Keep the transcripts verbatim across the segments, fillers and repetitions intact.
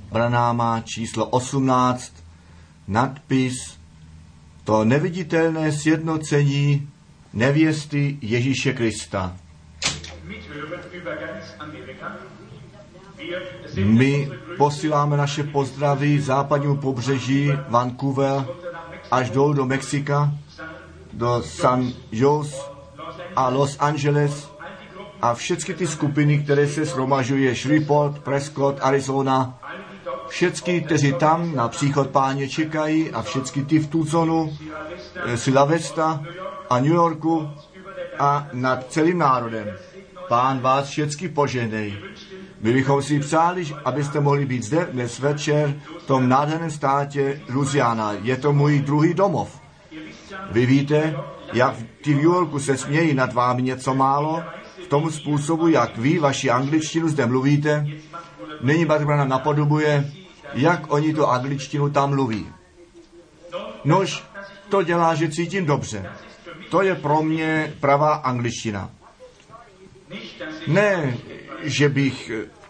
Branáma číslo osmnáct, nadpis To neviditelné sjednocení nevěsty Ježíše Krista. My posíláme naše pozdravy západnímu pobřeží Vancouver až dolů do Mexika, do San Jose a Los Angeles a všechny ty skupiny, které se shromažují, Shreveport, Prescott, Arizona, všechny, kteří tam na příchod Páně čekají a všechny ty v Tucsonu, Sila Vesta a New Yorku a nad celým národem. Pán vás všechny požehnej. My bychom si přáli, abyste mohli být zde dnes večer v tom nádherném státě Louisiana. Je to můj druhý domov. Vy víte, jak ty v New Yorku se smějí nad vámi něco málo, v tom způsobu, jak vy vaši angličtinu zde mluvíte. Nyní Barbara napodobuje, jak oni tu angličtinu tam mluví. Nož, to dělá, že cítím dobře. To je pro mě pravá angličtina. Ne, že bych,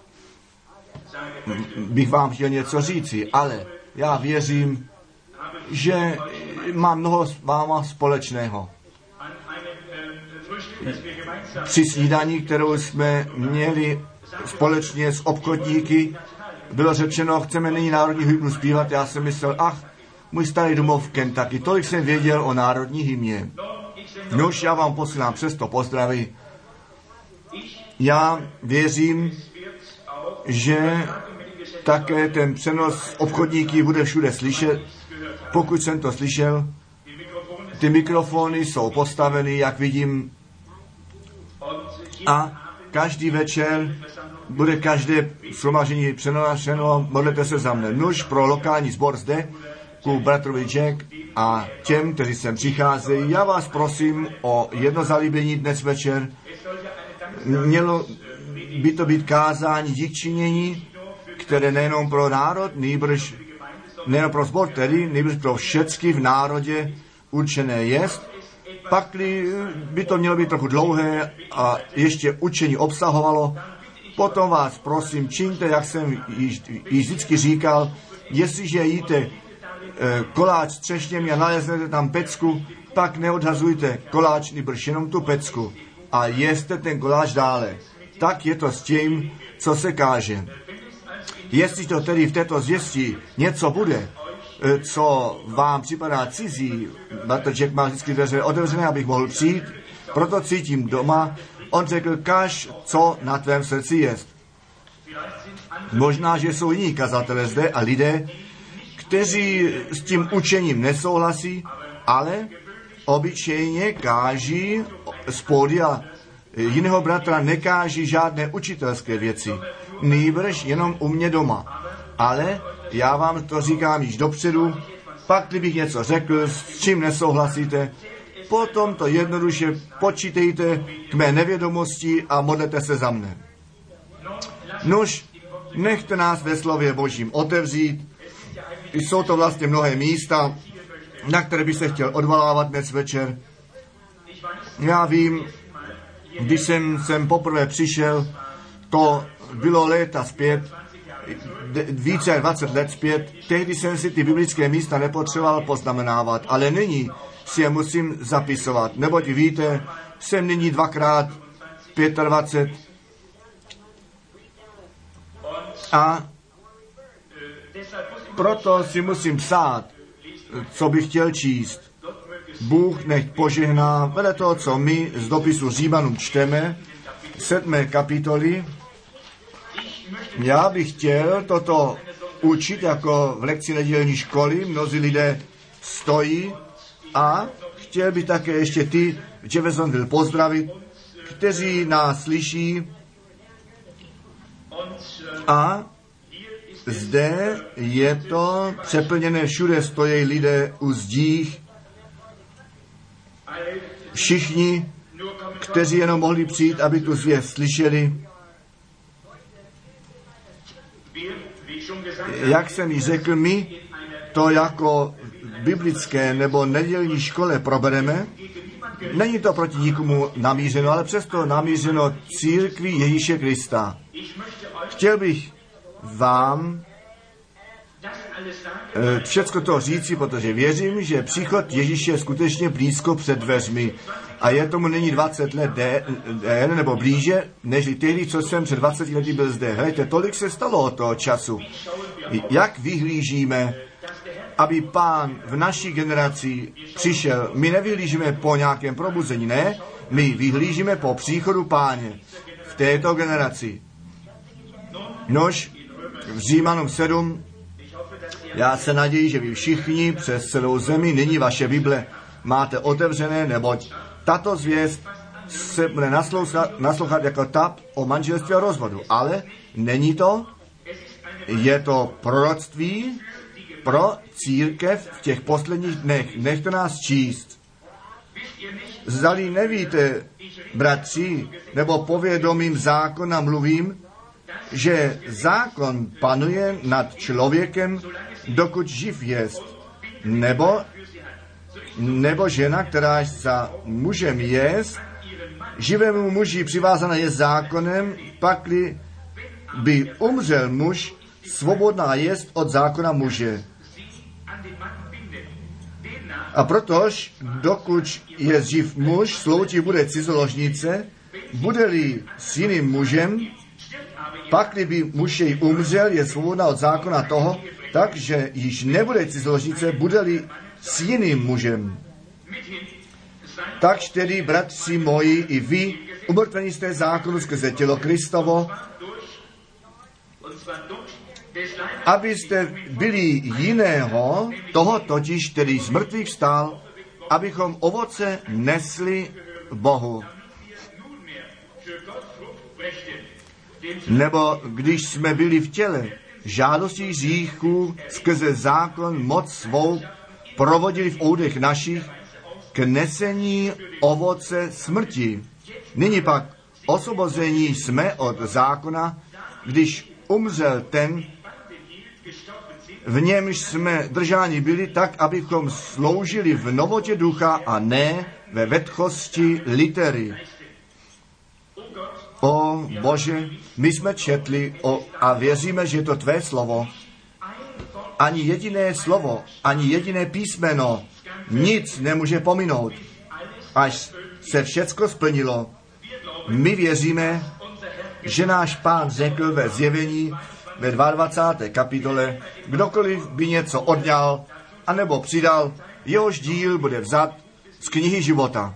bych vám chtěl něco říci, ale já věřím, že mám mnoho s váma společného. Při snídani, kterou jsme měli společně s obchodníky, bylo řečeno, chceme nyní národní hymnu zpívat. Já jsem myslel, ach, můj starý domov v Kentucky, tolik jsem věděl o národní hymně. Nož, já vám posílám přesto pozdraví. Já věřím, že také ten přenos obchodníky bude všude slyšet. Pokud jsem to slyšel, ty mikrofony jsou postaveny, jak vidím, a každý večer bude každé shromaždění přenášeno, modlete se za mne. Nuž pro lokální sbor zde, ku bratrovi Jack a těm, kteří sem přicházejí, já vás prosím o jedno zalíbení dnes večer. Mělo by to být kázání díkčinění, které nejenom pro národ, nýbrž nejenom pro sbor, tedy nýbrž pro všechny v národě určené jest. Pakli by to mělo být trochu dlouhé a ještě učení obsahovalo, potom vás prosím, čiňte, jak jsem již, již vždycky říkal, jestliže jíte e, koláč s třešněmi a naleznete tam pecku, pak neodhazujte koláč, nýbrž jenom tu pecku a jeste ten koláč dále. Tak je to s tím, co se káže. Jestli to tedy v této zvěstí něco bude, co vám připadá cizí, bratr Jack má vždycky dveře otevřené, abych mohl přijít, proto cítím doma. On řekl, kaž, co na tvém srdci jest. Možná, že jsou jiní kazatelé zde a lidé, kteří s tím učením nesouhlasí, ale obyčejně káží z pódia jiného bratra, nekáží žádné učitelské věci, nýbrž jenom u mě doma. Ale já vám to říkám již dopředu, pak kdybych něco řekl, s čím nesouhlasíte, potom to jednoduše počítejte k mé nevědomosti a modlete se za mne. Nož, nechte nás ve slově Božím otevřít. Jsou to vlastně mnohé místa, na které bych se chtěl odvolávat dnes večer. Já vím, když jsem sem poprvé přišel, to bylo léta zpět, více jak dvacet let zpět, tehdy jsem si ty biblické místa nepotřeboval poznamenávat, ale nyní si je musím zapisovat, neboť víte, jsem nyní dvakrát dvacet pět a proto si musím psát, co bych chtěl číst. Bůh nech požehná vedle toho, co my z dopisu Římanům čteme, sedmé kapitoly. Já bych chtěl toto učit jako v lekci nedělní školy, mnozí lidé stojí a chtěl bych také ještě ty v Jeffersonville pozdravit, kteří nás slyší a zde je to přeplněné, všude stojí lidé u zdích, všichni, kteří jenom mohli přijít, aby tu zvěst slyšeli. Jak jsem ji řekl, my to jako biblické nebo nedělní škole probereme. Není to proti nikomu namířeno, ale přesto namířeno církvi Ježíše Krista. Chtěl bych vám všecko to říci, protože věřím, že příchod Ježíše je skutečně blízko před dveřmi. A je tomu není dvacet let déle nebo blíže, než tehdy, co jsem před dvaceti lety byl zde. Hejte, tolik se stalo od toho času. Jak vyhlížíme, aby Pán v naší generaci přišel? My nevyhlížíme po nějakém probuzení, ne? My vyhlížíme po příchodu Páně v této generaci. Nož v Římanům sedm, já se naději, že vy všichni přes celou zemi nyní vaše Bible máte otevřené, neboť tato zvěst se bude naslouchat, naslouchat jako ta o manželství a rozvodu. Ale není to, je to proroctví pro církev v těch posledních dnech. Nechte nás číst. Zdali nevíte, bratři, nebo povědomím zákona mluvím, že zákon panuje nad člověkem, dokud živ jest, nebo, nebo žena, která za mužem jest, živému muži přivázaná je zákonem, pakli by umřel muž, svobodná jest od zákona muže. A protož, dokud je živ muž, sloučí bude cizoložnice, bude-li s jiným mužem, pakli by muž jej umřel, je svobodná od zákona toho, takže již nebude cizoložnice, bude-li s jiným mužem. Tak tedy, bratři moji, i vy, umrtvení jste zákonu skrze tělo Kristovo, abyste byli jiného, toho totiž, který z mrtvých vstal, abychom ovoce nesli Bohu. Nebo když jsme byli v těle, žádostí hříchů skrze zákon moc svou provodili v oudech našich k nesení ovoce smrti. Nyní pak osvobození jsme od zákona, když umřel ten, v němž jsme držáni byli tak, abychom sloužili v novotě ducha a ne ve vetchosti litery. O Bože, my jsme četli o, a věříme, že je to tvé slovo. Ani jediné slovo, ani jediné písmeno, nic nemůže pominout, až se všecko splnilo. My věříme, že náš Pán řekl ve zjevení ve dvacáté druhé kapitole, kdokoliv by něco odňal anebo přidal, jehož díl bude vzat z knihy života.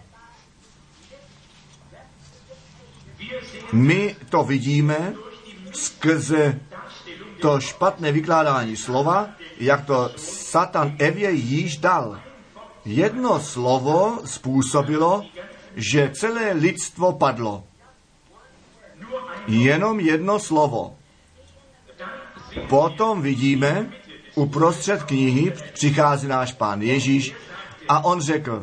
My to vidíme skrze to špatné vykládání slova, jak to Satan Evě již dal. Jedno slovo způsobilo, že celé lidstvo padlo. Jenom jedno slovo. Potom vidíme, uprostřed knihy přichází náš Pán Ježíš a on řekl,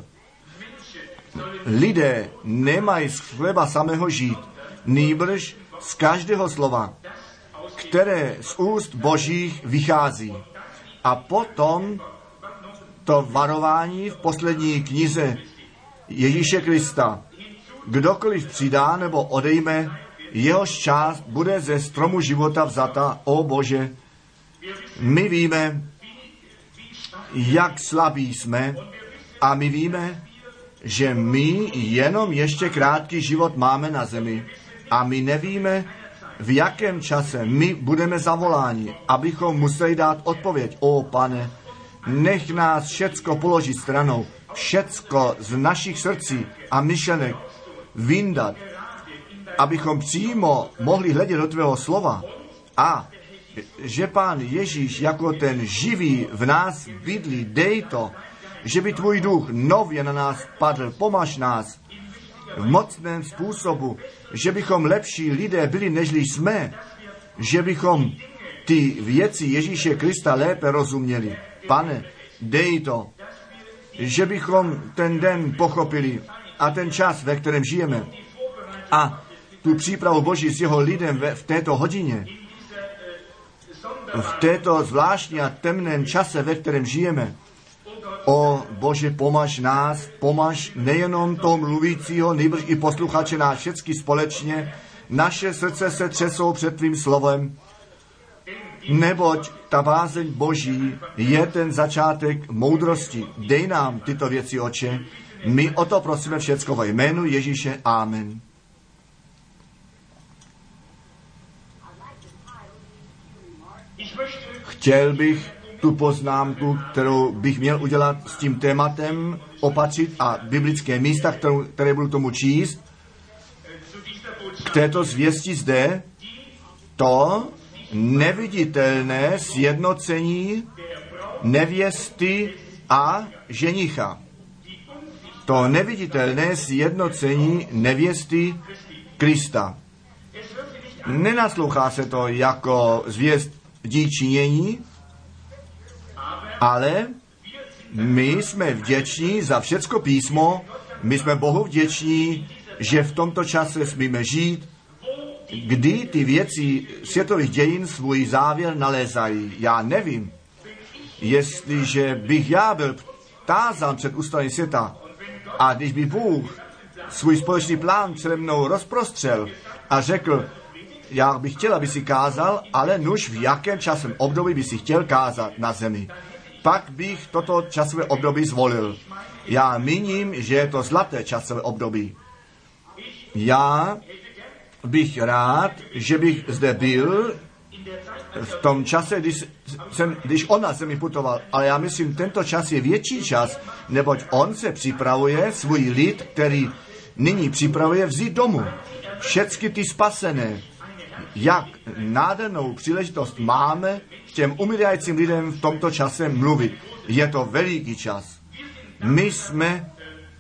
lidé nemají z chleba samého žít, nýbrž z každého slova, které z úst Božích vychází. A potom to varování v poslední knize Ježíše Krista. Kdokoliv přidá nebo odejme, jehož část bude ze stromu života vzata. O Bože, my víme, jak slabí jsme a my víme, že my jenom ještě krátký život máme na zemi a my nevíme, v jakém čase my budeme zavoláni, abychom museli dát odpověď. O Pane, nech nás všecko položit stranou, všecko z našich srdcí a myšlenek vyndat, abychom přímo mohli hledět do tvého slova a že Pán Ježíš jako ten živý v nás bydlí, dej to, že by tvůj duch nově na nás padl, pomaž nás v mocném způsobu, že bychom lepší lidé byli, nežli jsme, že bychom ty věci Ježíše Krista lépe rozuměli. Pane, dej to, že bychom ten den pochopili a ten čas, ve kterém žijeme a tu přípravu Boží s jeho lidem v této hodině, v této zvláštní a temném čase, ve kterém žijeme. O Bože, pomaž nás, pomaž nejenom toho mluvícího, nejbrž i posluchače nás všechny společně. Naše srdce se třesou před tvým slovem, neboť ta bázeň Boží je ten začátek moudrosti. Dej nám tyto věci, Otče. My o to prosíme všecko ve jménu Ježíše. Amen. Chtěl bych tu poznámku, kterou bych měl udělat s tím tématem, opatřit a biblické místa, kterou, které budu tomu číst, k této zvěsti zde, to neviditelné sjednocení nevěsty a ženicha. To neviditelné sjednocení nevěsty Krista. Nenaslouchá se to jako zvěst díčinění, ale my jsme vděční za všecko písmo, my jsme Bohu vděční, že v tomto čase smíme žít, kdy ty věci světových dějin svůj závěr nalézají. Já nevím, jestliže bych já byl tázán před ústavem světa a když by Bůh svůj společný plán přede mnou rozprostřel a řekl, já bych chtěl, aby si kázal, ale nuž v jakém časovém období by si chtěl kázat na zemi. Pak bych toto časové období zvolil. Já míním, že je to zlaté časové období. Já bych rád, že bych zde byl v tom čase, když, jsem, když on na zemi putoval, ale já myslím, tento čas je větší čas, neboť on se připravuje svůj lid, který nyní připravuje vzít domů. Všecky ty spasené, jak nádhernou příležitost máme těm umírajícím lidem v tomto čase mluvit. Je to veliký čas. My jsme,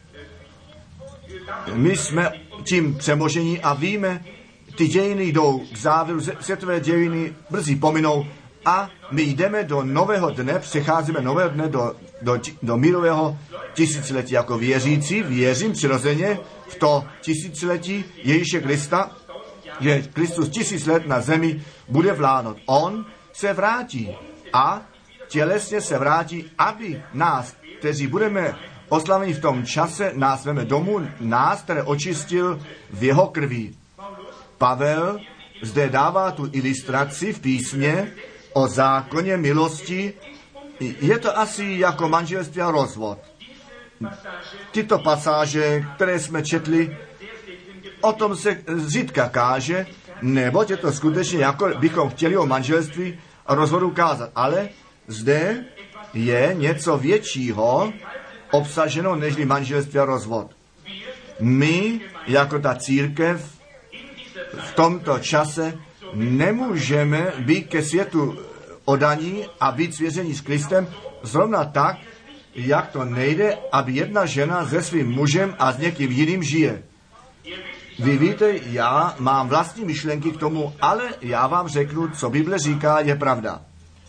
my jsme tím přemožení a víme, ty dějiny jdou k závěru, světové dějiny brzy pominou a my jdeme do nového dne, přecházíme nového dne do, do, do mírového tisíciletí. Jako věřící věřím přirozeně v to tisíciletí Ježíše Krista, že Kristus tisíc let na zemi bude vládnout. On se vrátí a tělesně se vrátí, aby nás, kteří budeme oslaveni v tom čase, nás veme domů, nás, které očistil v jeho krví. Pavel zde dává tu ilustraci v písmě o zákoně milosti. Je to asi jako manželství a rozvod. Tyto pasáže, které jsme četli, o tom se zřídka káže, neboť je to skutečně, jako bychom chtěli o manželství a rozvodu kázat. Ale zde je něco většího obsaženo nežli manželství a rozvod. My, jako ta církev, v tomto čase nemůžeme být ke světu odaní a být svěření s Kristem zrovna tak, jak to nejde, aby jedna žena se svým mužem a s někým jiným žije. Vy víte, já mám vlastní myšlenky k tomu, ale já vám řeknu, co Bible říká, je pravda.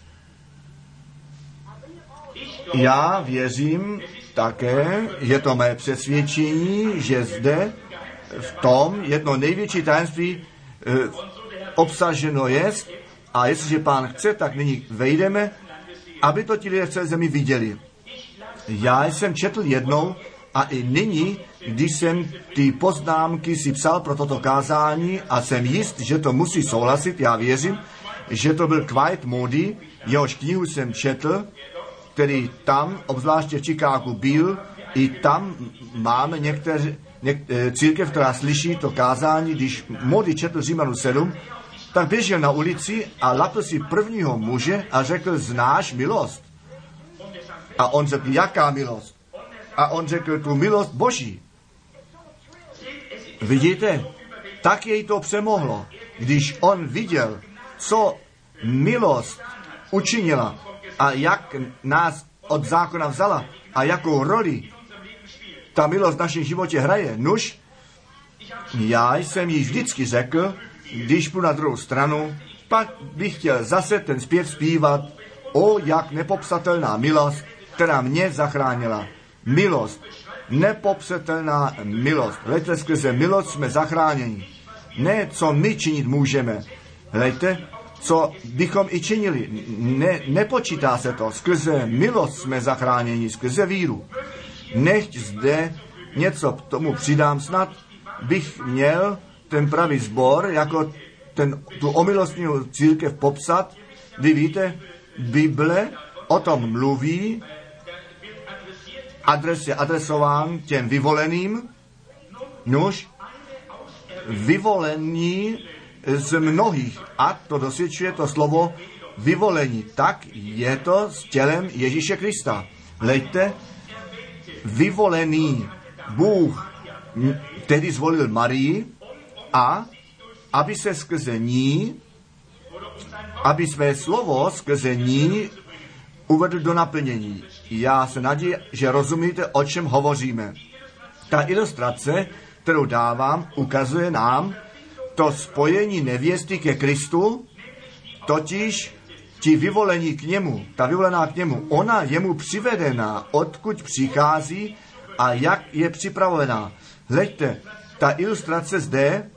Já věřím také, je to mé přesvědčení, že zde v tom jedno největší tajemství e, obsaženo je, a jestliže Pán chce, tak nyní vejdeme, aby to ti lidé v celé zemi viděli. Já jsem četl jednou a i nyní, když jsem ty poznámky si psal pro toto kázání a jsem jist, že to musí souhlasit, já věřím, že to byl Quiet Moody, jehož knihu jsem četl, který tam, obzvláště v Chicagu, byl, i tam máme některé něk, církev, která slyší to kázání, když Moody četl Římanu sedm, tak běžel na ulici a lapl si prvního muže a řekl, znáš milost? A on řekl, jaká milost? A on řekl, tu milost Boží. Vidíte, tak jej to přemohlo, když on viděl, co milost učinila a jak nás od zákona vzala a jakou roli ta milost v našem životě hraje. Nuž, já jsem jí vždycky řekl, když půjdu na druhou stranu, pak bych chtěl zase ten zpěv zpívat, o jak nepopsatelná milost, která mě zachránila. Milost, nepopsatelná milost. Hleďte, skrze milost jsme zachráněni. Ne, co my činit můžeme. Hleďte, co bychom i činili. Ne, nepočítá se to. Skrze milost jsme zachráněni, skrze víru. Nechť zde něco k tomu přidám, snad bych měl ten pravý sbor, jako ten, tu omilostnou církev popsat, Vy víte, Bible o tom mluví, adres je adresován těm vyvoleným, nuž, vyvolení z mnohých. A to dosvědčuje to slovo vyvolení. Tak je to s tělem Ježíše Krista. Hleďte, vyvolený Bůh, který zvolil Marii, a aby se skrze ní, aby své slovo skrze ní uvedl do naplnění. Já se naději, že rozumíte, o čem hovoříme. Ta ilustrace, kterou dávám, ukazuje nám to spojení nevěsty ke Kristu, totiž ti vyvolení k němu, ta vyvolená k němu, ona je mu přivedená, odkud přichází a jak je připravená. Hleďte, ta ilustrace zde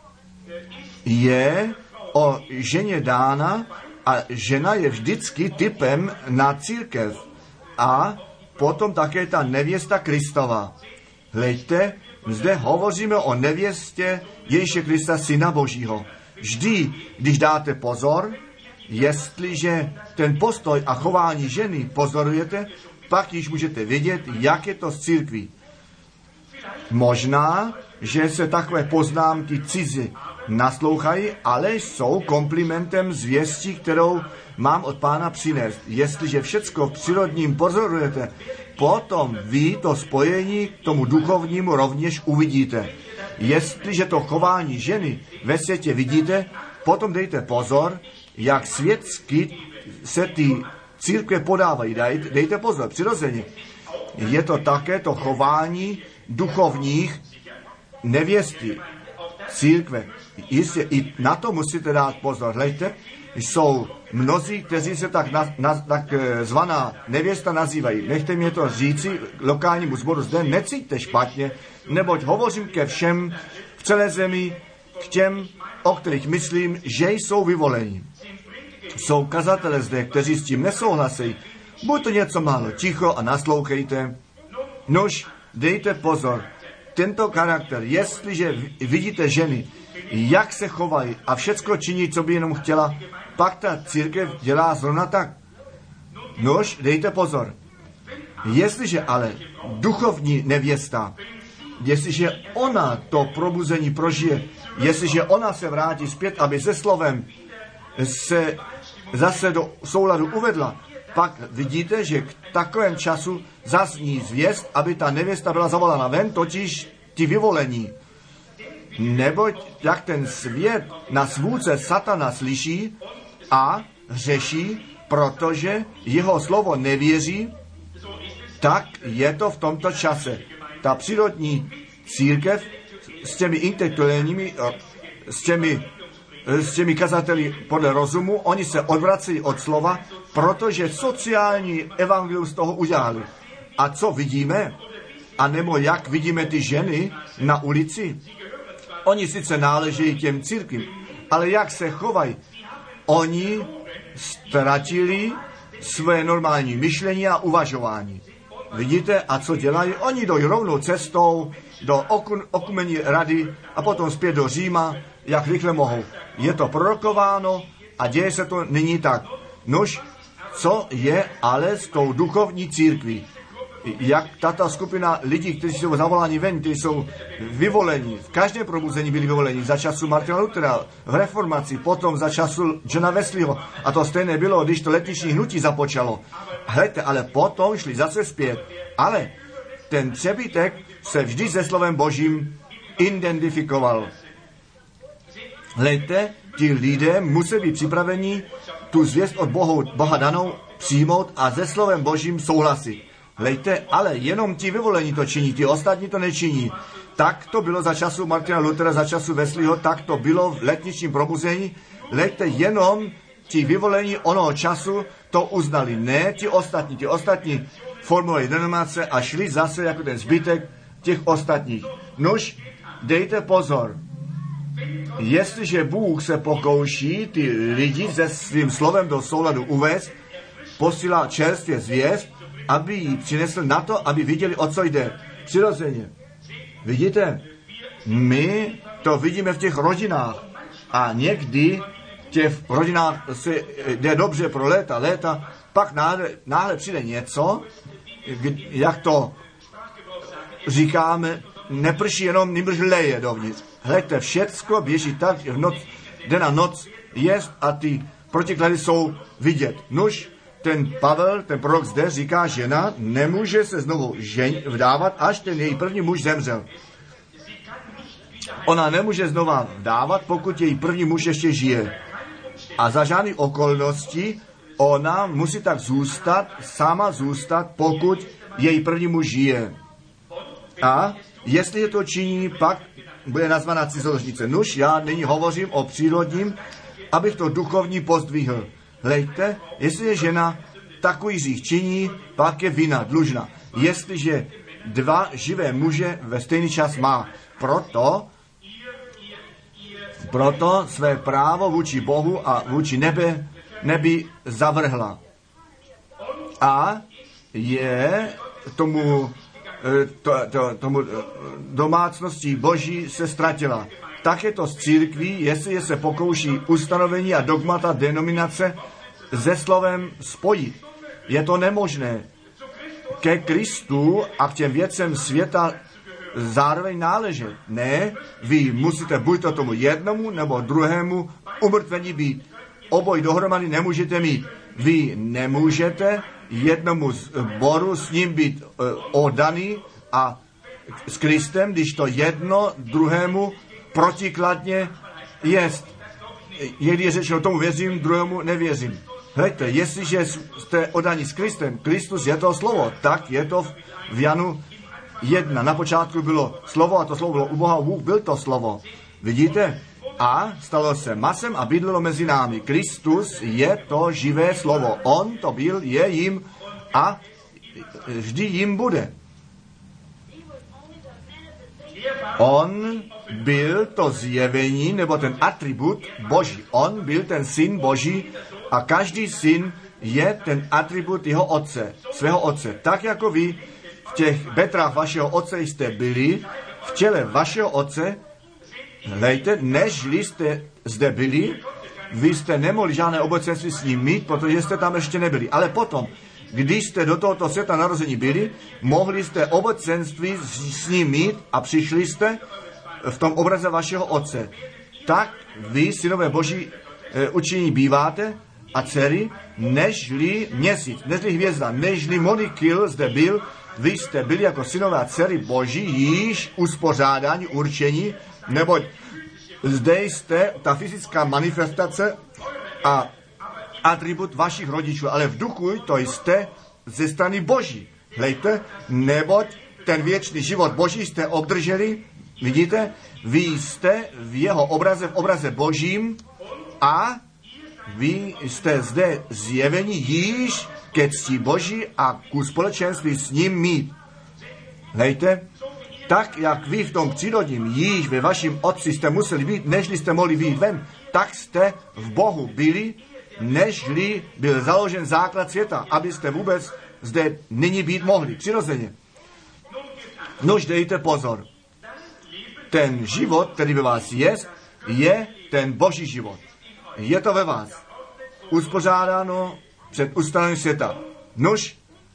je o ženě dána a žena je vždycky typem na církev a potom také ta nevěsta Kristova. Hleďte, zde hovoříme o nevěstě Ježíše Krista, Syna Božího. Vždy, když dáte pozor, jestliže ten postoj a chování ženy pozorujete, pak již můžete vědět, jak je to s církví. Možná, že se takové poznámky cizi naslouchají, ale jsou komplimentem zvěstí, kterou mám od Pána přinést. Jestliže všecko v přírodním pozorujete, potom vy to spojení k tomu duchovnímu rovněž uvidíte. Jestliže to chování ženy ve světě vidíte, potom dejte pozor, jak světsky se ty církve podávají. Dejte, dejte pozor, přirozeně. Je to také to chování duchovních nevěsty církve. Jistě, i na to musíte dát pozor. Hleďte, jsou mnozí, kteří se tak, na, na, tak zvaná nevěsta nazývají. Nechte mě to říci lokálnímu sboru zde, necíťte špatně, neboť hovořím ke všem v celé zemi, k těm, o kterých myslím, že jsou vyvoleni. Jsou kazatelé zde, kteří s tím nesouhlasí. Buď to něco málo ticho a naslouchejte. Nož, dejte pozor. Tento charakter, jestliže vidíte ženy, jak se chovají a všecko činí, co by jenom chtěla, pak ta církev dělá zrovna tak. Nož, dejte pozor. Jestliže ale duchovní nevěsta, jestliže ona to probuzení prožije, jestliže ona se vrátí zpět, aby se slovem se zase do souladu uvedla, pak vidíte, že k takovém času zazní zvěst, aby ta nevěsta byla zavolána ven, totiž ti vyvolení. Neboť jak ten svět na svůdce satana slyší a řeší, protože jeho slovo nevěří, tak je to v tomto čase. Ta přírodní církev s těmi intelektuálními, s těmi, s těmi kazateli podle rozumu, oni se odvracejí od slova, protože sociální evangelium z toho udělali. A co vidíme? A nebo jak vidíme ty ženy na ulici? Oni sice náležejí těm církvím, ale jak se chovají? Oni ztratili své normální myšlení a uvažování. Vidíte? A co dělají? Oni jdou rovnou cestou do okumení rady a potom zpět do Říma, jak rychle mohou. Je to prorokováno a děje se to nyní tak. Nož, co je ale s tou duchovní církví? Jak tato skupina lidí, kteří jsou zavoláni ven, kteří jsou vyvoleni, v každém probuzení byli vyvoleni, za času Martina Luthera, v reformaci, potom za času Johna Wesleyho. A to stejné bylo, když to letniční hnutí započalo. Hledajte, ale potom šli zase zpět. Ale ten přebytek se vždy se slovem Božím identifikoval. Hledajte, ti lidé musí být připraveni tu zvěst od Bohu, Boha danou přijmout a se slovem Božím souhlasit. Hleďte, ale jenom ti vyvolení to činí, ti ostatní to nečiní. Tak to bylo za času Martina Luthera, za času Wesleyho, tak to bylo v letničním probuzení. Hleďte, jenom ti vyvolení onoho času to uznali. Ne ti ostatní, ti ostatní formovali denominace a šli zase jako ten zbytek těch ostatních. Nož, dejte pozor. Jestliže Bůh se pokouší ty lidi se svým slovem do souladu uvést, posílá čerstvě zvěst, aby ji přinesl na to, aby viděli, o co jde. Přirozeně. Vidíte? My to vidíme v těch rodinách. A někdy těch rodinách se jde dobře pro léta, léta, pak náhle, náhle přijde něco, jak to říkáme, neprší jenom, nýbrž leje dovnitř. Hleďte, všecko běží tak, že v noc, den a noc jest a ty protiklady jsou vidět. Nuž, ten Pavel, ten prorok zde říká, žena nemůže se znovu žen vdávat, až ten její první muž zemřel. Ona nemůže znova vdávat, pokud její první muž ještě žije. A za žádný okolnosti ona musí tak zůstat, sama zůstat, pokud její první muž žije. A jestli je to činí, pak bude nazvaná cizoložnice. Nuž, já nyní hovořím o přírodním, abych to duchovní pozdvihl. Hleďte, jestli je žena takový hřích činí, pak je vina dlužna. Jestliže dva živé muže ve stejný čas má. Proto, proto své právo vůči Bohu a vůči nebe, nebi zavrhla. A je tomu, to, to, tomu domácnosti Boží se ztratila. Tak je to z církví, jestli se pokouší ustanovení a dogmata denominace se slovem spojit. Je to nemožné. Ke Kristu a k těm věcem světa zároveň náležet. Ne, vy musíte buď to tomu jednomu nebo druhému umrtvení být. Oboj dohromady nemůžete mít. Vy nemůžete jednomu sboru s ním být uh, oddaný a s Kristem, když to jedno druhému protikladně jest. Někdy je řečeno, tomu věřím, druhému nevěřím. Hleďte, jestliže jste oddaní s Kristem, Kristus je to slovo, tak je to v Janu jedna. Na počátku bylo slovo a to slovo bylo u Boha, Bůh byl to slovo. Vidíte? A stalo se masem a bydlelo mezi námi. Kristus je to živé slovo. On to byl, je jim a vždy jim bude. On byl to zjevení, nebo ten atribut Boží. On byl ten syn Boží a každý syn je ten atribut jeho otce, svého otce. Tak jako vy v těch betrách vašeho otce jste byli, v těle vašeho otce, hejte, nežli jste zde byli, vy jste nemohli žádné obecenství s ním mít, protože jste tam ještě nebyli. Ale potom, když jste do tohoto světa narození byli, mohli jste obecenství s ním mít a přišli jste v tom obraze vašeho otce. Tak vy, synové Boží, e, učiní býváte a dcery, nežli měsíc, nežli hvězda, nežli Monikil zde byl, vy jste byli jako synové a dcery Boží, již uspořádání, určení, neboť zde jste ta fyzická manifestace a atribut vašich rodičů, ale v duchu to jste ze strany Boží. Hlejte, neboť ten věčný život Boží jste obdrželi, vidíte, vy jste v jeho obraze, v obraze Božím a vy jste zde zjeveni již ke cti Boží a ku společenství s ním mít. Hlejte, tak jak vy v tom přírodním již ve vaším otci jste museli být, nežli jste mohli být ven, tak jste v Bohu byli, nežli byl založen základ světa, abyste vůbec zde nyní být mohli, přirozeně. Nož dejte pozor. Ten život, který ve vás je, je ten Boží život. Je to ve vás. Uspořádáno před ustanovením světa. Nož,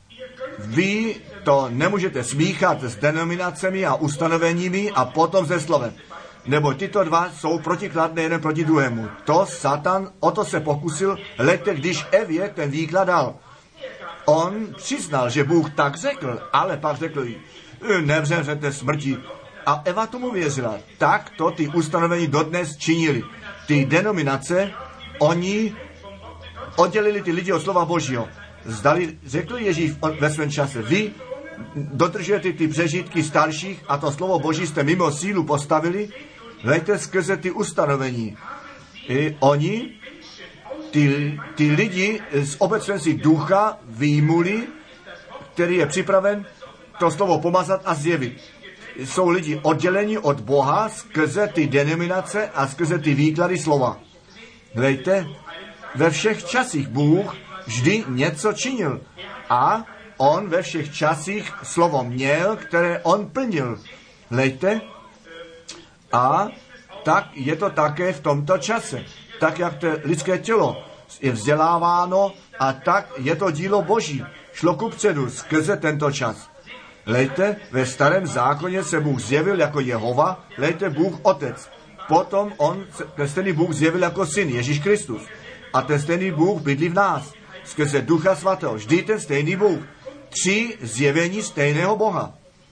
vy to nemůžete smíchat s denominacemi a ustanoveními a potom se slovem. Nebo tyto dva jsou protikladné jeden proti druhému. To Satan, o to se pokusil, lete, když Evě ten výklad dal. On přiznal, že Bůh tak řekl, ale pak řekl jí, nevřemřete smrti. A Eva tomu věřila. Tak to ty ustanovení dodnes činili. Ty denominace, oni oddělili ty lidi od slova Božího. Zdali, řekl Ježíš ve svém čase, vy dodržujete ty přežitky starších a to slovo Boží jste mimo sílu postavili, hleďte skrze ty ustanovení. I oni, ty, ty lidi z obecnosti ducha výjimuli, který je připraven to slovo pomazat a zjevit. Jsou lidi odděleni od Boha skrze ty denominace a skrze ty výklady slova. Hleďte, ve všech časích Bůh vždy něco činil a on ve všech časích slovo měl, které on plnil. Hleďte, a tak je to také v tomto čase. tak jak to lidské tělo je vzděláváno a tak je to dílo Boží. Šlo kupředu skrze tento čas. Lejte, ve starém zákoně se Bůh zjevil jako Jehova, lejte Bůh Otec. Potom on, ten stejný Bůh zjevil jako Syn, Ježíš Kristus. A ten stejný Bůh bydlí v nás, skrze Ducha Svatého. Vždy ten stejný Bůh. Tři zjevení stejného Boha.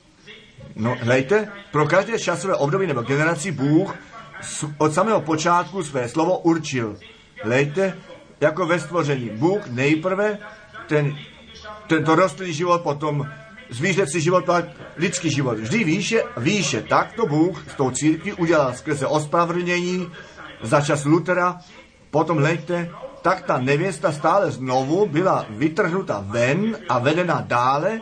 No, hlejte, pro každé časové období nebo generaci Bůh od samého počátku své slovo určil. Hlejte, jako ve stvoření. Bůh nejprve ten, tento rostlinný život, potom zvířecí život, pak lidský život. Vždy výše, výše. Takto Bůh s tou církví udělal skrze ospravedlnění za čas Lutera. Potom hlejte, tak ta nevěsta stále znovu byla vytrhnuta ven a vedena dále.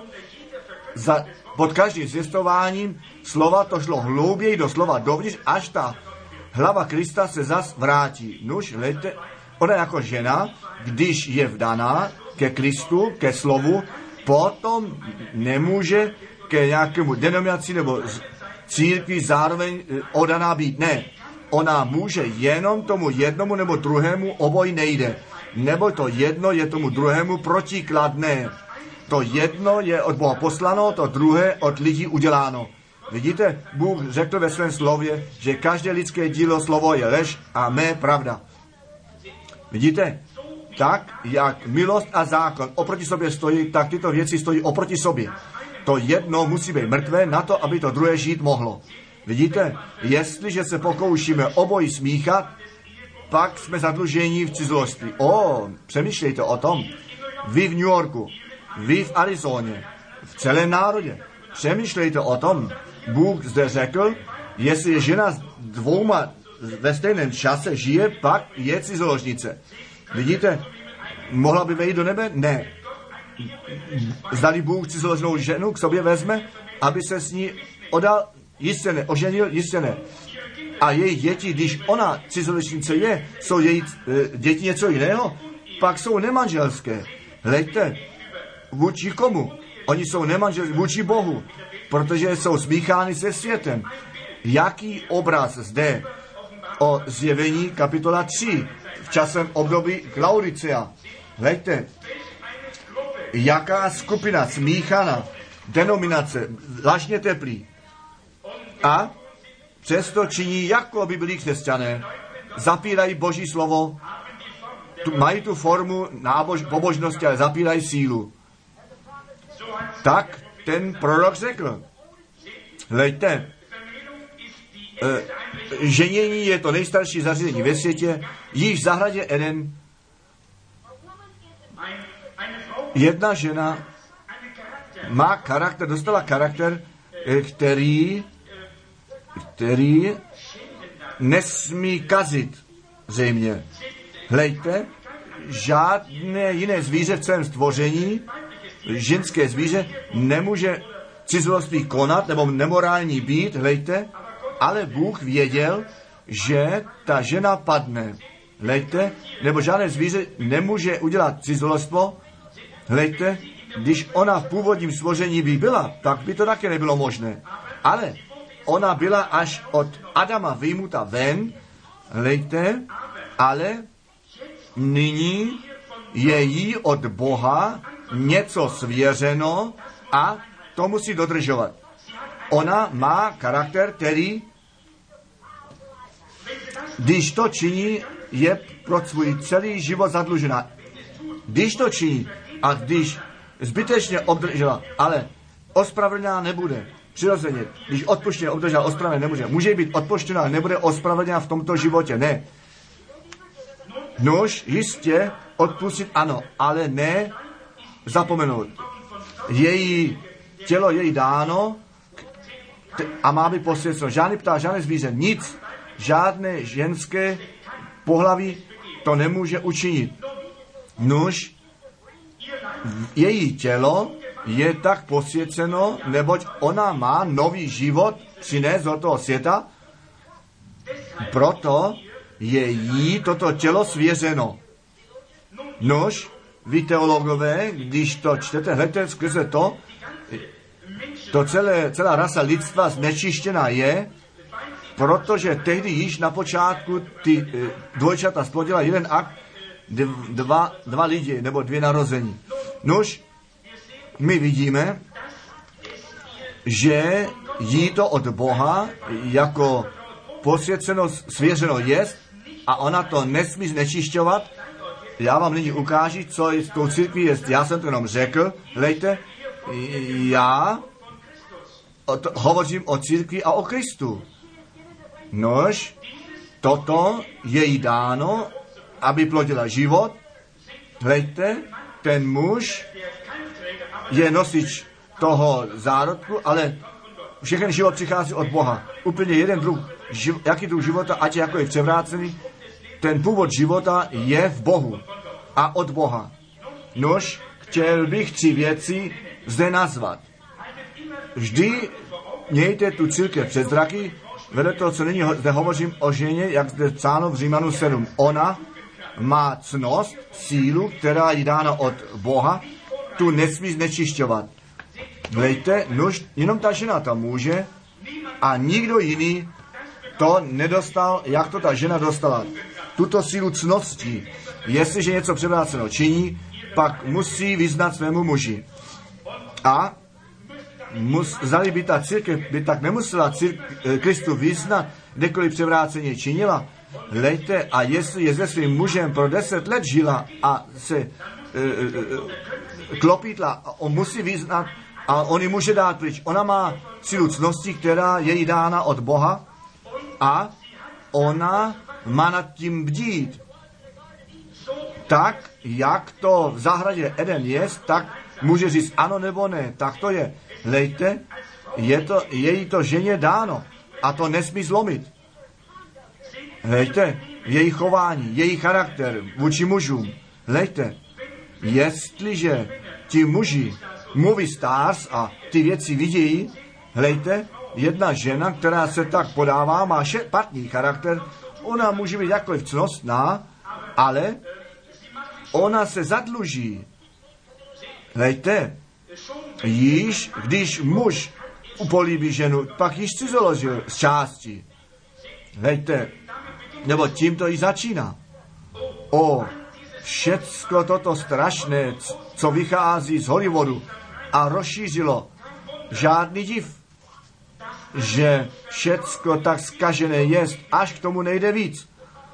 Za, pod každým zjistováním slova to šlo hlouběji do slova dovnitř, až ta hlava Krista se zas vrátí. Nuž, hlejte, ona jako žena, když je vdaná ke Kristu, ke slovu, potom nemůže ke nějakému denominaci nebo církvi zároveň oddaná být. Ne. Ona může jenom tomu jednomu nebo druhému, obojí nejde. Nebo to jedno je tomu druhému protikladné. To jedno je od Boha poslano, to druhé od lidí uděláno. Vidíte, Bůh řekl ve svém slově, že každé lidské dílo slovo je lež a mé pravda. Vidíte, tak jak milost a zákon oproti sobě stojí, tak tyto věci stojí oproti sobě. To jedno musí být mrtvé na to, aby to druhé žít mohlo. Vidíte, jestliže se pokoušíme obojí smíchat, pak jsme zadlužení v cizoložství. O, přemýšlejte o tom. Vy v New Yorku, vy v Arizoně, v celém národě. Přemýšlejte o tom. Bůh zde řekl, jestli je žena s dvouma ve stejném čase žije, pak je cizoložnice. Vidíte, mohla by vejít do nebe? Ne. Zdali Bůh cizoložnou ženu k sobě vezme, aby se s ní odal? Jistě ne. Oženil? Jistě ne. A její děti, když ona cizoložnice je, jsou její e, děti něco jiného, pak jsou nemanželské. Hleďte, vůči komu? Oni jsou nemanželské vůči Bohu, protože jsou smíchány se světem. Jaký obraz zde o zjevení kapitola tři v časem období Laodicea. Hleďte, jaká skupina smíchaná, denominace, lažně teplí. A přesto činí, jako by byli křesťané, zapírají Boží slovo, tu, mají tu formu nábož, pobožnosti, ale zapírají sílu. Tak ten prorok řekl, hleďte, e, ženění je to nejstarší zařízení ve světě, již v zahradě Eden jedna žena má charakter, dostala charakter, který, který nesmí kazit zřejmě. Hlejte, žádné jiné zvíře v celém stvoření, ženské zvíře, nemůže cizoloství konat nebo nemorální být, hlejte, ale Bůh věděl, že ta žena padne. Hlejte, nebo žádné zvíře nemůže udělat cizolostvo. Hlejte, když ona v původním stvoření by byla, tak by to také nebylo možné. Ale ona byla až od Adama vyjmuta ven, hlejte, ale nyní je jí od Boha něco svěřeno a to musí dodržovat. Ona má charakter, který, když to činí, je pro svůj celý život zadlužená. Když to činí a když zbytečně obdržela, ale ospravedlněná nebude. Přirozeně, když odpuštěná obdržela, ospravedlněná nemůže. Může být odpuštěná, ale nebude ospravedlněná v tomto životě. Ne. Nož jistě odpustit ano, ale ne zapomenout. Její tělo je jí dáno a má být posvěceno. Žádný pták, žádné zvíře, nic, žádné ženské pohlaví to nemůže učinit. Nuž, její tělo je tak posvěceno, neboť ona má nový život přinést do toho světa, proto je jí toto tělo svěřeno. Nož, vy teologové, když to čtete, hledajte skrze to, to celé, celá rasa lidstva znečištěná je, protože tehdy již na počátku ty e, dvojčata splodila jeden akt, dva, dva lidi, nebo dvě narození. Nož, my vidíme, že jí to od Boha jako posvěceno, svěřeno jest a ona to nesmí znečišťovat. Já vám nyní ukážu, co je s tou církví jest. Já jsem to jenom řekl, lejte, já to, hovořím o církvi a o Kristu. Nož, toto je jí dáno, aby plodila život. Hlejte, ten muž je nosič toho zárodku, ale všechny život přichází od Boha. Úplně jeden druh, živ, jaký druh života, ať jako je převrácený, ten původ života je v Bohu a od Boha. Nož, chtěl bych tři věci zde nazvat. Vždy mějte tu církev před zraky, vedle toho, co nyní zde hovořím o ženě, jak zde psáno v Římanu sedm. Ona má ctnost, sílu, která je dána od Boha, tu nesmí znečišťovat. Hlejte, nož, jenom ta žena tam může a nikdo jiný to nedostal, jak to ta žena dostala. Tuto sílu ctnosti, jestliže něco převráceno činí, pak musí vyznat svému muži. A mus, zali by ta církev by tak nemusela círk, Kristu vyznat, kdekoliv převráceně činila. Hlejte, a jestli je se svým mužem pro deset let žila a se e, e, klopítla, on musí vyznat a on ji může dát pryč. Ona má sílu ctnosti, která je jí dána od Boha a ona má nad tím bdít. Tak, jak to v zahradě Eden je, tak může říct ano nebo ne. Tak to je. Hlejte, je, to, je jí to ženě dáno a to nesmí zlomit. Hlejte, její chování, její charakter vůči mužům. Hlejte, jestliže ti muži mluví stars a ty věci vidějí, hlejte, jedna žena, která se tak podává, má špatný charakter, ona může být jakkoliv cnostná, ale ona se zadluží. Hlejte, již, když muž upolíbí ženu, pak již cizoložil z části. Hlejte, nebo tím to i začíná. O, všecko toto strašné, co vychází z Hollywoodu a rozšířilo. Žádný div, že všecko tak zkažené jest, až k tomu nejde víc.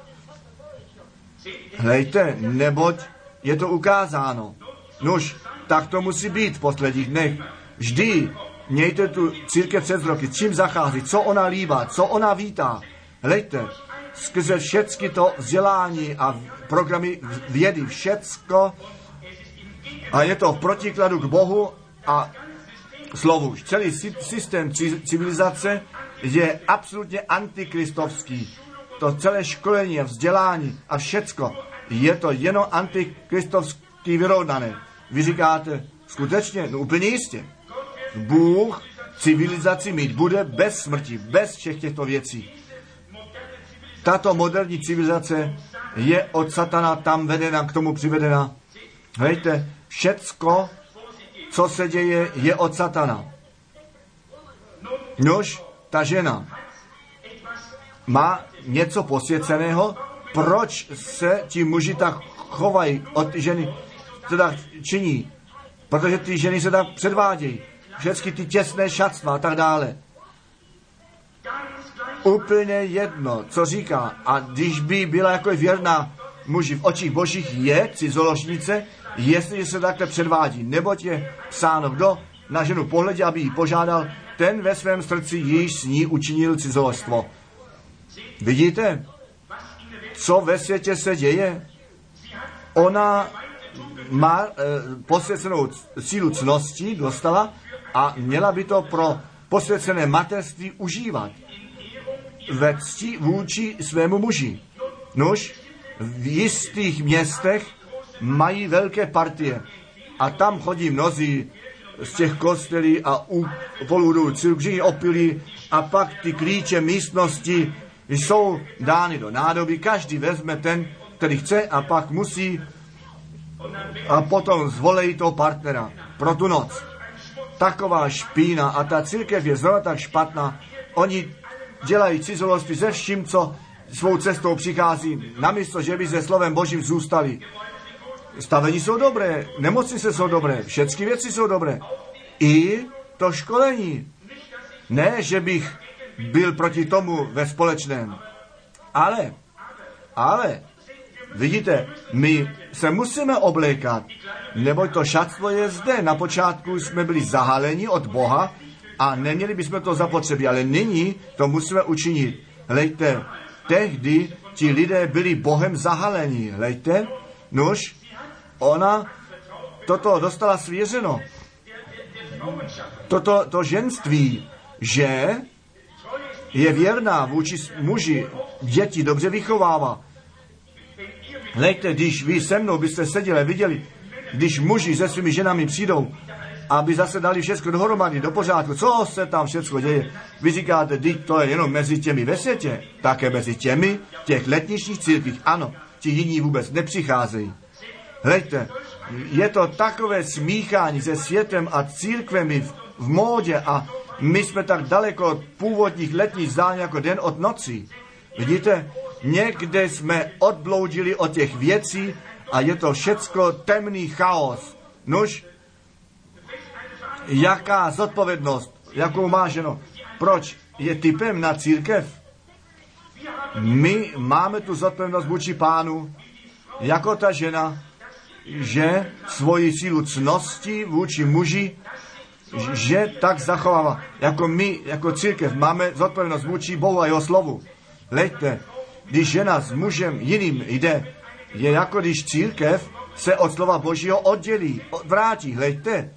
Hlejte, neboť je to ukázáno. Nuž, tak to musí být v posledních dnech. Vždy mějte tu církev přes roky, čím zachází, co ona líbá, co ona vítá. Hlejte, skrze všecky to vzdělání a programy vědy, všecko a je to v protikladu k Bohu a slovu. Celý systém civilizace je absolutně antikristovský. To celé školení a vzdělání a všecko je to jenom antikristovský vyrovnané. Vy říkáte, skutečně? No úplně jistě. Bůh civilizaci mít bude bez smrti, bez všech těchto věcí. Tato moderní civilizace je od satana tam vedena, k tomu přivedena. Hejte, všecko, co se děje, je od satana. Nož, ta žena má něco posvěceného, proč se ti muži tak chovají od ženy, teda činí, protože ty ženy se tak předvádějí. Všechny ty těsné šatstva a tak dále. Úplně jedno, co říká. A když by byla jako věrná muži v očích božích, je cizoložnice, jestliže se takhle předvádí. Neboť je psáno, kdo na ženu pohledě, aby ji požádal, ten ve svém srdci již s ní učinil cizoložstvo. Vidíte, co ve světě se děje? Ona má e, posvěcenou sílu cnosti, dostala a měla by to pro posvěcené mateřství užívat. Ve cti vůči svému muži. Nož, v jistých městech mají velké partie a tam chodí mnozí z těch kostelí a u poludu církví opilí a pak ty klíče místnosti jsou dány do nádoby. Každý vezme ten, který chce a pak musí a potom zvolejí toho partnera pro tu noc. Taková špína a ta církev je zrovna tak špatná. Oni dělají cizolosti se vším, co svou cestou přichází, namísto, že by se slovem Božím zůstali. Stavení jsou dobré, nemocnice jsou dobré, všechny věci jsou dobré. I to školení. Ne, že bych byl proti tomu ve společném. Ale, ale, vidíte, my se musíme oblékat, neboť to šatstvo je zde. Na počátku jsme byli zahaleni od Boha a neměli bychom to zapotřebí, ale nyní to musíme učinit. Hlejte, tehdy ti lidé byli Bohem zahaleni. Hlejte, nuž, ona toto dostala svěřeno. Toto to ženství, že je věrná vůči muži, děti dobře vychovává. Hlejte, když vy se mnou byste seděli, viděli, když muži se svými ženami přijdou, aby zase dali všechno dohromady, do pořádku, co se tam všechno děje. Vy říkáte, teď to je jenom mezi těmi ve světě, také mezi těmi, těch letničních církvích. Ano, ti jiní vůbec nepřicházejí. Hlejte, je to takové smíchání se světem a církvemi v, v módě a my jsme tak daleko od původních letních zdání jako den od noci. Vidíte, někde jsme odbloudili od těch věcí a je to všecko temný chaos. Nuž, jaká zodpovědnost, jakou má ženo? Proč je typem na církev? My máme tu zodpovědnost vůči Pánu, jako ta žena, že svoji sílu cnosti vůči muži, že tak zachovává. Jako my, jako církev, máme zodpovědnost vůči Bohu a jeho slovu. Lejte, když žena s mužem jiným jde, je jako když církev se od slova Božího oddělí, vrátí. Lejte,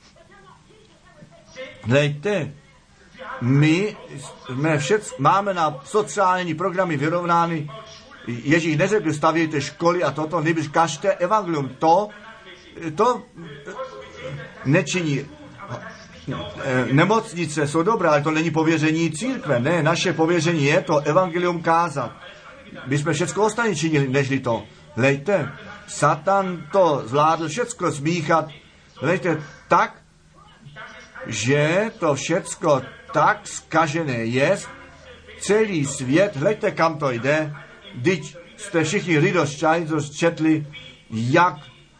lejte, my jsme všec, máme na sociální programy vyrovnány. Ježíš neřekl, stavějte školy a toto, nebož kažte evangelium. To, to nečiní. Nemocnice jsou dobré, ale to není pověření církve. Ne, naše pověření je to evangelium kázat. My jsme všecko ostatní činili, nežli to. Lejte, Satan to zvládl všecko zmíchat. Lejte, tak, že to všecko tak zkažené je, celý svět, hleďte, kam to jde. Vždyť jste všichni lidošťaji, co četli, jak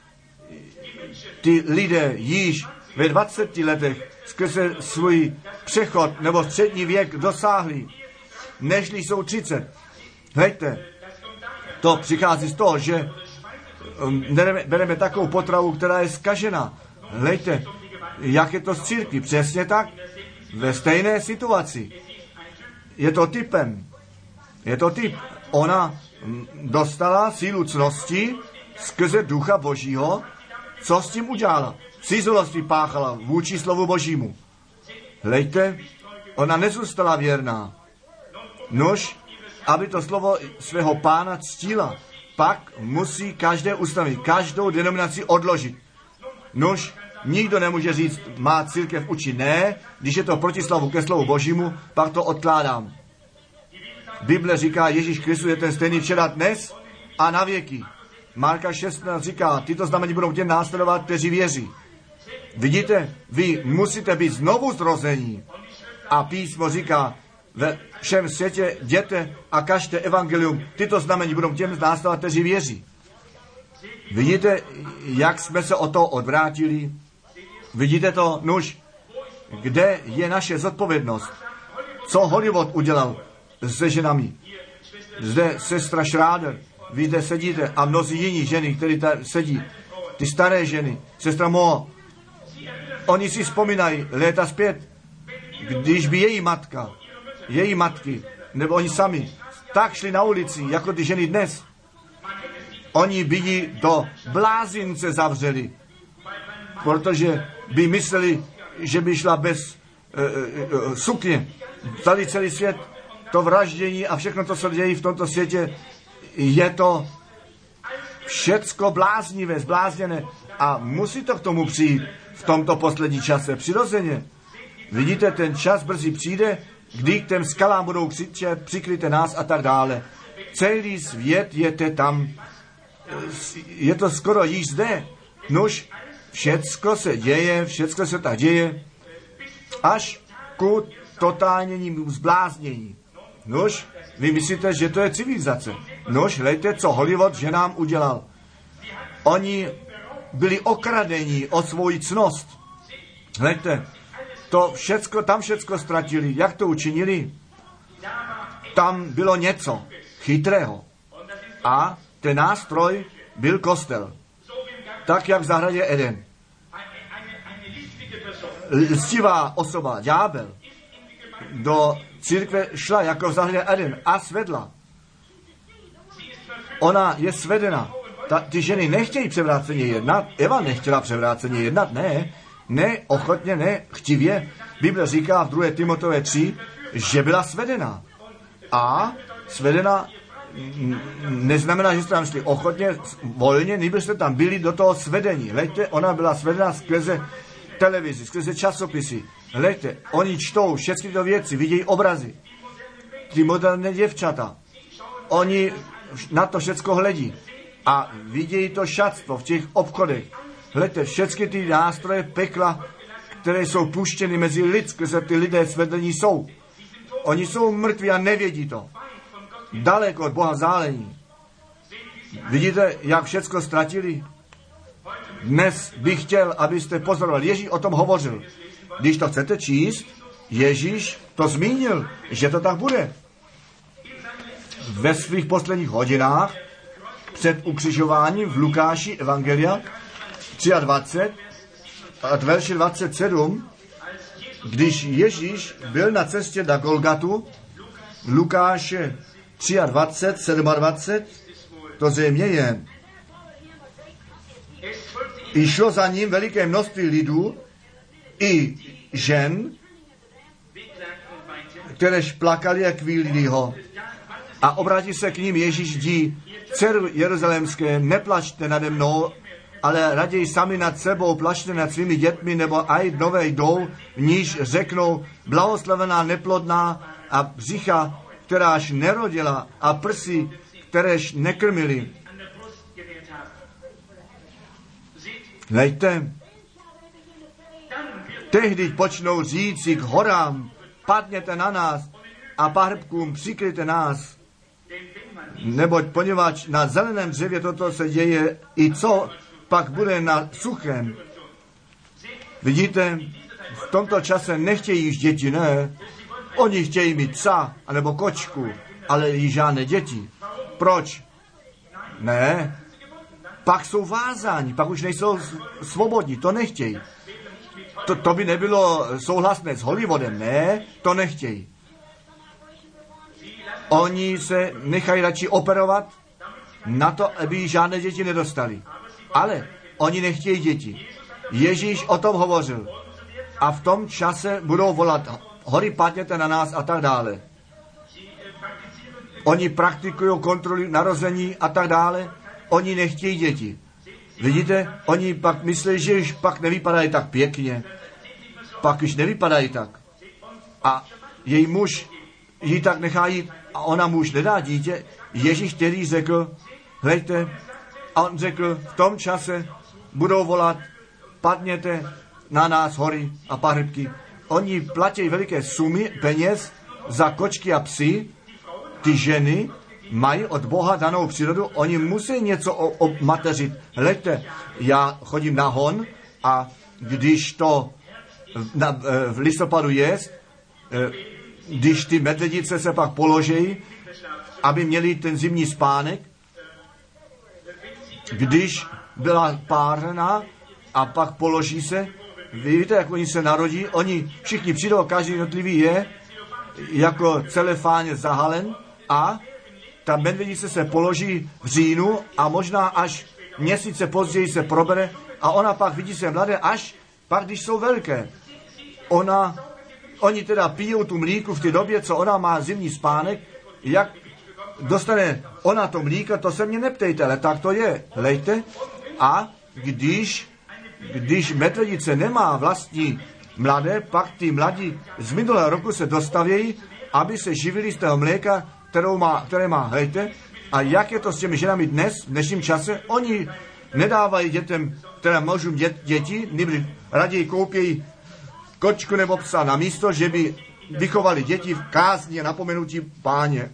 ty lidé již ve dvaceti letech skrze svůj přechod nebo střední věk dosáhli, nežli jsou třicet. Hleďte, to přichází z toho, že bereme, bereme takovou potravu, která je zkažená. Hleďte, jak je to z církví. Přesně tak, ve stejné situaci. Je to typem. Je to typ. Ona dostala sílu cnosti skrze ducha Božího. Co s tím udělala? Cizolosti páchala vůči slovu Božímu. Hlejte, ona nezůstala věrná. Nož, aby to slovo svého Pána ctila, pak musí každé ustanovit, každou denominaci odložit. Nož, nikdo nemůže říct, má církev učit. Ne, když je to proti slovu ke slovu Božímu, pak to odkládám. Bible říká, Ježíš Kristus je ten stejný včera, dnes a na věky. Marka šestnáct říká, tyto znamení budou tě následovat, kteří věří. Vidíte, vy musíte být znovu zrození. A písmo říká, ve všem světě jděte a kažte evangelium. Tyto znamení budou těm následovat, kteří věří. Vidíte, jak jsme se o to odvrátili? Vidíte to? Nuž, kde je naše zodpovědnost? Co Hollywood udělal se ženami? Zde sestra Schrader, vy zde sedíte a mnozí jiní ženy, které tady sedí, ty staré ženy, sestra Mo, oni si vzpomínají léta zpět, když by její matka, její matky, nebo oni sami, tak šli na ulici, jako ty ženy dnes. Oni by ji do blázince zavřeli, protože by mysleli, že by šla bez uh, uh, sukně. Tady celý svět, to vraždění a všechno to, co dějí v tomto světě, je to všecko bláznivé, zblázněné a musí to k tomu přijít v tomto poslední čase přirozeně. Vidíte, ten čas brzy přijde, kdy k těm skalám budou křičet, přikryjte nás a tak dále. Celý svět je tam, je to skoro již zde. Nož, všecko se děje, všecko se tak děje, až ku totálnímu zbláznění. Nož, vy myslíte, že to je civilizace. Nož, hlejte, co Hollywood že nám udělal. Oni byli okradení o svoji ctnost. Hlejte, to všecko, tam všecko ztratili. Jak to učinili? Tam bylo něco chytrého. A ten nástroj byl kostel. Tak, jak v zahradě Eden. Lstivá osoba, ďábel, do církve šla jako v zahradě Eden a svedla. Ona je svedena. Ta, ty ženy nechtějí převráceně jednat. Eva nechtěla převráceně jednat, ne. Ne, ochotně, ne, chtivě. Bible říká v druhé Timotové tři, že byla svedena. A svedena neznamená, že jste tam šli ochotně, volně, nebož jste tam byli do toho svedení. Hleďte, ona byla svedena skrze televizi, skrze časopisy. Hleďte, oni čtou všechny tyto věci, vidějí obrazy. Ty moderné děvčata, oni na to všecko hledí a vidějí to šatstvo v těch obchodech. Hleďte, všechny ty nástroje pekla, které jsou puštěny mezi lid, skrze ty lidé svedení jsou. Oni jsou mrtví a nevědí to. Daleko od Boha vzdálení. Vidíte, jak všecko ztratili? Dnes bych chtěl, abyste pozorovali. Ježíš o tom hovořil. Když to chcete číst, Ježíš to zmínil, že to tak bude. Ve svých posledních hodinách před ukřižováním v Lukáši Evangelia dvacet tři a verši dvacet sedm, když Ježíš byl na cestě na Golgatu, Lukáše dvacet tři, dvacet sedm, to zřejmě je. I šlo za ním veliké množství lidů, i žen, kteréž plakali a kvílili ho. A obrátí se k ním Ježíš dí, dceru jeruzalémské, neplačte nade mnou, ale raději sami nad sebou plačte nad svými dětmi, nebo aj nové jdou, v níž řeknou, blahoslavená neplodná a břicha, kteráž nerodila, a prsy, kteréž nekrmili. Hleďte, tehdy počnou říci k horám, padněte na nás a pahrbkům přikryjte nás. Neboť poněvadž na zeleném dřevě toto se děje, i co pak bude na suchém. Vidíte, v tomto čase nechtějí již děti, ne. Oni chtějí mít psa, anebo kočku, ale již žádné děti. Proč? Ne. Pak jsou vázáni, pak už nejsou svobodní, to nechtějí. To, to by nebylo souhlasné s Hollywoodem, ne, to nechtějí. Oni se nechají radši operovat na to, aby žádné děti nedostali. Ale oni nechtějí děti. Ježíš o tom hovořil. A v tom čase budou volat, hory padněte na nás a tak dále. Oni praktikují kontroly narození a tak dále. Oni nechtějí děti. Vidíte, oni pak myslí, že už pak nevypadají tak pěkně. Pak už nevypadají tak. A její muž ji tak nechá jít a ona muž nedá dítě. Ježíš, který řekl, hleďte, a on řekl, v tom čase budou volat, padněte na nás hory a pahrbky. Oni platí veliké sumy peněz za kočky a psy. Ty ženy mají od Boha danou přírodu, oni musí něco obmateřit. Hleďte, já chodím na hon a když to na, v listopadu je, když ty medvědice se pak položejí, aby měli ten zimní spánek, když byla párena a pak položí se, víte, jak oni se narodí, oni všichni přijdou, každý jednotlivý je jako celefáně zahalen a ta medvědice se položí v říjnu a možná až měsíce později se probere a ona pak vidí se mladé až pak, když jsou velké. Ona, oni teda pijou tu mlíku v té době, co ona má zimní spánek, jak dostane ona to mlíka, to se mě neptejte, ale tak to je, lejte. A když, když medvědice nemá vlastní mladé, pak ty mladí z minulého roku se dostavějí, aby se živili z toho mléka, kterou má, které má, hejte. A jak je to s těmi ženami dnes, v dnešním čase? Oni nedávají dětem, které můžou dět, děti, nebo raději koupějí kočku nebo psa na místo, že by vychovali děti v kázni a napomenutí Páně.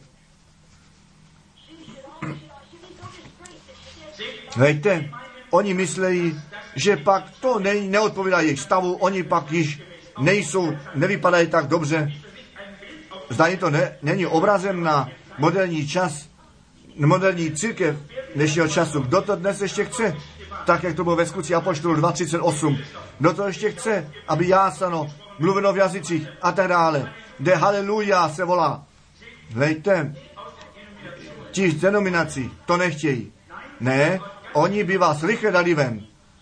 Hejte, oni myslejí, že pak to ne, neodpovídá jejich stavu, oni pak již nejsou, nevypadají tak dobře. Zdaní to ne, není obrazem na moderní čas, moderní církev dnešního času. Kdo to dnes ještě chce? Tak, jak to bylo ve Skutcích apoštolů dva třicet osm. Kdo to ještě chce, aby jásano, mluveno v jazycích a tak dále. Kde haleluja se volá. Hejte, ti z denominací to nechtějí. Ne, oni by vás rychle dali ven.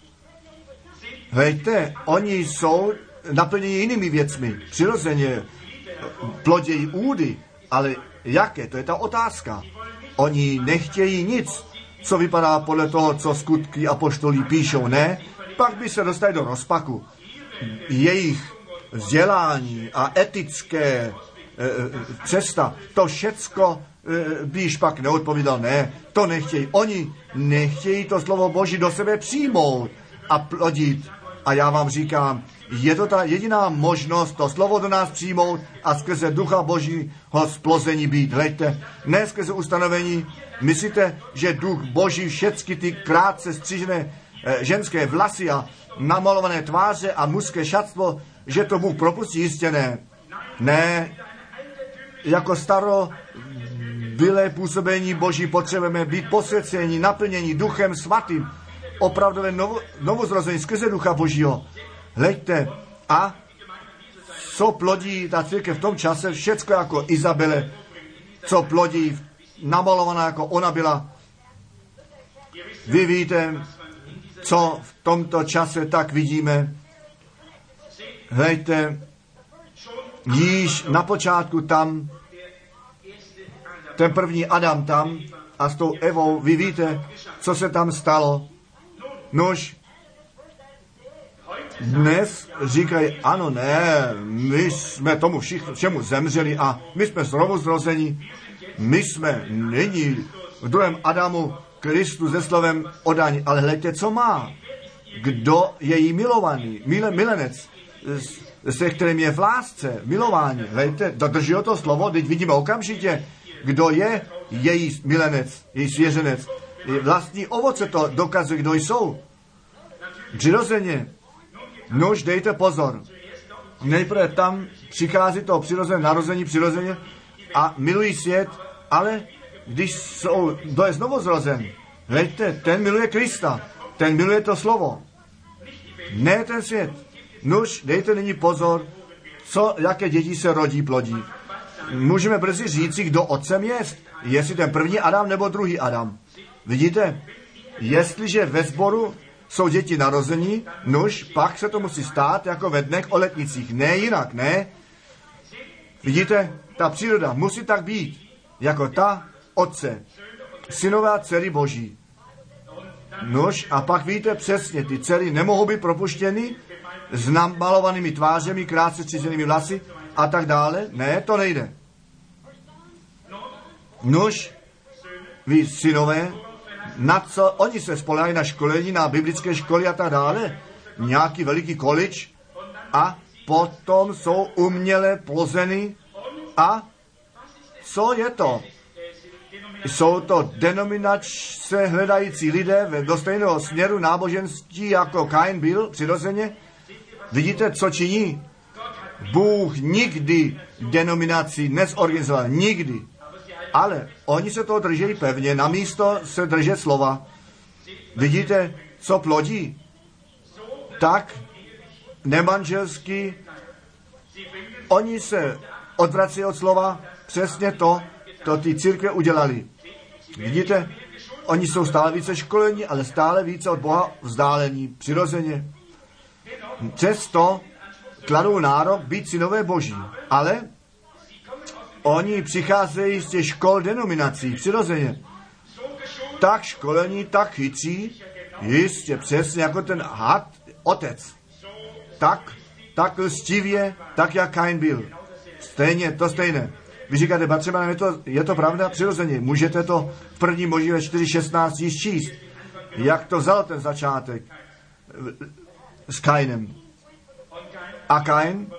Hejte, oni jsou naplněni jinými věcmi. Přirozeně plodějí údy, ale jaké? To je ta otázka. Oni nechtějí nic, co vypadá podle toho, co skutky apoštolí píšou, ne? Pak by se dostali do rozpaku. Jejich vzdělání a etické e, cesta, to všecko e, by již pak neodpovídal, ne, to nechtějí. Oni nechtějí to slovo Boží do sebe přijmout a plodit. A já vám říkám, je to ta jediná možnost to slovo do nás přijmout a skrze ducha Božího splození být. Hleďte, ne skrze ustanovení. Myslíte, že duch Boží všechny ty krátce střížené e, ženské vlasy a namalované tváře a mužské šatstvo, že to Bůh propustí? Jistě ne. Ne, jako staro bylé působení Boží potřebujeme být posvěceni, naplněni duchem svatým, opravdové novo, novozrození skrze ducha Božího. Hleďte, a co plodí ta církev v tom čase, všecko jako Izabele, co plodí, namalovaná jako ona byla. Vy víte, co v tomto čase tak vidíme. Hleďte, již na počátku tam, ten první Adam tam a s tou Evou, vy víte, co se tam stalo. Nož, dnes říkají, ano, ne, my jsme tomu všichni, všemu zemřeli a my jsme znovu zrození. My jsme nyní v druhém Adamu Kristu se slovem odání. Ale hleďte, co má. Kdo je jí milovaný, mile, milenec, se kterým je v lásce, milování. Hleďte, dodrží to slovo, teď vidíme okamžitě, kdo je její milenec, její svěřenec. Vlastní ovoce to dokazuje, kdo jsou. Přirozeně. Nož, dejte pozor. Nejprve tam přichází to přirozené narození, přirozeně a milují svět, ale když jsou, kdo je znovu zrozen, hleďte, ten miluje Krista, ten miluje to slovo. Ne ten svět. Nož, dejte nyní pozor, co, jaké děti se rodí, plodí. Můžeme brzy říci, kdo otcem jest. Jestli ten první Adam nebo druhý Adam. Vidíte? Jestliže ve sboru jsou děti narození, nuž, pak se to musí stát jako ve dnech o letnicích. Ne jinak, ne? Vidíte? Ta příroda musí tak být, jako ta otce. Synové a dcery Boží. Nuž, a pak víte přesně, ty dcery nemohou být propuštěny s namalovanými tvářemi, krátce stříženými vlasy a tak dále. Ne, to nejde. Nuž, vy synové, na co oni se spolehají na školení, na biblické školy a tak dále, nějaký veliký college a potom jsou uměle plozeny a co je to? Jsou to denominačně hledající lidé do stejného směru náboženství, jako Kain byl přirozeně. Vidíte, co činí? Bůh nikdy denominaci nezorganizoval, nikdy. Ale oni se toho drží pevně, namísto se držet slova. Vidíte, co plodí? Tak nemanželský, oni se odvrací od slova, přesně to, to ty církve udělali. Vidíte, oni jsou stále více školení, ale stále více od Boha vzdálení, přirozeně. Přesto kladou nárok být synové Boží, ale oni přicházejí z těch škol denominací, přirozeně. Tak školení, tak chytří, jistě přesně jako ten had, otec. Tak, tak lstivě, tak jak Kain byl. Stejně, to stejné. Vy říkáte, Batřeba, je to, je to pravda? Přirozeně. Můžete to v první Možíše čtyři šestnáct již číst. Jak to vzal ten začátek s Kainem. A Kain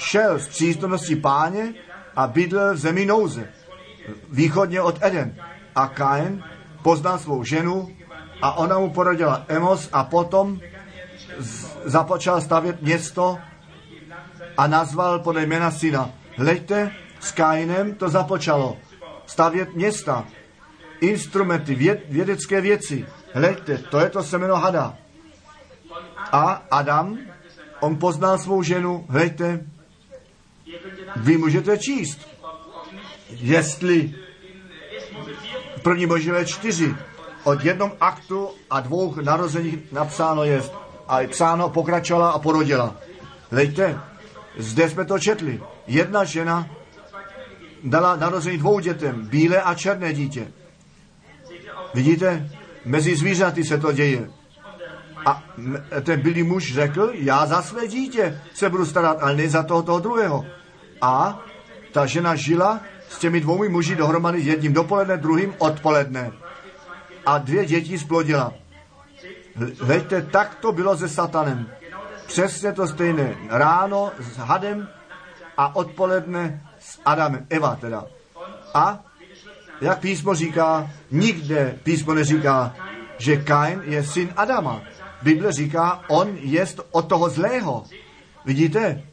šel z přítomnosti Páně a bydlel v zemi nouze, východně od Eden. A Kain poznal svou ženu a ona mu porodila Emos a potom z- započal stavět město a nazval podle jména syna. Hleďte, s Kainem to započalo. Stavět města, instrumenty, věd, vědecké věci. Hleďte, to je to semeno hada. A Adam, on poznal svou ženu, hleďte, vy můžete číst, jestli v první Mojžíšové čtyři od jednom aktu a dvou narozeních napsáno je a je psáno pokračovala a porodila. Hleďte, zde jsme to četli. Jedna žena dala narození dvou dětem, bílé a černé dítě. Vidíte, mezi zvířaty se to děje. A ten bílý muž řekl, já za své dítě se budu starat, ale ne za toho, toho druhého. A ta žena žila s těmi dvoumi muži dohromady, jedním dopoledne, druhým odpoledne. A dvě děti splodila. Hleďte, tak to bylo se satanem. Přesně to stejné. Ráno s hadem a odpoledne s Adamem. Eva teda. A jak písmo říká, nikde písmo neříká, že Kain je syn Adama. Bible říká, on je od toho zlého. Vidíte?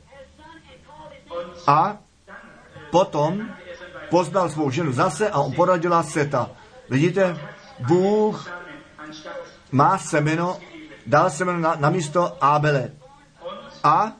A potom poznal svou ženu zase a on porodila Seta. Vidíte? Bůh má semeno, dal semeno na, na místo Ábele. A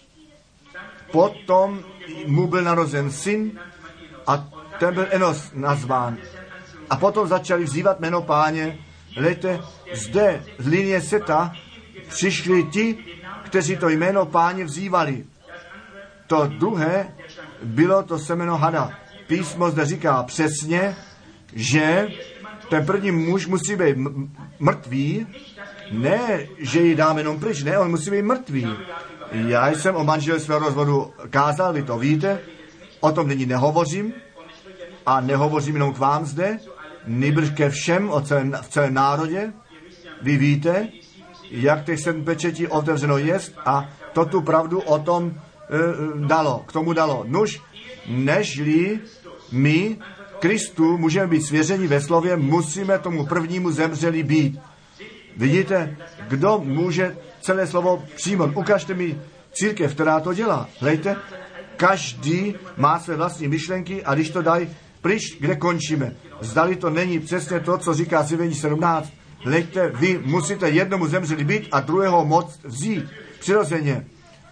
potom mu byl narozen syn a ten byl Enos nazván. A potom začali vzývat jméno Páně. Hleďte, zde z linie Seta přišli ti, kteří to jméno Páně vzývali. To druhé bylo to semeno hada. Písmo zde říká přesně, že ten první muž musí být mrtvý, ne, že ji dáme jenom pryč, ne, on musí být mrtvý. Já jsem o manželství rozvodu kázal, vy to víte, o tom nyní nehovořím a nehovořím jenom k vám zde, nýbrž ke všem o celém, v celém národě. Vy víte, jak těch sedm pečetí otevřeno jest a to tu pravdu o tom e, dalo, k tomu dalo. Nuž, nežli my Kristu můžeme být svěřeni ve slově, musíme tomu prvnímu zemřeli být. Vidíte, kdo může celé slovo přijmout? Ukažte mi církev, která to dělá. Hlejte, každý má své vlastní myšlenky a když to dají pryč, kde končíme. Zdali to není přesně to, co říká Zjevení sedmnáct. Hlejte, vy musíte jednomu zemřeli být a druhého moc vzít. Přirozeně.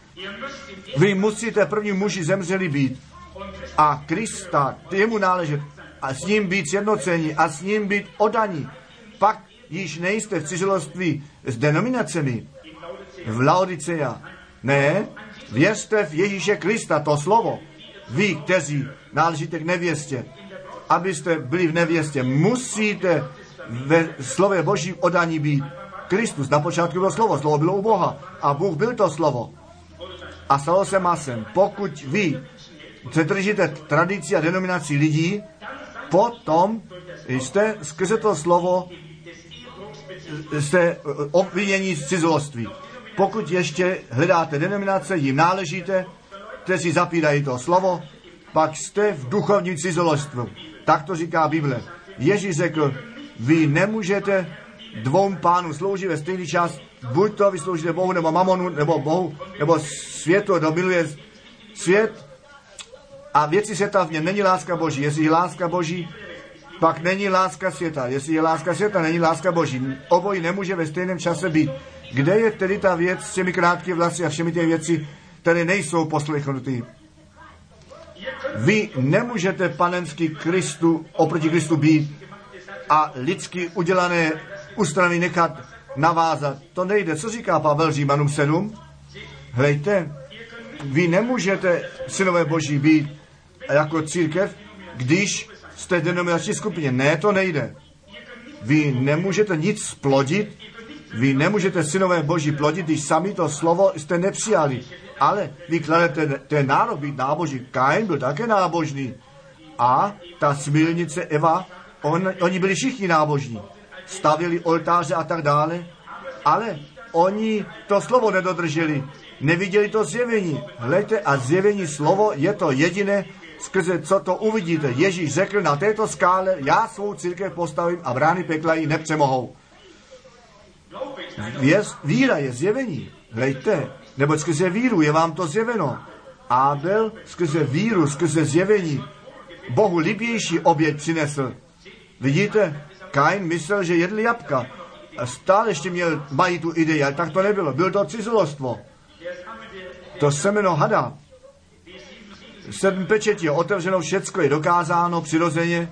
Vy musíte první muži zemřeli být a Krista, jemu náležet a s ním být sjednocení a s ním být odaní. Pak již nejste v cizeloství s denominacemi v Laodicea. Ne, věřte v Ježíše Krista, to slovo. Vy, kteří náležíte k nevěstě, abyste byli v nevěstě, musíte ve slově Boží odaní být. Kristus, na počátku bylo slovo, slovo bylo u Boha a Bůh byl to slovo. A stalo se masem. Pokud vy se držíte tradicí a denominací lidí, potom jste skrze to slovo jste obvinění z cizoloství. Pokud ještě hledáte denominace, jim náležíte, kteří zapírají to slovo, pak jste v duchovním cizolostvu. Tak to říká Bible. Ježíš řekl, vy nemůžete dvou pánům sloužit ve stejný čas, buď to vy sloužíte Bohu nebo mamonu, nebo Bohu, nebo světu, kdo miluje svět a věci světa v něm není láska Boží. Jestli je láska Boží, pak není láska světa. Jestli je láska světa, není láska Boží. Obojí nemůže ve stejném čase být. Kde je tedy ta věc s těmi krátkými vlasy a všemi ty věci, které nejsou poslechnuty? Vy nemůžete panenský Kristu oproti Kristu být a lidsky udělané ústrany nechat navázat. To nejde. Co říká Pavel Římanům sedm? Hlejte, vy nemůžete synové Boží být jako církev, když jste v denominační skupině. Ne, to nejde. Vy nemůžete nic splodit, vy nemůžete synové Boží plodit, když sami to slovo jste nepřijali. Ale vy kladete ten nárok být nábožný. Kain byl také nábožný. A ta smilnice Eva, on, oni byli všichni nábožní. Stavili oltáře a tak dále. Ale oni to slovo nedodrželi, neviděli to zjevení. Hleďte, a zjevení slovo je to jediné, skrze co to uvidíte. Ježíš řekl, na této skále já svou církev postavím a brány pekla ji nepřemohou. Věz, víra je zjevení. Hleďte, nebo skrze víru je vám to zjeveno. Abel skrze víru, skrze zjevení Bohu libější oběť přinesl. Vidíte, Kain myslel, že jedl jabka. A stále ještě měl, mají tu idei, ale tak to nebylo. Bylo to cizolostvo. To semeno hada. Sedm pečetí je otevřeno, všecko je dokázáno přirozeně.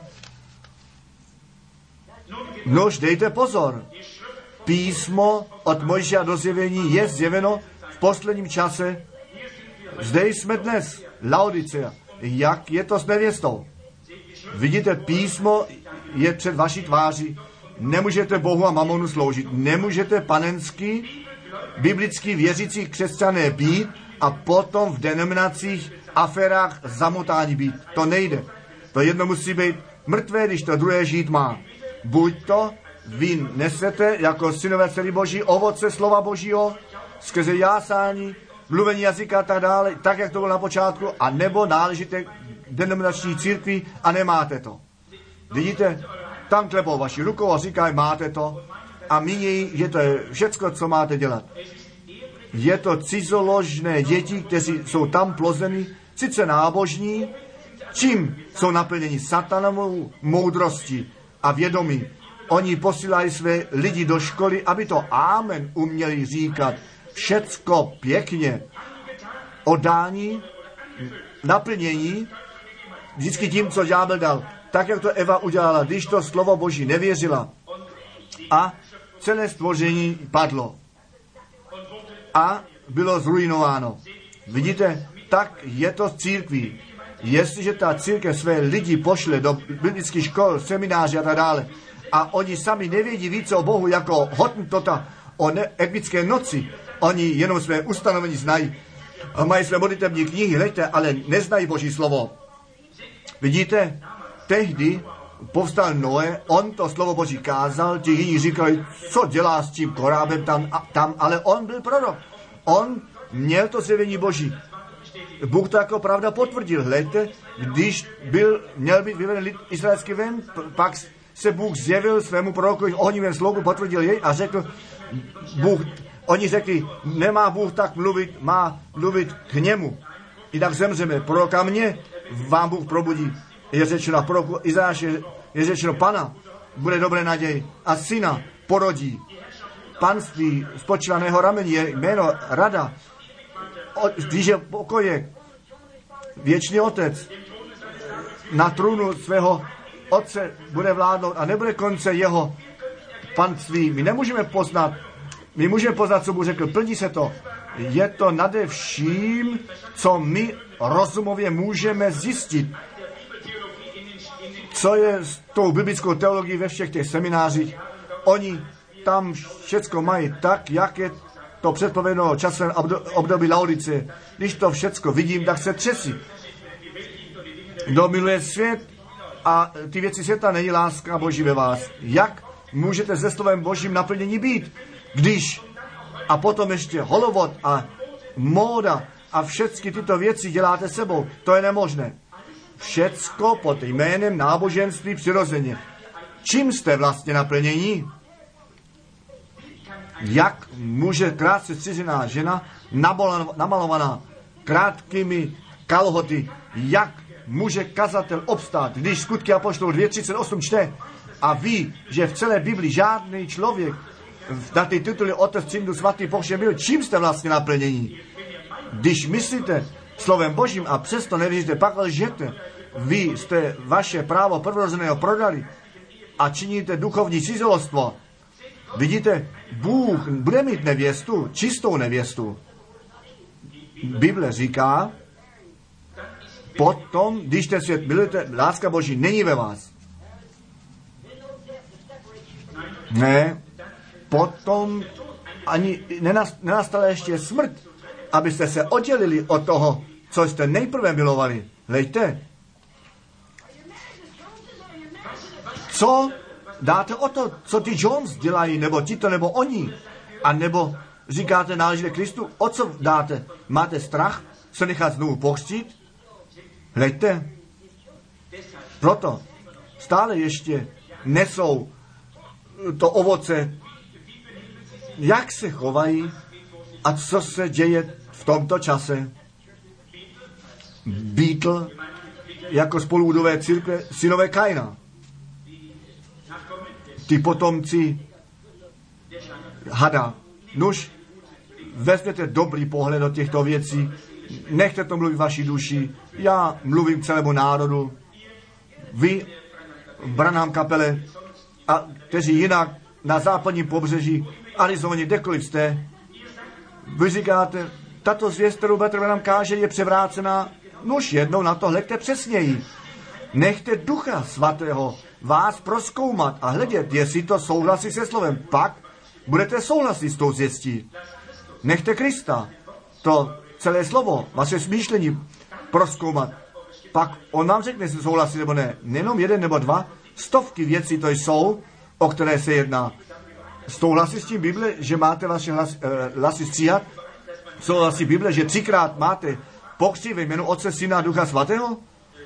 Nož, dejte pozor. Písmo od Mojžíša do zjevení je zjeveno v posledním čase. Zde jsme dnes, Laodicea. Jak je to s nevěstou? Vidíte, písmo je před vaší tváří. Nemůžete Bohu a mamonu sloužit. Nemůžete panenský, biblický věřící křesťané být a potom v denominacích, aférách zamotání být. To nejde. To jedno musí být mrtvé, když to druhé žít má. Buď to vy nesete jako synové dcery Boží ovoce slova Božího, skrze jásání, mluvení jazyka a tak dále, tak, jak to bylo na počátku, a nebo náležíte denominační církvi a nemáte to. Vidíte, tam klepou vaši rukou a říkají, máte to, a mínějí, že to je všecko, co máte dělat. Je to cizoložné děti, kteří jsou tam plozeni, sice nábožní, čím jsou naplněni satanovou moudrostí a vědomí. Oni posílají své lidi do školy, aby to amen uměli říkat. Všecko pěkně. Odání, naplnění, vždycky tím, co ďábel dal. Tak, jak to Eva udělala, když to slovo Boží nevěřila. A celé stvoření padlo. A bylo zruinováno. Vidíte, tak je to s církví. Jestliže ta církev své lidi pošle do biblických škol, semináři a tak dále, a oni sami nevědí více o Bohu jako Hottentota o ne- epické noci, oni jenom své ustanovení znají, mají své modlitební knihy, hleďte, ale neznají Boží slovo. Vidíte, tehdy povstal Noé, on to slovo Boží kázal, ti jiní říkali, co dělá s tím korábem tam, a, tam, ale on byl prorok. On měl to zjevení Boží. Bůh to jako pravda potvrdil. Hleďte, když byl, měl být vyveden lid izraelský ven, pak se Bůh zjevil svému proroku, ohnivém sloupu, potvrdil jej a řekl, Bůh, oni řekli, nemá Bůh tak mluvit, má mluvit k němu. Jinak zemřeme. Proroka mě vám Bůh probudí. Je řečeno proroku Izajáš, je, je řečeno Pana, bude dobré naděj a syna porodí. Panství spočívá na jeho rameni, je jméno Rada. O, když je pokoje, věčný otec na trůnu svého otce bude vládnout a nebude konce jeho panství. My nemůžeme poznat, my můžeme poznat, co Bůh řekl, plní se to. Je to nade vším, co my rozumově můžeme zjistit. Co je s tou biblickou teologií ve všech těch seminářích? Oni tam všecko mají tak, jak je to předpovědno časem období Laodice. Když to všecko vidím, tak se třesí. Kdo miluje svět a ty věci světa, není láska Boží ve vás. Jak můžete se slovem Božím naplnění být, když a potom ještě holovod a móda a všechny tyto věci děláte sebou? To je nemožné. Všecko pod jménem náboženství přirozeně. Čím jste vlastně naplnění? Jak může krátce střižená žena, namalovaná krátkými kalhoty, jak může kazatel obstát, když Skutky apoštolů dvě třicet osm čte a ví, že v celé Biblii žádný člověk na ty tituly Otec, Syn, Duch Svatý povšem byl, čím jste vlastně naplnění? Když myslíte slovem Božím a přesto nevěříte, pak lžete. Vy jste vaše právo prvorozeného prodali a činíte duchovní cizolostvo. Vidíte, Bůh bude mít nevěstu, čistou nevěstu. Bible říká, potom, když ten svět milujete, láska Boží není ve vás. Ne, potom ani nenastala ještě smrt, abyste se oddělili od toho, co jste nejprve milovali. Hleďte. Co dáte o to, co ty Jones dělají, nebo tito, nebo oni, a nebo říkáte náležíte Kristu, o co dáte? Máte strach se nechat znovu pokřtít? Hleďte, proto stále ještě nesou to ovoce, jak se chovají a co se děje v tomto čase. Beatle jako spoludové církve synové Kaina. Ty potomci hada. Nuž, vezměte dobrý pohled do těchto věcí, nechte to mluvit vaší duši, já mluvím celému národu, vy, Branham kapele, a kteří jinak na západním pobřeží, Arizoně, kdekoliv jste, vy říkáte, tato zvěst, kterou Bratr Branham káže, je převrácená, nuž jednou na to hleďte přesněji. Nechte Ducha Svatého vás prozkoumat a hledět, jestli to souhlasí se slovem. Pak budete souhlasit s tou zvěstí. Nechte Krista, to celé slovo, vaše smýšlení prozkoumat. Pak on vám řekne, jestli souhlasí nebo ne. Nejenom jeden nebo dva, stovky věcí to jsou, o které se jedná. Souhlasí s tím Bible, že máte vaše hlas, eh, hlasy stříhat? Souhlasí Bible, že třikrát máte pokřtít ve jménu Otce, Syna a Ducha Svatého?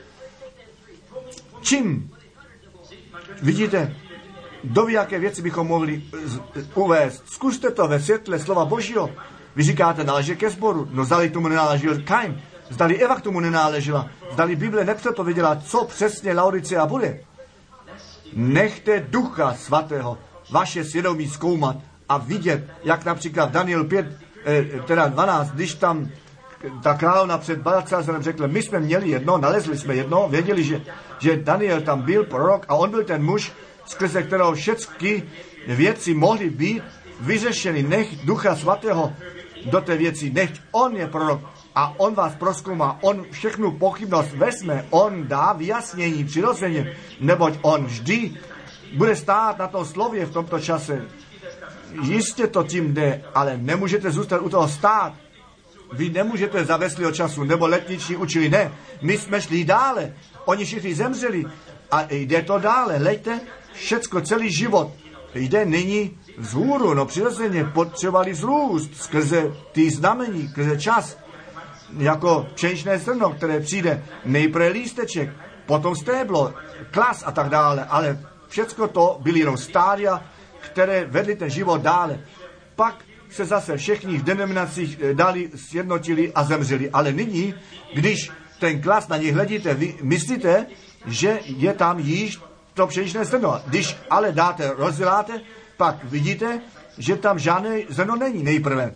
Čím? Vidíte, do jaké věci bychom mohli uvést. Zkuste to ve světle slova Božího. Vy říkáte, náleží ke sboru. No zdali k tomu nenáležel Kain. Zdali Eva k tomu nenáležela. Zdali Bible nepředpověděla, co přesně Laodicea bude. Nechte Ducha Svatého vaše svědomí zkoumat a vidět, jak například Daniel pět, eh, teda dvanáct, když tam ta královna před Balcázarem řekla, my jsme měli jedno, nalezli jsme jedno, věděli, že, že Daniel tam byl prorok a on byl ten muž, skrze kterého všechny věci mohly být vyřešeny. Nech Ducha Svatého do té věci, nech on je prorok a on vás prozkoumá, on všechnu pochybnost vezme, on dá vyjasnění přirozeně, neboť on vždy bude stát na tom slově v tomto čase. Jistě to tím jde, ale nemůžete zůstat u toho stát. Vy nemůžete za veslého času, nebo letniční učili, ne. My jsme šli dále, oni všichni zemřeli a jde to dále. Lejte, všecko, celý život jde nyní vzhůru, no přirozeně potřebovali zrůst skrze ty znamení, skrze čas, jako pšeničné zrno, které přijde, nejprve lísteček, potom stéblo, klas a tak dále, ale všecko to byly jenom stádia, které vedly ten život dále. Pak se zase všichni v denominacích dali, sjednotili a zemřeli. Ale nyní, když ten klas na něj hledíte, vy myslíte, že je tam již to pšeničné zrno. Když ale dáte, rozděláte, pak vidíte, že tam žádné zrno není nejprve.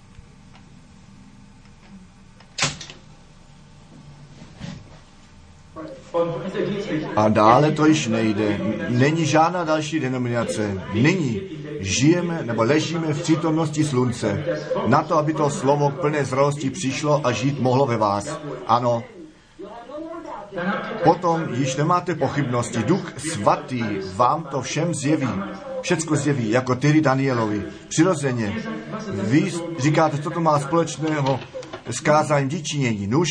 A dále to již nejde. Není žádná další denominace. Nyní žijeme nebo ležíme v přítomnosti slunce. Na to, aby to slovo k plné zralosti přišlo a žít mohlo ve vás. Ano. Potom již nemáte pochybnosti. Duch Svatý vám to všem zjeví. Všecko zjeví, jako Tyry Danielovi. Přirozeně. Vy říkáte, co to má společného s kázáním díčinění. Nuž,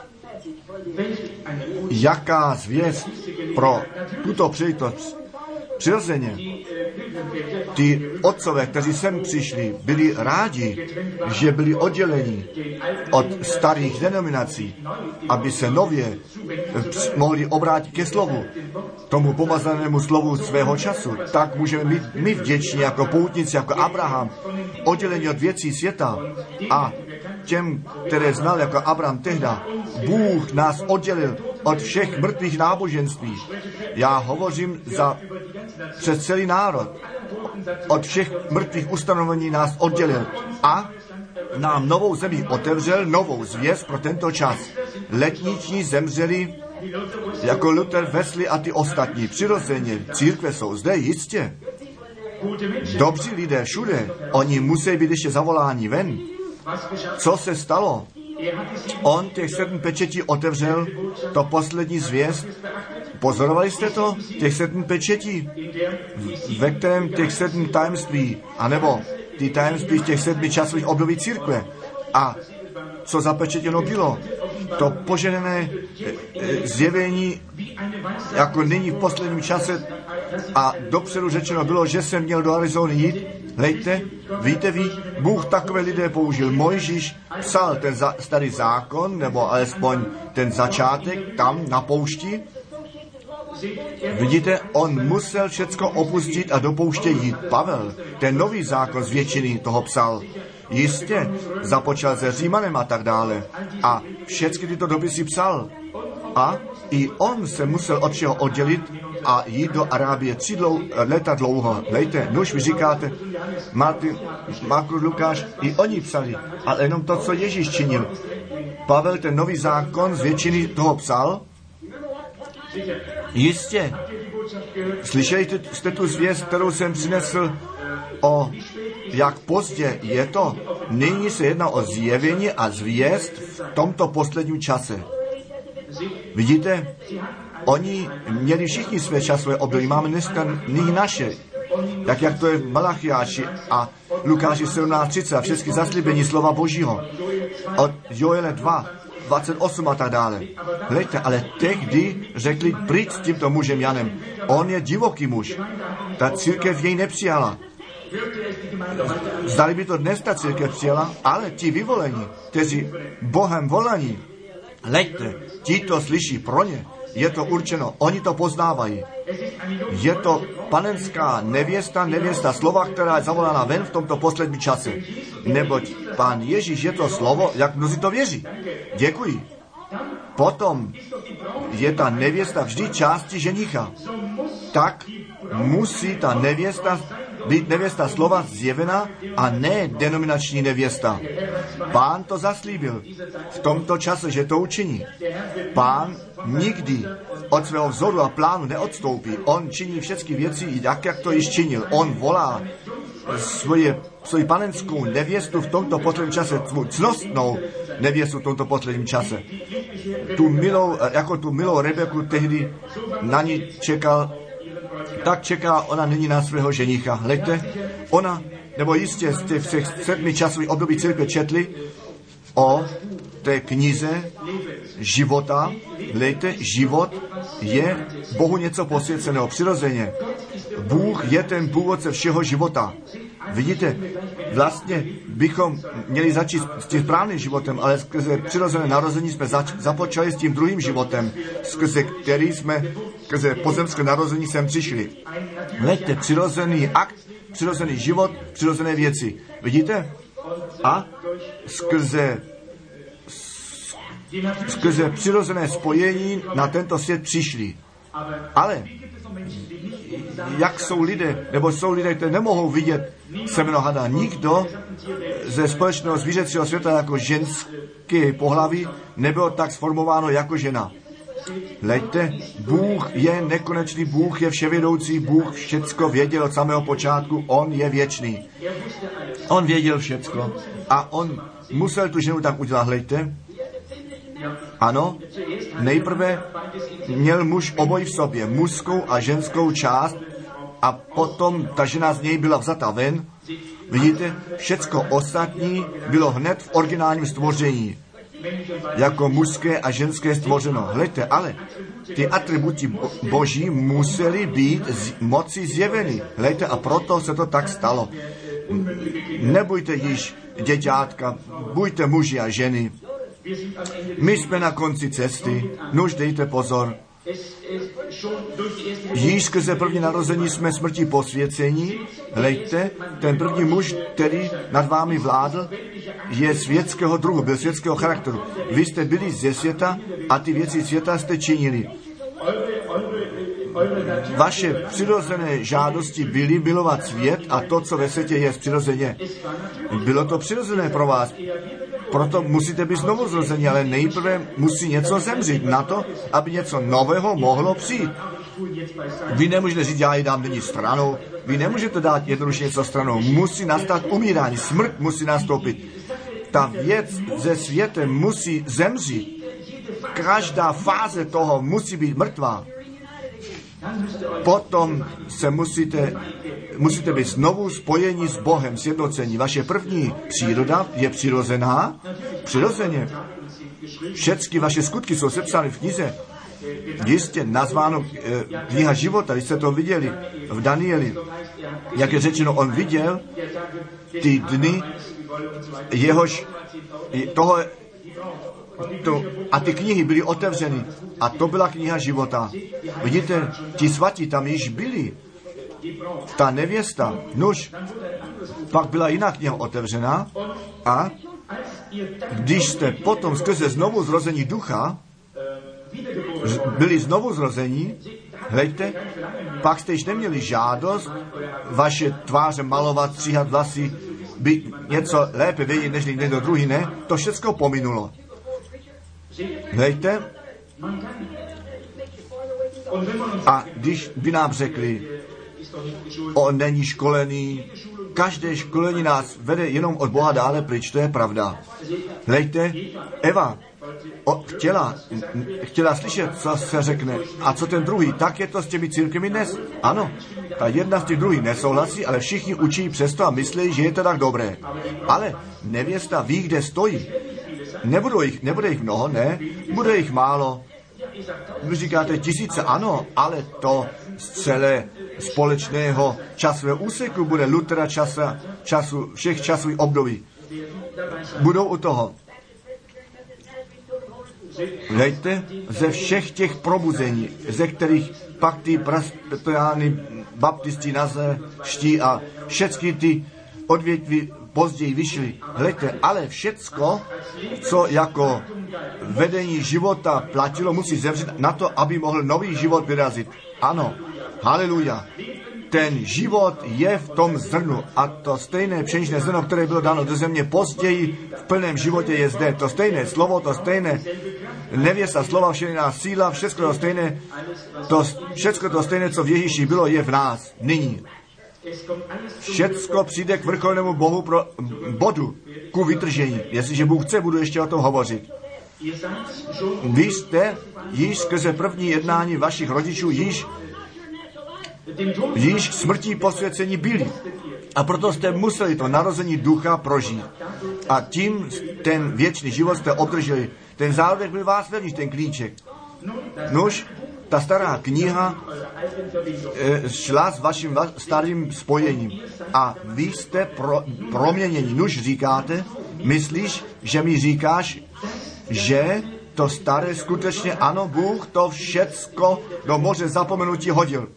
jaká zvěst pro tuto příležitost. Přirozeně, ty otcové, kteří sem přišli, byli rádi, že byli odděleni od starých denominací, aby se nově mohli obrátit ke slovu, tomu pomazanému slovu svého času. Tak můžeme být my vděční jako poutníci, jako Abraham, oddělení od věcí světa a těm, které znal jako Abraham tehda, Bůh nás oddělil od všech mrtvých náboženství. Já hovořím za přes celý národ. Od všech mrtvých ustanovení nás oddělil a nám novou zemi otevřel, novou zvěst pro tento čas. Letniční zemřeli jako Luther, Wesley a ty ostatní. Přirozeně, církve jsou zde jistě. Dobří lidé všude, oni musí být ještě zavoláni ven. Co se stalo? On těch sedm pečetí otevřel, to poslední zvěst. Pozorovali jste to? Těch sedm pečetí, ve kterém těch sedm tajemství, anebo ty tajemství těch sedmi časových období církve. A co zapečetěno bylo? To poženené zjevení, jako nyní v posledním čase, a dopředu řečeno bylo, že jsem měl do Arizony jít. Hejte, Víte vy, Bůh takové lidé použil. Mojžíš psal ten za, starý zákon, nebo alespoň ten začátek tam na poušti. Vidíte, on musel všecko opustit a do pouště jít. Pavel, ten nový zákon z většiny toho psal. Jistě, započal se Římanem a tak dále. A všechny tyto dopisy psal. A i on se musel od všeho oddělit a jít do Arábie tři dlou, leta dlouho. Lejte, nuž vy říkáte, Martin, Markus, Lukáš, i oni psali, ale jenom to, co Ježíš činil. Pavel ten nový zákon z většiny toho psal. Jistě. Slyšeli jste tu zvěst, kterou jsem přinesl o jak pozdě je to? Nyní se jedná o zjevení a zvěst v tomto posledním čase. Vidíte? Oni měli všichni své časové období. Máme dneska nyní naše. Tak jak to je v Malachiáši a Lukáši sedmnáct třicet a všechny zaslíbení slova Božího. Od Joele dva, dvacet osm a tak dále. Hlejte, ale tehdy řekli pryč s tímto mužem Janem. On je divoký muž. Ta církev jej nepřijala. Zdali by to dnes ta církev přijala, ale ti vyvolení, kteří Bohem volaní, hlejte, ti to slyší pro ně. Je to určeno, oni to poznávají. Je to panenská nevěsta, nevěsta slova, která je zavolána ven v tomto posledním čase. Neboť Pán Ježíš je to slovo, jak mnozí to věří. Děkuji. Potom je ta nevěsta vždy části ženicha. Tak musí ta nevěsta být nevěsta slova zjevena a ne denominační nevěsta. Pán to zaslíbil v tomto čase, že to učiní. Pán nikdy od svého vzoru a plánu neodstoupí. On činí všechny věci, tak jak to již činil. On volá svoje, svoji panenskou nevěstu v tomto posledním čase, svou cnostnou nevěstu v tomto posledním čase. Tu milou, jako tu milou Rebeku tehdy na ní čekal, tak čeká ona nyní na svého ženicha. Hleďte, ona, nebo jistě z těch všech sedmi časových období církve četli o té knize života. Hleďte, život je Bohu něco posvěceného, přirozeně. Bůh je ten původce všeho života. Vidíte, vlastně bychom měli začít s tím správným životem, ale skrze přirozené narození jsme zač- započali s tím druhým životem, skrze který jsme, skrze pozemské narození sem přišli. Hleďte, přirozený akt, přirozený život, přirozené věci. Vidíte? A skrze skrze přirozené spojení na tento svět přišli. Ale jak jsou lidé, nebo jsou lidé, kteří nemohou vidět semeno hada. Nikdo ze společného zvířecího světa jako ženské pohlaví nebylo tak sformováno jako žena. Hleďte, Bůh je nekonečný, Bůh je vševědoucí, Bůh všecko věděl od samého počátku, on je věčný. On věděl všecko a on musel tu ženu tak udělat, hleďte. Ano, nejprve měl muž oboj v sobě, mužskou a ženskou část a potom ta žena z něj byla vzata ven. Vidíte, všecko ostatní bylo hned v originálním stvoření, jako mužské a ženské stvořeno. Hleďte, ale ty atributy boží musely být z moci zjeveny. Hleďte, a proto se to tak stalo. Nebojte již, děťátka, buďte muži a ženy. My jsme na konci cesty, nuž dejte pozor. Již skrze první narození jsme smrti posvěcení. Hleďte, ten první muž, který nad vámi vládl, je světského druhu, byl světského charakteru. Vy jste byli ze světa a ty věci světa jste činili. Vaše přirozené žádosti byly milovat svět a to, co ve světě je přirozeně. Bylo to přirozené pro vás. Proto musíte být znovu zrození, ale nejprve musí něco zemřít na to, aby něco nového mohlo přijít. Vy nemůžete říct, já ji dám nyní stranou. Vy nemůžete dát jednoduše něco stranou. Musí nastat umírání, smrt musí nastoupit. Ta věc ze světem musí zemřít. Každá fáze toho musí být mrtvá. Potom se musíte, musíte být znovu spojeni s Bohem, sjednocení. Vaše první příroda je přirozená, přirozeně. Všechny vaše skutky jsou sepsány v knize. jistě nazváno kniha života, když jste to viděli v Danieli, jak je řečeno, on viděl ty dny jehož toho, to, a ty knihy byly otevřeny a to byla kniha života. Vidíte, ti svatí tam již byli. Ta nevěsta, nuž, pak byla jiná kniha otevřená a když jste potom skrze znovu zrození ducha byli znovu zrození, hleďte, pak jste již neměli žádost vaše tváře malovat, stříhat vlasy, být něco lépe vědět, než někdo druhý, ne? To všechno pominulo. Hleďte, a když by nám řekli, on není školený, každé školení nás vede jenom od Boha dále pryč, to je pravda. Hleďte, Eva o, chtěla, chtěla slyšet, co se řekne, a co ten druhý, tak je to s těmi církvemi dnes. Ano, ta jedna z těch druhých nesouhlasí, ale všichni učí přesto a myslí, že je to tak dobré. Ale nevěsta ví, kde stojí. Nebudou jich, nebude jich mnoho, ne, bude jich málo. Vy říkáte tisíce, ano, ale to z celé společného časového úseku bude Luthera časa, času, všech časových období. Budou u toho. Hleďte, ze všech těch probuzení, ze kterých pak ty presbyteriány, baptisti, nazaští a všechny ty odvětví později vyšly. Hleďte, ale všecko, co jako vedení života platilo, musí zemřít na to, aby mohl nový život vyrazit. Ano, haleluja. Ten život je v tom zrnu a to stejné pšeničné zrno, které bylo dáno do země později, v plném životě je zde. To stejné slovo, to stejné nevěsta slova, všeliná síla, všechno to stejné, to, všechno to stejné, co v Ježíši bylo, je v nás nyní. Všecko přijde k vrcholnému Bohu pro bodu, ku vytržení. Jestliže Bůh chce, budu ještě o tom hovořit. Vy jste již skrze první jednání vašich rodičů již, již smrtí posvěcení byli. A proto jste museli to narození ducha prožít. A tím ten věčný život jste obdrželi. Ten zárodek byl vás vevnitř, ten klíček. Nož, ta stará kniha e, šla s vaším va, starým spojením. A vy jste pro, proměněni. Nuž říkáte, myslíš, že mi říkáš, že to staré skutečně, ano, Bůh to všecko do moře zapomenutí hodil.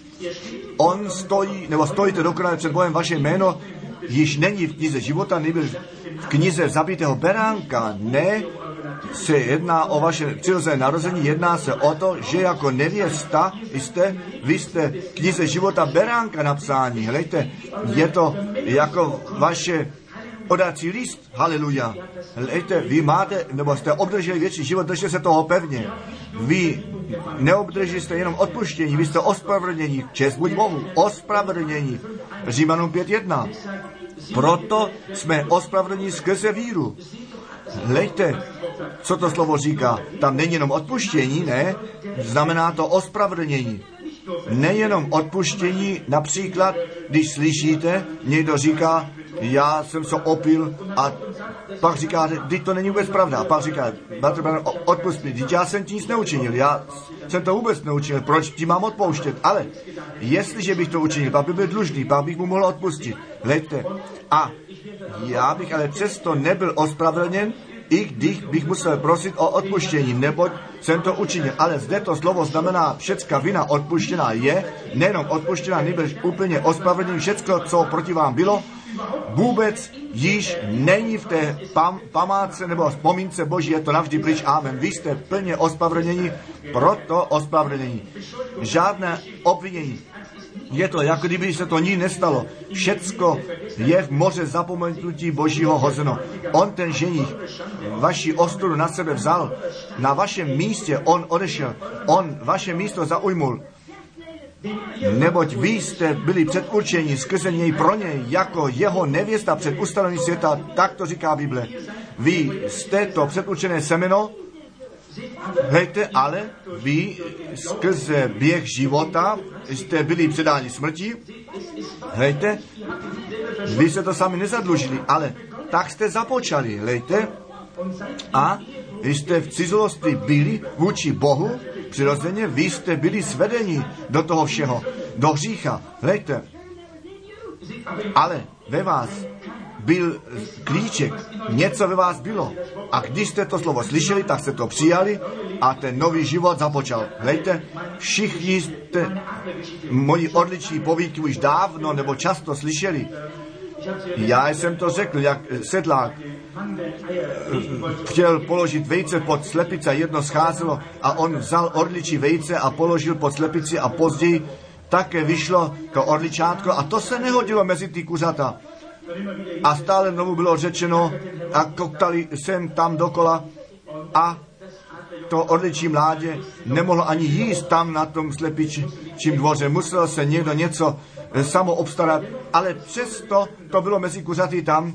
On stojí, nebo stojíte dokonale před Bohem, vaše jméno již není v knize života, nebyl v knize zabitého beránka, ne, se jedná o vaše přirozené narození, jedná se o to, že jako nevěsta jste, vy jste v knize života beránka napsání. Hlejte, je to jako vaše odací list, haleluja. Hlejte, vy máte, nebo jste obdrželi věčný život, držte se toho pevně. Vy neobdržíte jste jenom odpuštění, vy jste ospravedlnění, čest buď Bohu, ospravedlnění. Římanům pět jedna. Proto jsme ospravedlnění skrze víru. Hlejte, co to slovo říká. Tam není jenom odpuštění, ne? Znamená to ospravedlnění. Nejenom odpuštění, například, když slyšíte, někdo říká, já jsem se opil a pak říkáte, teď to není vůbec pravda. A pak říká, odpust mi, já jsem ti nic neučinil, já jsem to vůbec neučinil, proč ti mám odpouštět? Ale jestliže bych to učinil, pak by byl dlužný, pak bych mu mohl odpustit. Hleďte, a já bych ale přesto nebyl ospravedlněn, i když bych musel prosit o odpuštění, neboť jsem to učinil. Ale zde to slovo znamená, všecka vina odpuštěná je, nejenom odpuštěná, nebož úplně ospravedlnění, všecko, co proti vám bylo, vůbec již není v té pam, památce nebo vzpomínce Boží, je to navždy pryč, amen. Vy jste plně ospravedlnění, proto ospravedlnění. Žádné obvinění. Je to, jako kdyby se to ní nestalo. Všecko je v moře zapomenutí Božího hozeno. On, ten ženich, vaši ostudu na sebe vzal. Na vašem místě on odešel. On vaše místo zaujmul. Neboť vy jste byli předurčeni skrze něj pro něj jako jeho nevěsta před ustanovením světa, tak to říká Bible. Vy jste to předurčené semeno, hejte, ale vy skrze běh života jste byli předáni smrti, hejte, vy jste to sami nezadlužili, ale tak jste započali, hejte, a jste v cizolosti byli vůči Bohu, Přirozeně vy jste byli svedeni do toho všeho, do hřícha. Hlejte, ale ve vás byl klíček, něco ve vás bylo. A když jste to slovo slyšeli, tak jste to přijali a ten nový život započal. Hlejte, všichni jste moji odliční povídky už dávno nebo často slyšeli. Já jsem to řekl, jak sedlák chtěl položit vejce pod slepici a jedno scházelo a on vzal orličí vejce a položil pod slepici a později také vyšlo to orličátko a to se nehodilo mezi ty kuřata. A stále znovu bylo řečeno a koktali sem tam dokola a to orličí mládě nemohlo ani jíst tam na tom slepičím dvoře. Musel se někdo něco samo obstarat, ale přesto to bylo mezi kuřaty tam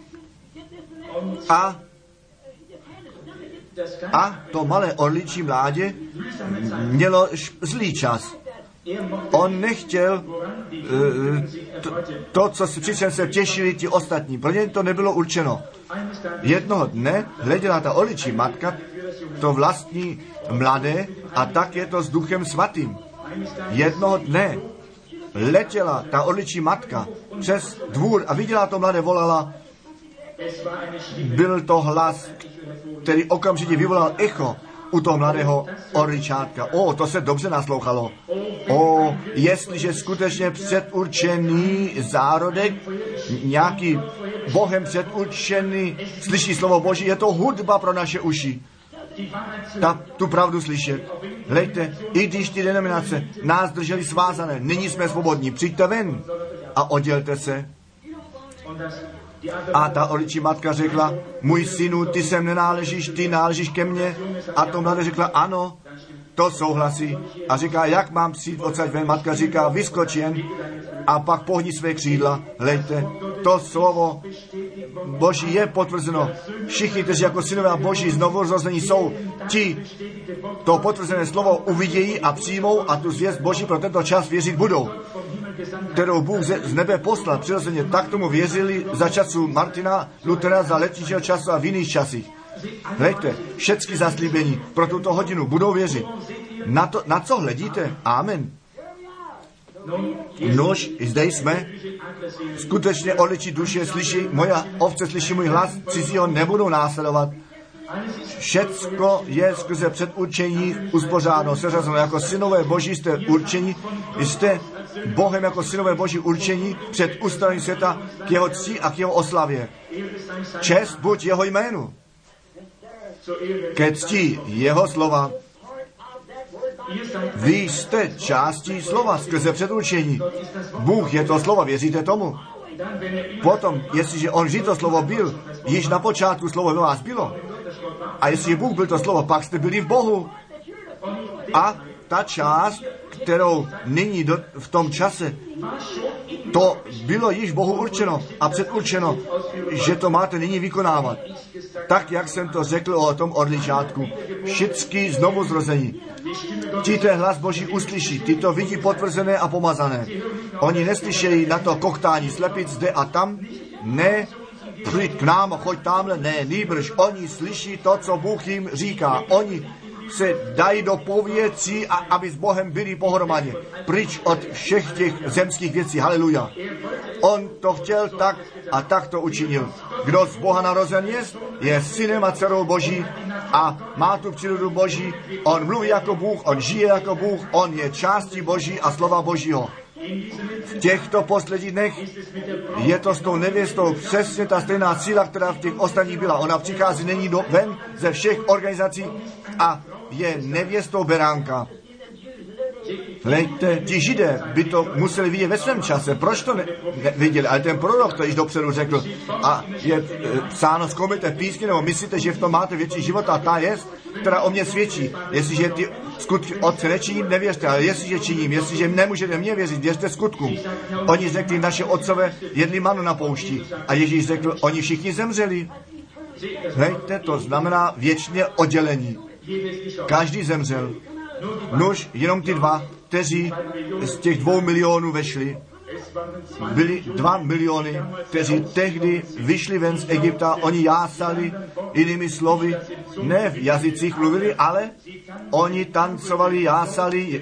a, a to malé orličí mládě mělo zlý čas. On nechtěl uh, to, to, co si přičem se těšili ti ostatní. Pro něj to nebylo určeno. Jednoho dne hleděla ta orličí matka, to vlastní mladé, a tak je to s Duchem Svatým. Jednoho dne letěla ta orličí matka přes dvůr a viděla to mladé, volala. Byl to hlas, který okamžitě vyvolal echo u toho mladého orličátka. O, to se dobře naslouchalo. O, jestliže skutečně předurčený zárodek, nějaký Bohem předurčený, slyší slovo Boží, je to hudba pro naše uši. Ta, tu pravdu slyšet. Hlejte, i když ty denominace nás drželi svázané, nyní jsme svobodní, přijďte ven a oddělte se. A ta orličí matka řekla, můj synu, ty sem nenáležíš, ty náležíš ke mně. A to mladé řekla, ano, to souhlasí. A říká, jak mám přijít odsaď ven? Matka říká, vyskoč jen a pak pohni své křídla. Hlejte, to slovo Boží je potvrzeno. Všichni, kteří jako synové a Boží znovuzrození jsou, ti to potvrzené slovo uvidějí a přijmou a tu zvěst Boží pro tento čas věřit budou, kterou Bůh z nebe poslal. Přirozeně tak tomu věřili za času Martina Luthera, za letničního času a v jiných časích. Hlejte, všechny zaslíbení pro tuto hodinu budou věřit. Na, to, na co hledíte? Amen. Nož, zde jsme. Skutečně orličí duše slyší, moje ovce slyší můj hlas, cizího nebudou následovat. Všecko je skrze předurčení uspořádáno, seřazeno. Jako synové Boží jste určení, jste Bohem jako synové Boží určení před ustavením světa k jeho cti a k jeho oslavě. Čest buď jeho jménu. Ke cti jeho slova. Vy jste částí slova skrze předurčení. Bůh je to slovo, věříte tomu? Potom, jestliže on vždy to slovo byl, již na počátku slovo ve vás bylo. A jestli Bůh byl to slovo, pak jste byli v Bohu. A ta část, kterou nyní do, v tom čase, to bylo již Bohu určeno a předurčeno, že to máte nyní vykonávat. Tak, jak jsem to řekl o tom orličátku. Všichni znovu zrození. Ti ten hlas Boží uslyší, ty to vidí potvrzené a pomazané. Oni neslyšejí na to kochtání slepic zde a tam. Ne, přijď k nám a choď tamhle. Ne, nýbrž. Oni slyší to, co Bůh jim říká. Oni se dají do pověcí, a aby s Bohem byli pohromadě. Pryč od všech těch zemských věcí. Haleluja. On to chtěl tak a tak to učinil. Kdo z Boha narozen je, je synem a dcerou Boží a má tu přírodu Boží. On mluví jako Bůh, on žije jako Bůh, on je částí Boží a slova Božího. V těchto posledních dnech je to s tou nevěstou přesně ta stejná síla, která v těch ostatních byla. Ona přichází není do, ven ze všech organizací a je nevěstou beránka. Hlejte, ti Židé by to museli vidět ve svém čase. Proč to ne, neviděli? Ale ten prorok to již dopředu řekl. A je e, psáno, zkoumejte písně, nebo myslíte, že v tom máte větší život a ta je, která o mě svědčí. Jestliže ty skutky otce nečiním, nevěřte, ale jestliže činím, jestliže nemůžete mě věřit, věřte skutkům. Oni řekli, naše otcové jedli manu na poušti. A Ježíš řekl, oni všichni zemřeli. Hlejte, to znamená věčně oddělení. Každý zemřel. Nuž, jenom ty dva, kteří z těch dvou milionů vešli. byli dva miliony, kteří tehdy vyšli ven z Egypta, oni jásali, jinými slovy, ne v jazycích mluvili, ale oni tancovali, jásali,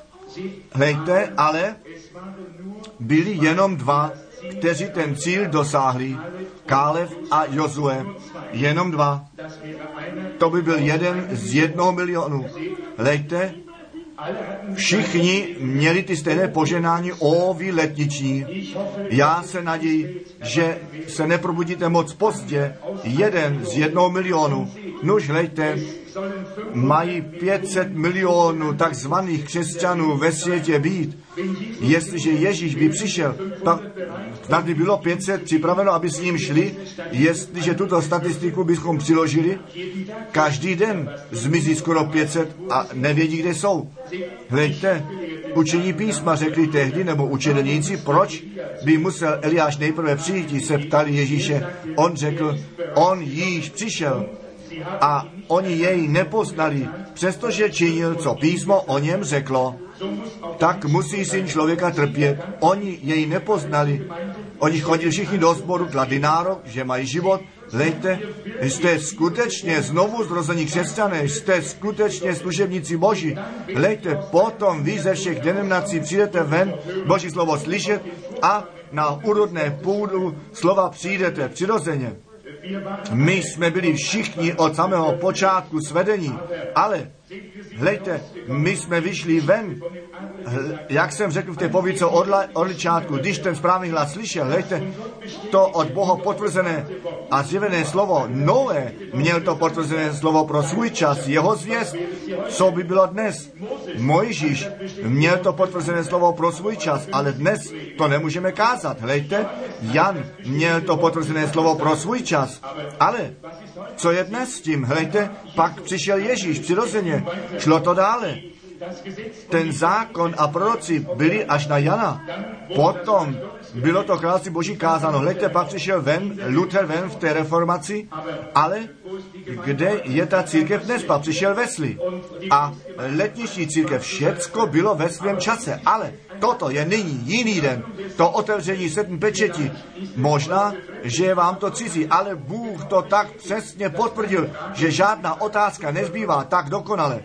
hejte, ale byli jenom dva, kteří ten cíl dosáhli, Kálev a Jozue, jenom dva. To by byl jeden z jednoho milionu. Hejte, všichni měli ty stejné poženání, o vy letniční. Já se naději, že se neprobudíte moc pozdě, jeden z jednoho milionu. Nuž, hlejte, mají pět set milionů takzvaných křesťanů ve světě být. Jestliže Ježíš by přišel, tak tady bylo pět set připraveno, aby s ním šli. Jestliže tuto statistiku bychom přiložili, každý den zmizí skoro pět set a nevědí, kde jsou. Hleďte, učení písma řekli tehdy, nebo učedlníci, proč by musel Eliáš nejprve přijít, se ptali Ježíše. On řekl, on již přišel a oni jej nepoznali, přestože činil, co písmo o něm řeklo. Tak musí syn člověka trpět. Oni jej nepoznali. Oni chodili všichni do sboru, kladli nárok, že mají život. Lejte, jste skutečně znovu zrození křesťané, jste skutečně služebníci Boží. Lejte, potom vy ze všech denominací přijdete ven, Boží slovo slyšet a na úrodné půdu slova přijdete přirozeně. My jsme byli všichni od samého počátku svedení, ale hleďte, my jsme vyšli ven, jak jsem řekl v té povídce od začátku, když ten správný hlas slyšel, hleďte, to od Boha potvrzené a zjevené slovo Noé, měl to potvrzené slovo pro svůj čas, jeho zvěst, co by bylo dnes. Mojžíš měl to potvrzené slovo pro svůj čas, ale dnes to nemůžeme kázat. Hleďte, Jan měl to potvrzené slovo pro svůj čas, ale co je dnes s tím? Hleďte, pak přišel Ježíš přirozeně, šlo to dále. Ten zákon a proroci byli až na Jana. Potom bylo to království Boží kázáno. Hleďte, pak přišel ven, Luther ven v té reformaci, ale kde je ta církev dnes? Pak přišel Wesley. A letniční církev, všecko bylo ve svém čase, ale toto je nyní jiný den. To otevření sedm pečetí. Možná, že je vám to cizí, ale Bůh to tak přesně potvrdil, že žádná otázka nezbývá tak dokonale.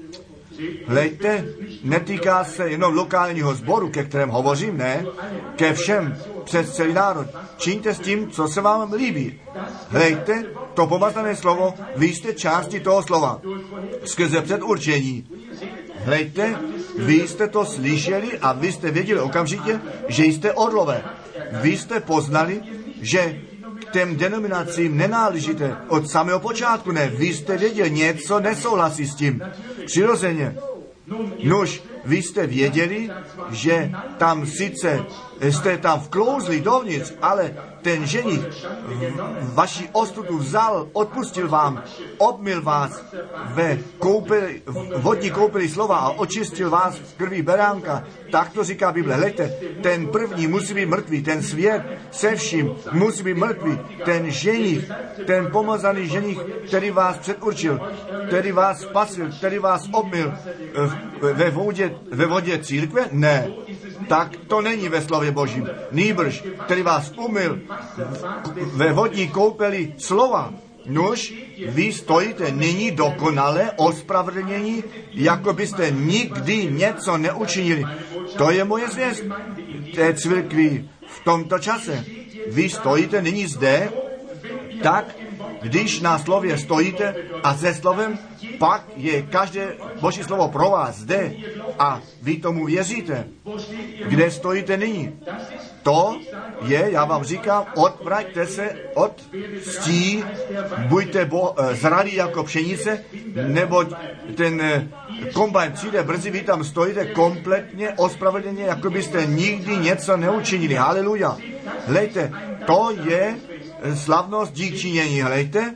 Hleďte, netýká se jenom lokálního sboru, ke kterém hovořím, ne, ke všem, přes celý národ. Čiňte s tím, co se vám líbí. Hleďte, to pomazané slovo, vy jste části toho slova, skrze předurčení. Hleďte, vy jste to slyšeli a vy jste věděli okamžitě, že jste orlové. Vy jste poznali, že k těm denominacím nenáležíte od samého počátku, ne. Vy jste věděli, něco nesouhlasí s tím. Přirozeně. Nuž, vy jste věděli, že tam sice jste tam vklouzli dovnitř, ale ten ženich vaši ostudu vzal, odpustil vám, obmyl vás ve koupeli, vodní koupeli slova a očistil vás v krví beránka. Tak to říká Bible. Hleďte, ten první musí být mrtvý, ten svět se vším musí být mrtvý. Ten ženich, ten pomazaný ženich, který vás předurčil, který vás spasil, který vás obmyl ve vodě, ve vodě církve? Ne. Tak to není ve slově Božím. Nýbrž, který vás umyl ve vodní koupeli slova. Nuž, vy stojíte nyní dokonale ospravedlnění, jako byste nikdy něco neučinili. To je moje zvěst té církvi v tomto čase. Vy stojíte nyní zde, tak, když na slově stojíte a se slovem, pak je každé Boží slovo pro vás zde a vy tomu věříte. Kde stojíte nyní? To je, já vám říkám, odvraťte se od ctí, buďte bo, zralí jako pšenice, neboť ten kombajn přijde brzy, vy tam stojíte kompletně ospravedlněně, jako byste nikdy něco neučinili. Haleluja. Hlejte, to je slavnost díkčinění, hlejte.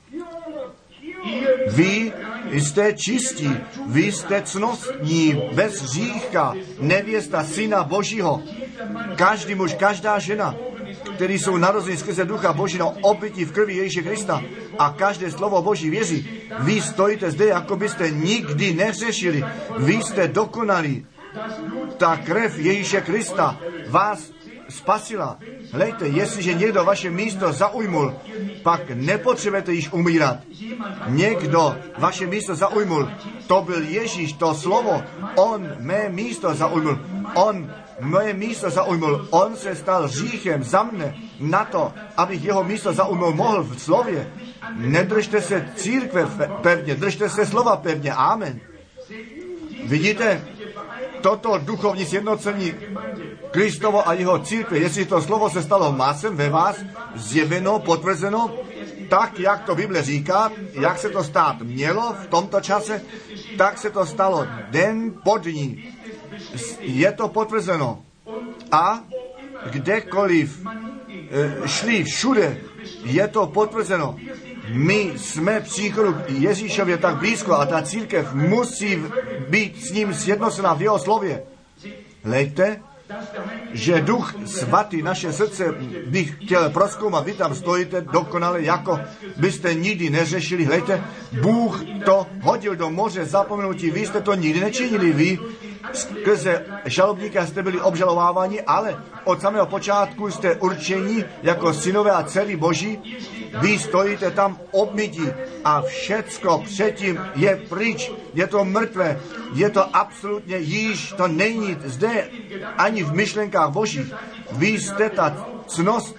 Vy jste čistí, vy jste cnostní, bez hřícha, nevěsta Syna Božího. Každý muž, každá žena, který jsou narozeni skrze Ducha Božího, obytí v krvi Ježíše Krista a každé slovo Boží věří. Vy stojíte zde, jako byste nikdy nehřešili. Vy jste dokonalí. Ta krev Ježíše Krista vás spasila. Hlejte, jestliže někdo vaše místo zaujmul, pak nepotřebujete již umírat. Někdo vaše místo zaujmul, to byl Ježíš, to slovo, on mé místo zaujmul, on moje místo zaujmul, on se stal hříchem za mne na to, abych jeho místo zaujmul mohl v slově. Nedržte se církve pevně, držte se slova pevně, amen. Vidíte, toto duchovní sjednocení Kristovo a jeho církve, jestli to slovo se stalo masem ve vás, zjeveno, potvrzeno, tak, jak to Bible říká, jak se to stát mělo v tomto čase, tak se to stalo den po dní. Je to potvrzeno. A kdekoliv e, šli všude, je to potvrzeno. My jsme příchodu k Ježíšově tak blízko a ta církev musí být s ním sjednocena v jeho slově. Hlejte, že Duch Svatý naše srdce bych chtěl prozkoumat, vy tam stojíte dokonale, jako byste nikdy neřešili. Hlejte, Bůh to hodil do moře zapomenutí, vy jste to nikdy nečinili, vy skrze žalobníka jste byli obžalováváni, ale od samého počátku jste určeni jako synové a dcery Boží, vy stojíte tam obmytí a všecko předtím je pryč, je to mrtvé, je to absolutně již, to není zde ani v myšlenkách Božích. Vy jste ta cnost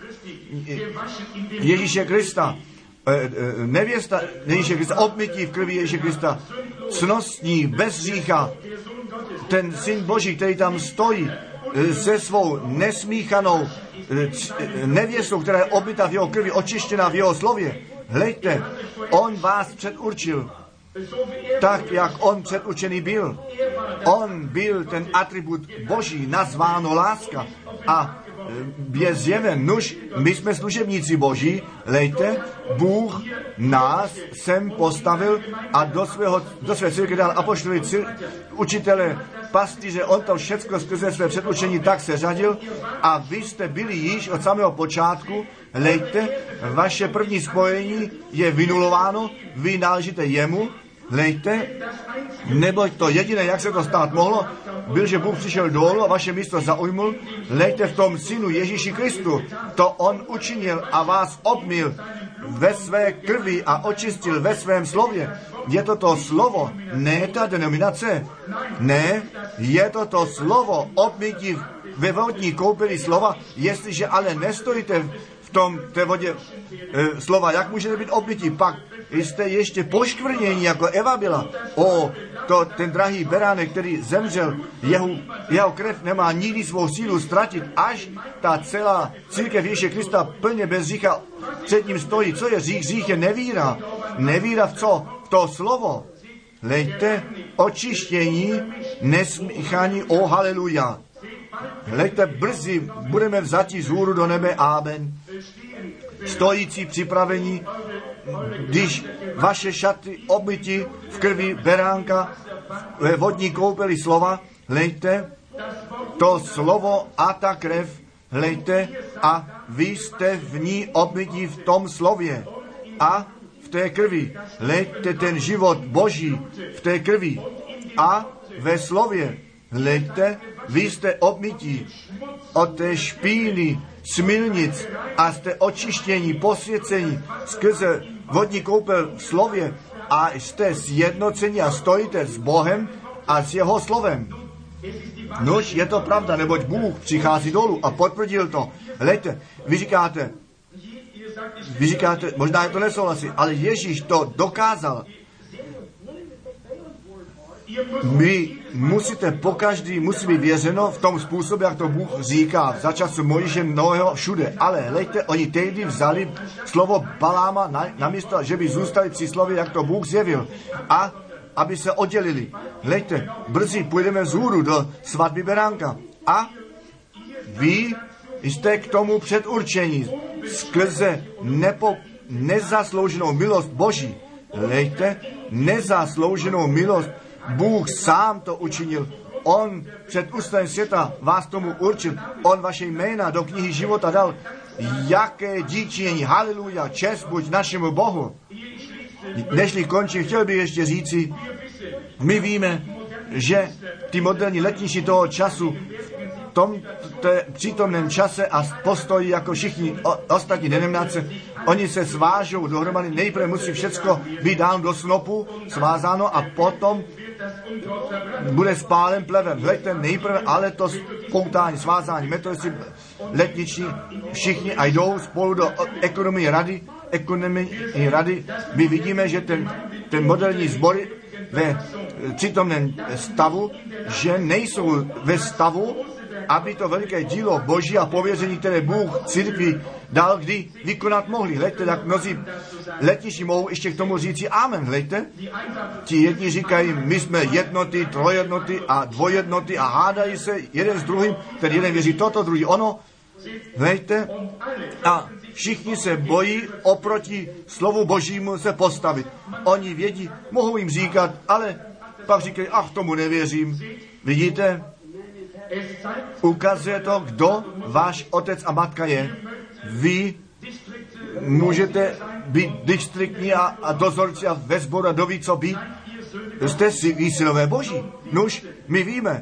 Ježíše Krista, nevěsta Ježíše Krista, obmytí v krvi Ježíše Krista, cnostní, bez hřícha, ten Syn Boží, který tam stojí se svou nesmíchanou nevěstou, která je obmytá v jeho krvi, očištěná v jeho slově. Hlejte, on vás předurčil, tak, jak on předurčený byl. On byl ten atribut Boží, nazváno láska. A je zjeven, nuž, my jsme služebníci Boží, hlejte, Bůh nás sem postavil a do, svého, do své církve dal apoštoly, učitele, pastýře, on to všecko skrze své předurčení tak se řadil a vy jste byli již od samého počátku, hlejte, vaše první spojení je vynulováno, vy náležíte jemu, hlejte, neboť to jediné, jak se to stát mohlo, byl, že Bůh přišel dolů a vaše místo zaujmul, hlejte v tom synu Ježíši Kristu, to on učinil a vás obmyl ve své krvi a očistil ve svém slově. Je to to slovo, ne ta denominace, ne, je to to slovo obmytí ve vodní koupeli slova, jestliže ale nestojíte v tom té vodě e, slova, jak můžete být obmytí, pak jste ještě poškvrnění, jako Eva byla. O, to ten drahý beránek, který zemřel, jeho, jeho krev nemá nikdy svou sílu ztratit, až ta celá církev Ježíše Krista plně bez hřícha před ním stojí. Co je hřích? Hřích je nevíra. Nevíra v co? V to slovo. Hlejte, očištění, nesmíchání, o haleluja. Hlejte, brzy budeme vzati z hůru do nebe, amen. Stojící připravení, když vaše šaty obmytí v krvi beránka ve vodní koupeli slova, hlejte, to slovo a ta krev, hlejte, a vy jste v ní obmytí v tom slově a v té krvi. Hlejte ten život Boží v té krvi a ve slově. Hlejte, vy jste obmytí od té špíny, smilnic a jste očištění, posvěcení skrze vodní koupel v slově a jste sjednoceni a stojíte s Bohem a s jeho slovem. Nož je to pravda, neboť Bůh přichází dolů a potvrdil to. Hlejte, vy říkáte, vy říkáte, možná je to nesouhlasí, ale Ježíš to dokázal. My musíte pokaždý, musí být věřeno v tom způsobu, jak to Bůh říká. Za času Mojžíše mnoho všude. Ale hlejte, oni tehdy vzali slovo Baláma na, na místo, že by zůstali při slově, jak to Bůh zjevil. A aby se oddělili. Hlejte, brzy půjdeme vzhůru do svatby beránka. A vy jste k tomu předurčení skrze nepo, nezaslouženou milost Boží. Hlejte, nezaslouženou milost Bůh sám to učinil. On před ústavem světa vás tomu určil. On vaše jména do knihy života dal. Jaké díčení, haleluja, čest buď našemu Bohu. Nežli končím, chtěl bych ještě říci, my víme, že ty moderní letniši toho času tom té přítomném čase a postoji jako všichni o, ostatní denominace, oni se svážou dohromady, nejprve musí všecko být dáno do snopu, svázáno a potom bude spálen plevem. Hleďte, nejprve ale to poutání, svázání, metodici letniční, všichni a jdou spolu do ekonomii rady, ekonomii rady. My vidíme, že ten, ten moderní sbory ve přítomném stavu, že nejsou ve stavu, aby to veliké dílo Boží a pověření, které Bůh církvi dal, kdy vykonat mohli. Hleďte, tak mnozí letniční mohou ještě k tomu říci amen. Hleďte, ti jedni říkají, my jsme jednoty, trojjednoty a dvojjednoty a hádají se jeden s druhým, ten jeden věří toto, druhý ono. Hleďte, a všichni se bojí oproti slovu Božímu se postavit. Oni vědí, mohou jim říkat, ale pak říkají, ach, tomu nevěřím. Vidíte, ukazuje to, kdo váš otec a matka je. Vy můžete být distriktní a, a dozorci a ve sboru a kdo ví, co být. Jste si výsilové Boží. Nuž, my víme,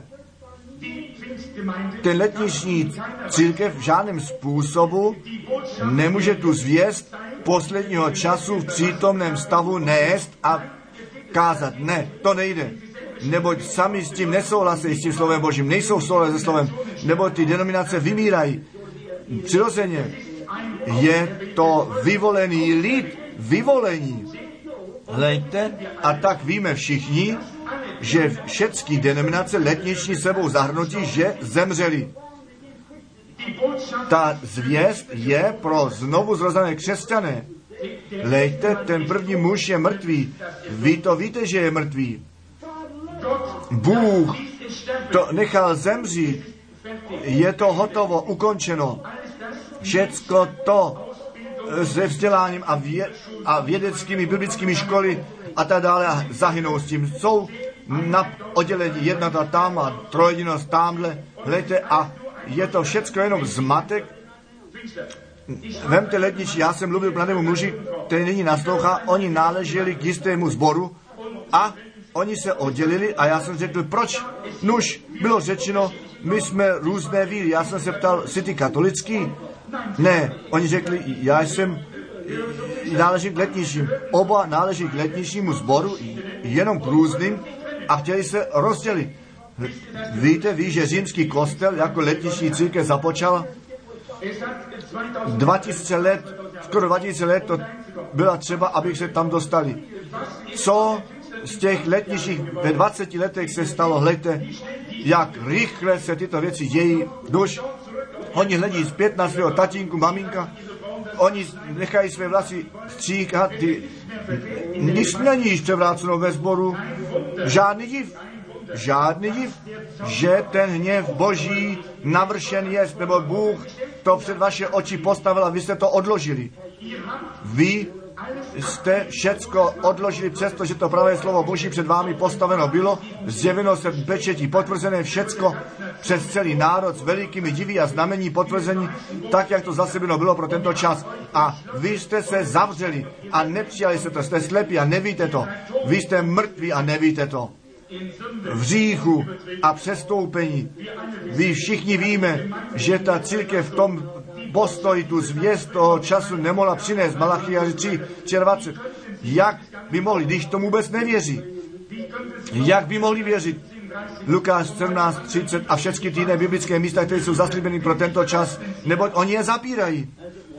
ten letniční církev v žádném způsobu nemůže tu zvěst posledního času v přítomném stavu nést a kázat. Ne, to nejde. Neboť sami s tím nesouhlasí s tím slovem Božím, nejsou v souladu se slovem, nebo ty denominace vymírají. Přirozeně je to vyvolený lid, vyvolení. Hleďte, a tak víme všichni, že všechny denominace letniční sebou zahrnutí, že zemřeli. Ta zvěst je pro znovu zrozené křesťané. Hleďte, ten první muž je mrtvý. Vy to víte, že je mrtvý. Bůh to nechal zemřít. Je to hotovo, ukončeno. Všecko to se vzděláním a, vě, a vědeckými, biblickými školy a tak dále a zahynou s tím. Jsou na oddělení jednota tam a trojedinost tamhle. Hleďte, a je to všecko jenom zmatek. Vemte letničí, já jsem mluvil mladému muži, který nyní naslouchá, oni náleželi k jistému sboru a oni se oddělili a já jsem řekl, proč? Nuž, bylo řečeno, my jsme různé víry. Já jsem se ptal, jsi ty katolický? Ne, oni řekli, já jsem náležím k letničím. Oba náleží k letničnímu sboru, jenom k různým a chtěli se rozdělit. Víte, ví, že římský kostel jako letniční církev započal dva tisíce let, skoro dva tisíce let to byla třeba, abych se tam dostali. Co z těch letničních ve dvaceti letech se stalo, hleďte, jak rychle se tyto věci dějí. Duš, oni hledí zpět na svého tatínku, maminka, oni nechají své vlasy stříkat, ty, nic není již převráceno ve sboru, žádný div, žádný div, že ten hněv Boží navršen jest, nebo Bůh to před vaše oči postavil a vy jste to odložili. Vy jste všecko odložili, přestože to pravé slovo Boží před vámi postaveno bylo, zjeveno se pečetí, potvrzené všecko přes celý národ s velikými divy a znamení potvrzení, tak, jak to zaslíbeno bylo pro tento čas. A vy jste se zavřeli a nepřijali se to, jste slepí a nevíte to. Vy jste mrtví a nevíte to. V hříchu a přestoupení. Vy všichni víme, že ta církev v tom postoji tu zvěst toho času nemohla přinést. Malachiáš tři dvacet. Jak by mohli, když tomu vůbec nevěří? Jak by mohli věřit? Lukáš sedmnáct třicet a všechny ty jiné biblické místa, které jsou zaslíbeny pro tento čas, neboť oni je zapírají.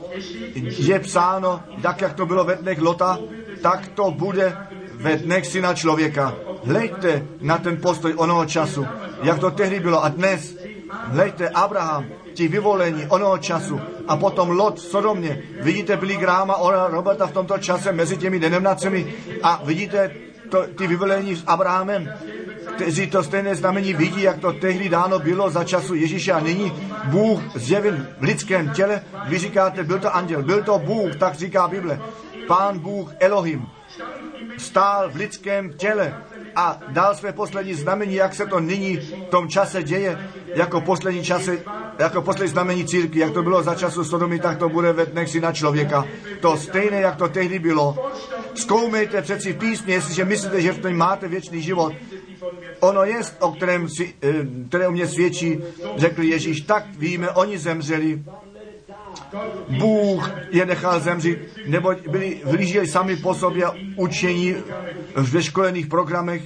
Je psáno, tak jak to bylo ve dnech Lota, tak to bude ve dnech syna člověka. Hleďte na ten postoj onoho času, jak to tehdy bylo a dnes. Hleďte, Abraham, ti vyvolení onoho času a potom Lot v Sodomě. Vidíte Billy Grahama, Oral Roberta v tomto čase mezi těmi denominacemi a vidíte to, ty vyvolení s Abrahamem, kteří to stejné znamení vidí, jak to tehdy dáno bylo za času Ježíše a nyní Bůh zjevil v lidském těle. Vy říkáte, byl to anděl, byl to Bůh, tak říká Bible. Pán Bůh Elohim stál v lidském těle a dal své poslední znamení, jak se to nyní v tom čase děje, jako poslední čase, jako poslední znamení církvi, jak to bylo za času Sodomy, tak to bude ve dnech syna člověka. To stejné, jak to tehdy bylo. Zkoumejte přeci v písmě, jestliže myslíte, že v tom máte věčný život. ono je, o kterém, si, které o mě svědčí, řekl Ježíš, tak víme, oni zemřeli, Bůh je nechal zemřít, nebo byli vlížili sami po sobě učení v vyškolených programech,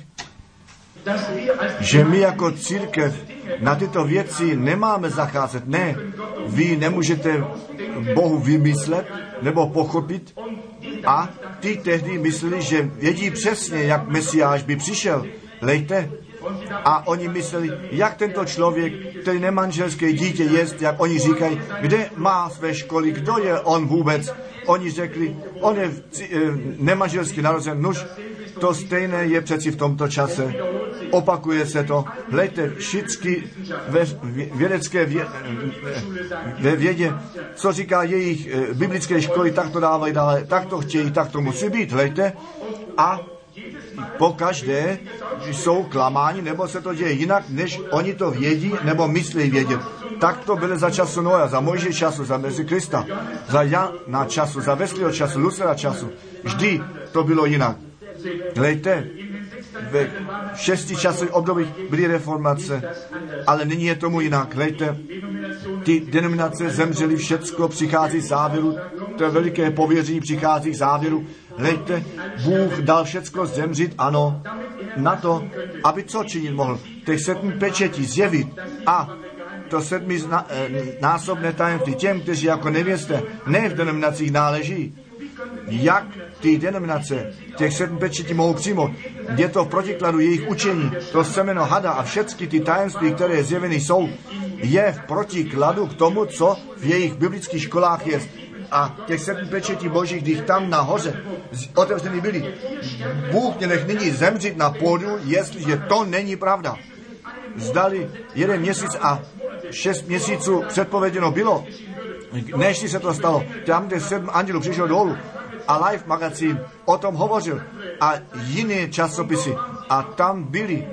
že my jako církev na tyto věci nemáme zacházet. Ne, vy nemůžete Bohu vymyslet nebo pochopit a ty tehdy mysleli, že vědí přesně, jak Mesiáš by přišel. Lejte. A oni mysleli, jak tento člověk, který nemanželské dítě jest, jak oni říkají, kde má své školy, kdo je on vůbec. Oni řekli, on je nemanželsky narozen, nuž, to stejné je přeci v tomto čase. Opakuje se to. Hlejte, všichni ve vědecké vě, ve vědě, co říká jejich biblické školy, tak to dávají dále, tak to chtějí, tak to musí být. Hlejte. A pokaždé jsou klamáni, nebo se to děje jinak, než oni to vědí, nebo myslí vědět. Tak to bylo za času Noa, za Mojžíš času, za Mezi Krista, za Jana času, za Wesleyho času, Lucera času. Vždy to bylo jinak. Hlejte, ve šesti časových obdobích byly reformace, ale nyní je tomu jinak. Hlejte, ty denominace zemřely, všecko přichází z závěru, to veliké pověření přichází k závěru. Hlejte, Bůh dal všecko zemřít, ano, na to, aby co činit mohl. Těch sedm pečetí zjevit a to sedmi zna, e, násobné tajemství těm, kteří jako nevěste, ne v denominacích náleží. Jak ty denominace těch sedm pečetí mohou přijmout? Je to v protikladu jejich učení. To semeno hada a všechny ty tajemství, které zjeveny jsou, je v protikladu k tomu, co v jejich biblických školách je. A těch sedm pečetí božích, když tam nahoře otevřený byli, Bůh mě nech nyní zemřít na pódiu, jestliže to není pravda. Zdali jeden měsíc a šest měsíců předpověděno bylo, než se to stalo, tam, kde sedm andělů přišel dolů a Life magazín o tom hovořil a jiné časopisy a tam byli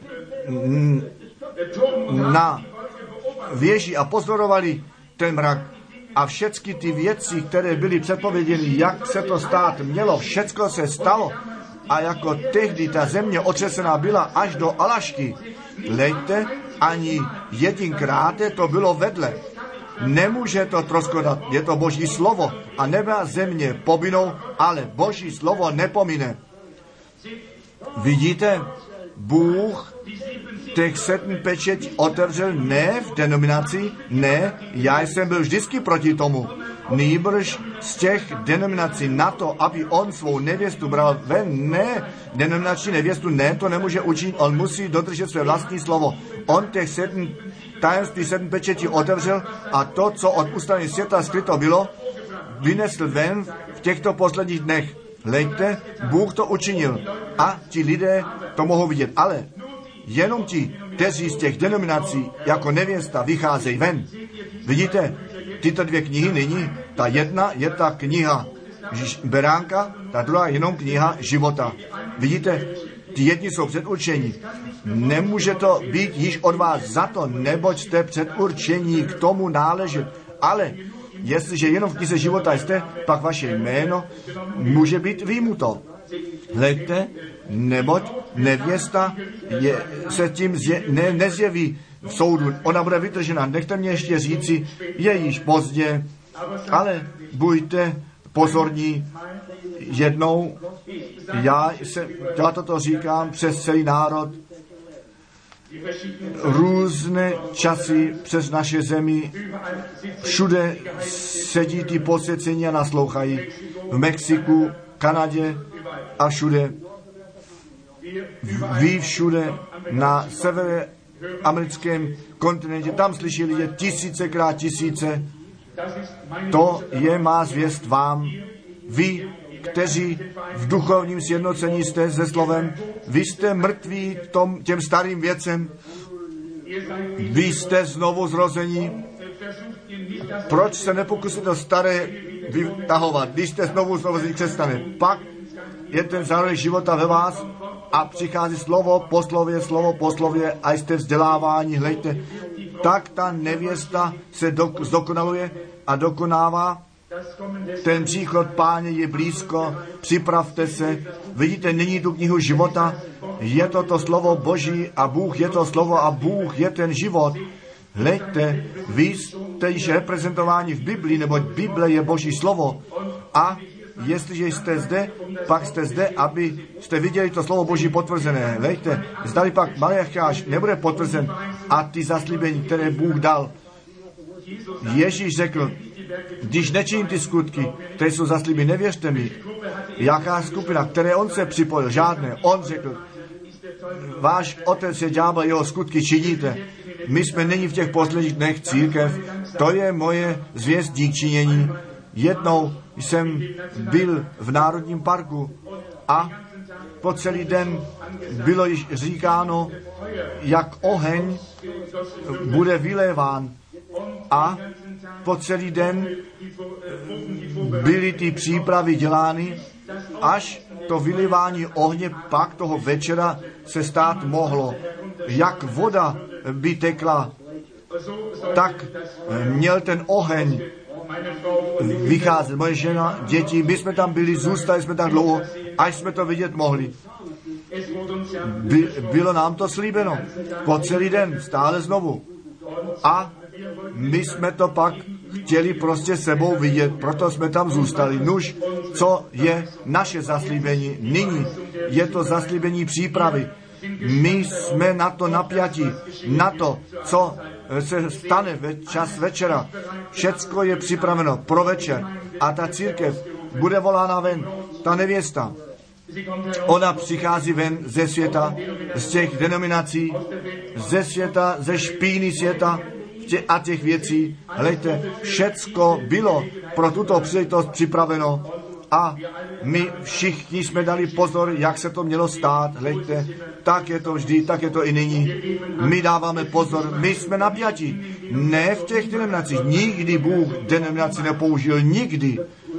na věži a pozorovali ten mrak a všechny ty věci, které byly předpověděny, jak se to stát mělo, všecko se stalo a jako tehdy ta země otřesená byla až do Alašky. Lejte, ani jedinkrát to bylo vedle. Nemůže to troskotat, je to Boží slovo a nebe a země pominou, ale Boží slovo nepomine. Vidíte, Bůh těch sedm pečetí otevřel ne v denominaci, ne, já jsem byl vždycky proti tomu. Nýbrž z těch denominací na to, aby on svou nevěstu bral ven, ne, denominační nevěstu, ne, to nemůže učinit, on musí dodržet své vlastní slovo. On těch sedm tajemství, sedm pečetí otevřel a to, co od ústavní světa skryto bylo, vynesl ven v těchto posledních dnech. Lejte, Bůh to učinil a ti lidé to mohou vidět, ale jenom ti, kteří z těch denominací jako nevěsta vycházejí ven. Vidíte, tyto dvě knihy nyní, ta jedna je ta kniha beránka, ta druhá jenom kniha života. Vidíte, ty jedni jsou předurčení. Nemůže to být již od vás za to, neboť jste předurčení k tomu náležet. Ale jestliže jenom v knize života jste, pak vaše jméno může být vyjmuto. Hleďte, neboť nevěsta je, se tím zje, ne, nezjeví v soudu. Ona bude vytržena. Nechte mě ještě říci, je již pozdě, ale buďte pozorní. Jednou, já, se, já toto říkám přes celý národ, různé časy přes naše zemi, všude sedí ty posvěcení a naslouchají. V Mexiku, Kanadě a všude. Ví všude na severoamerickém kontinentě, tam slyšeli je tisícekrát tisíce. To je má zvěst vám. Vy, kteří v duchovním sjednocení jste se slovem, vy jste mrtví tom, těm starým věcem, vy jste znovu zrození. Proč se nepokusíte to staré vytahovat, když jste znovu zrození křesťané? Pak je ten zárodek života ve vás a přichází slovo po slově, slovo po slově a jste vzdělávání, hleďte. Tak ta nevěsta se do, zdokonaluje a dokonává. Ten příchod Páně je blízko, připravte se. Vidíte nyní tu knihu života je to to slovo Boží a Bůh je to slovo a Bůh je ten život. Hleďte, vy jste již reprezentováni v Biblii, neboť Bible je Boží slovo. A jestliže jste zde, pak jste zde, aby jste viděli to slovo Boží potvrzené. Hleďte, zdali pak Malachiáš nebude potvrzen a ty zaslíbení, které Bůh dal. Ježíš řekl, když nečiním ty skutky, které jsou zaslíbeny, nevěřte mi. Jaká skupina, které on se připojil? Žádné. On řekl, váš otec je ďábel, jeho skutky činíte. My jsme není v těch posledních dnech církev. To je moje zvěst dík činění. Jednou jsem byl v Národním parku a po celý den bylo již říkáno, jak oheň bude vyléván. A po celý den byly ty přípravy dělány, až to vylivání ohně pak toho večera se stát mohlo. Jak voda by tekla, tak měl ten oheň vycházet. Moje žena, děti, my jsme tam byli, zůstali jsme tam dlouho, až jsme to vidět mohli. By, bylo nám to slíbeno. Po celý den, stále znovu. A my jsme to pak chtěli prostě sebou vidět, proto jsme tam zůstali. Nuž, co je naše zaslíbení? Nyní je to zaslíbení přípravy. My jsme na to napjatí, na to, co se stane ve čas večera. Všecko je připraveno pro večer a ta církev bude volána ven, ta nevěsta. Ona přichází ven ze světa, z těch denominací, ze světa, ze špíny světa a těch věcí. Hleďte, všecko bylo pro tuto příležitost připraveno a my všichni jsme dali pozor, jak se to mělo stát. Hleďte, tak je to vždy, tak je to i nyní. My dáváme pozor, my jsme napjatí. Ne v těch denominacích. Nikdy Bůh denominaci nepoužil, nikdy.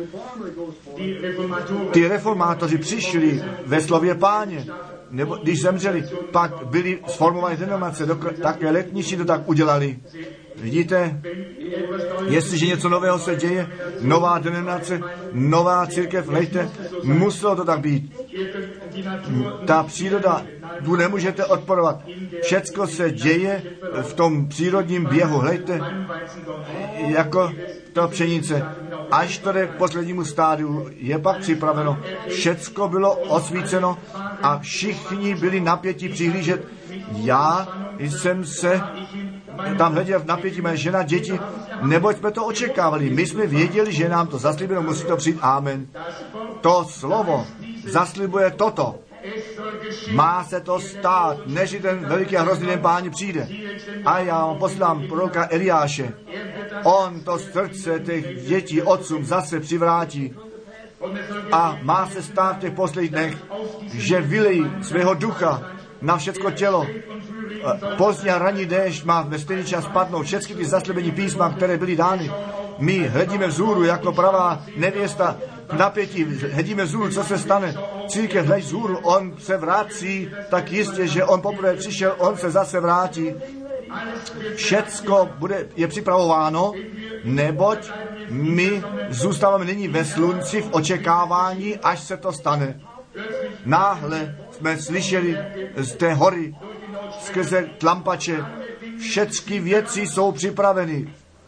Ty reformátoři přišli ve slově Páně, nebo když zemřeli, pak byli sformované denominace, také letniční to tak udělali. Vidíte, jestliže něco nového se děje, nová denominace, nová církev, hleďte, muselo to tak být. Ta příroda, tu nemůžete odporovat. Všecko se děje v tom přírodním běhu, hleďte, jako to pšenice. Až to jde k poslednímu stádiu, je pak připraveno. Všecko bylo osvíceno a všichni byli napětí přihlížet. Já jsem se tam hleděl v napětí mé žena, děti, neboť jsme to očekávali. My jsme věděli, že nám to zaslíbeno, musí to přijít. Amen. To slovo zaslibuje toto. Má se to stát, než ten veliký a hrozný den Páně přijde. A já vám poslám proroka Eliáše. On to srdce těch dětí otcům zase přivrátí. A má se stát v těch posledních dnech, že vylejí svého ducha na všecko tělo. Pozdní a ranní déšť má ve stejný čas padnout. Všechny ty zaslíbení písma, které byly dány. My hledíme vzhůru jako pravá nevěsta v napětí. Hledíme vzhůru, co se stane. Církev hledí vzhůru, on se vrací, tak jistě, že on poprvé přišel, on se zase vrátí. Všecko bude, je připravováno, neboť my zůstáváme nyní ve slunci v očekávání, až se to stane. Náhle jsme slyšeli z té hory, skrze tlampače, všechny věci jsou připraveny.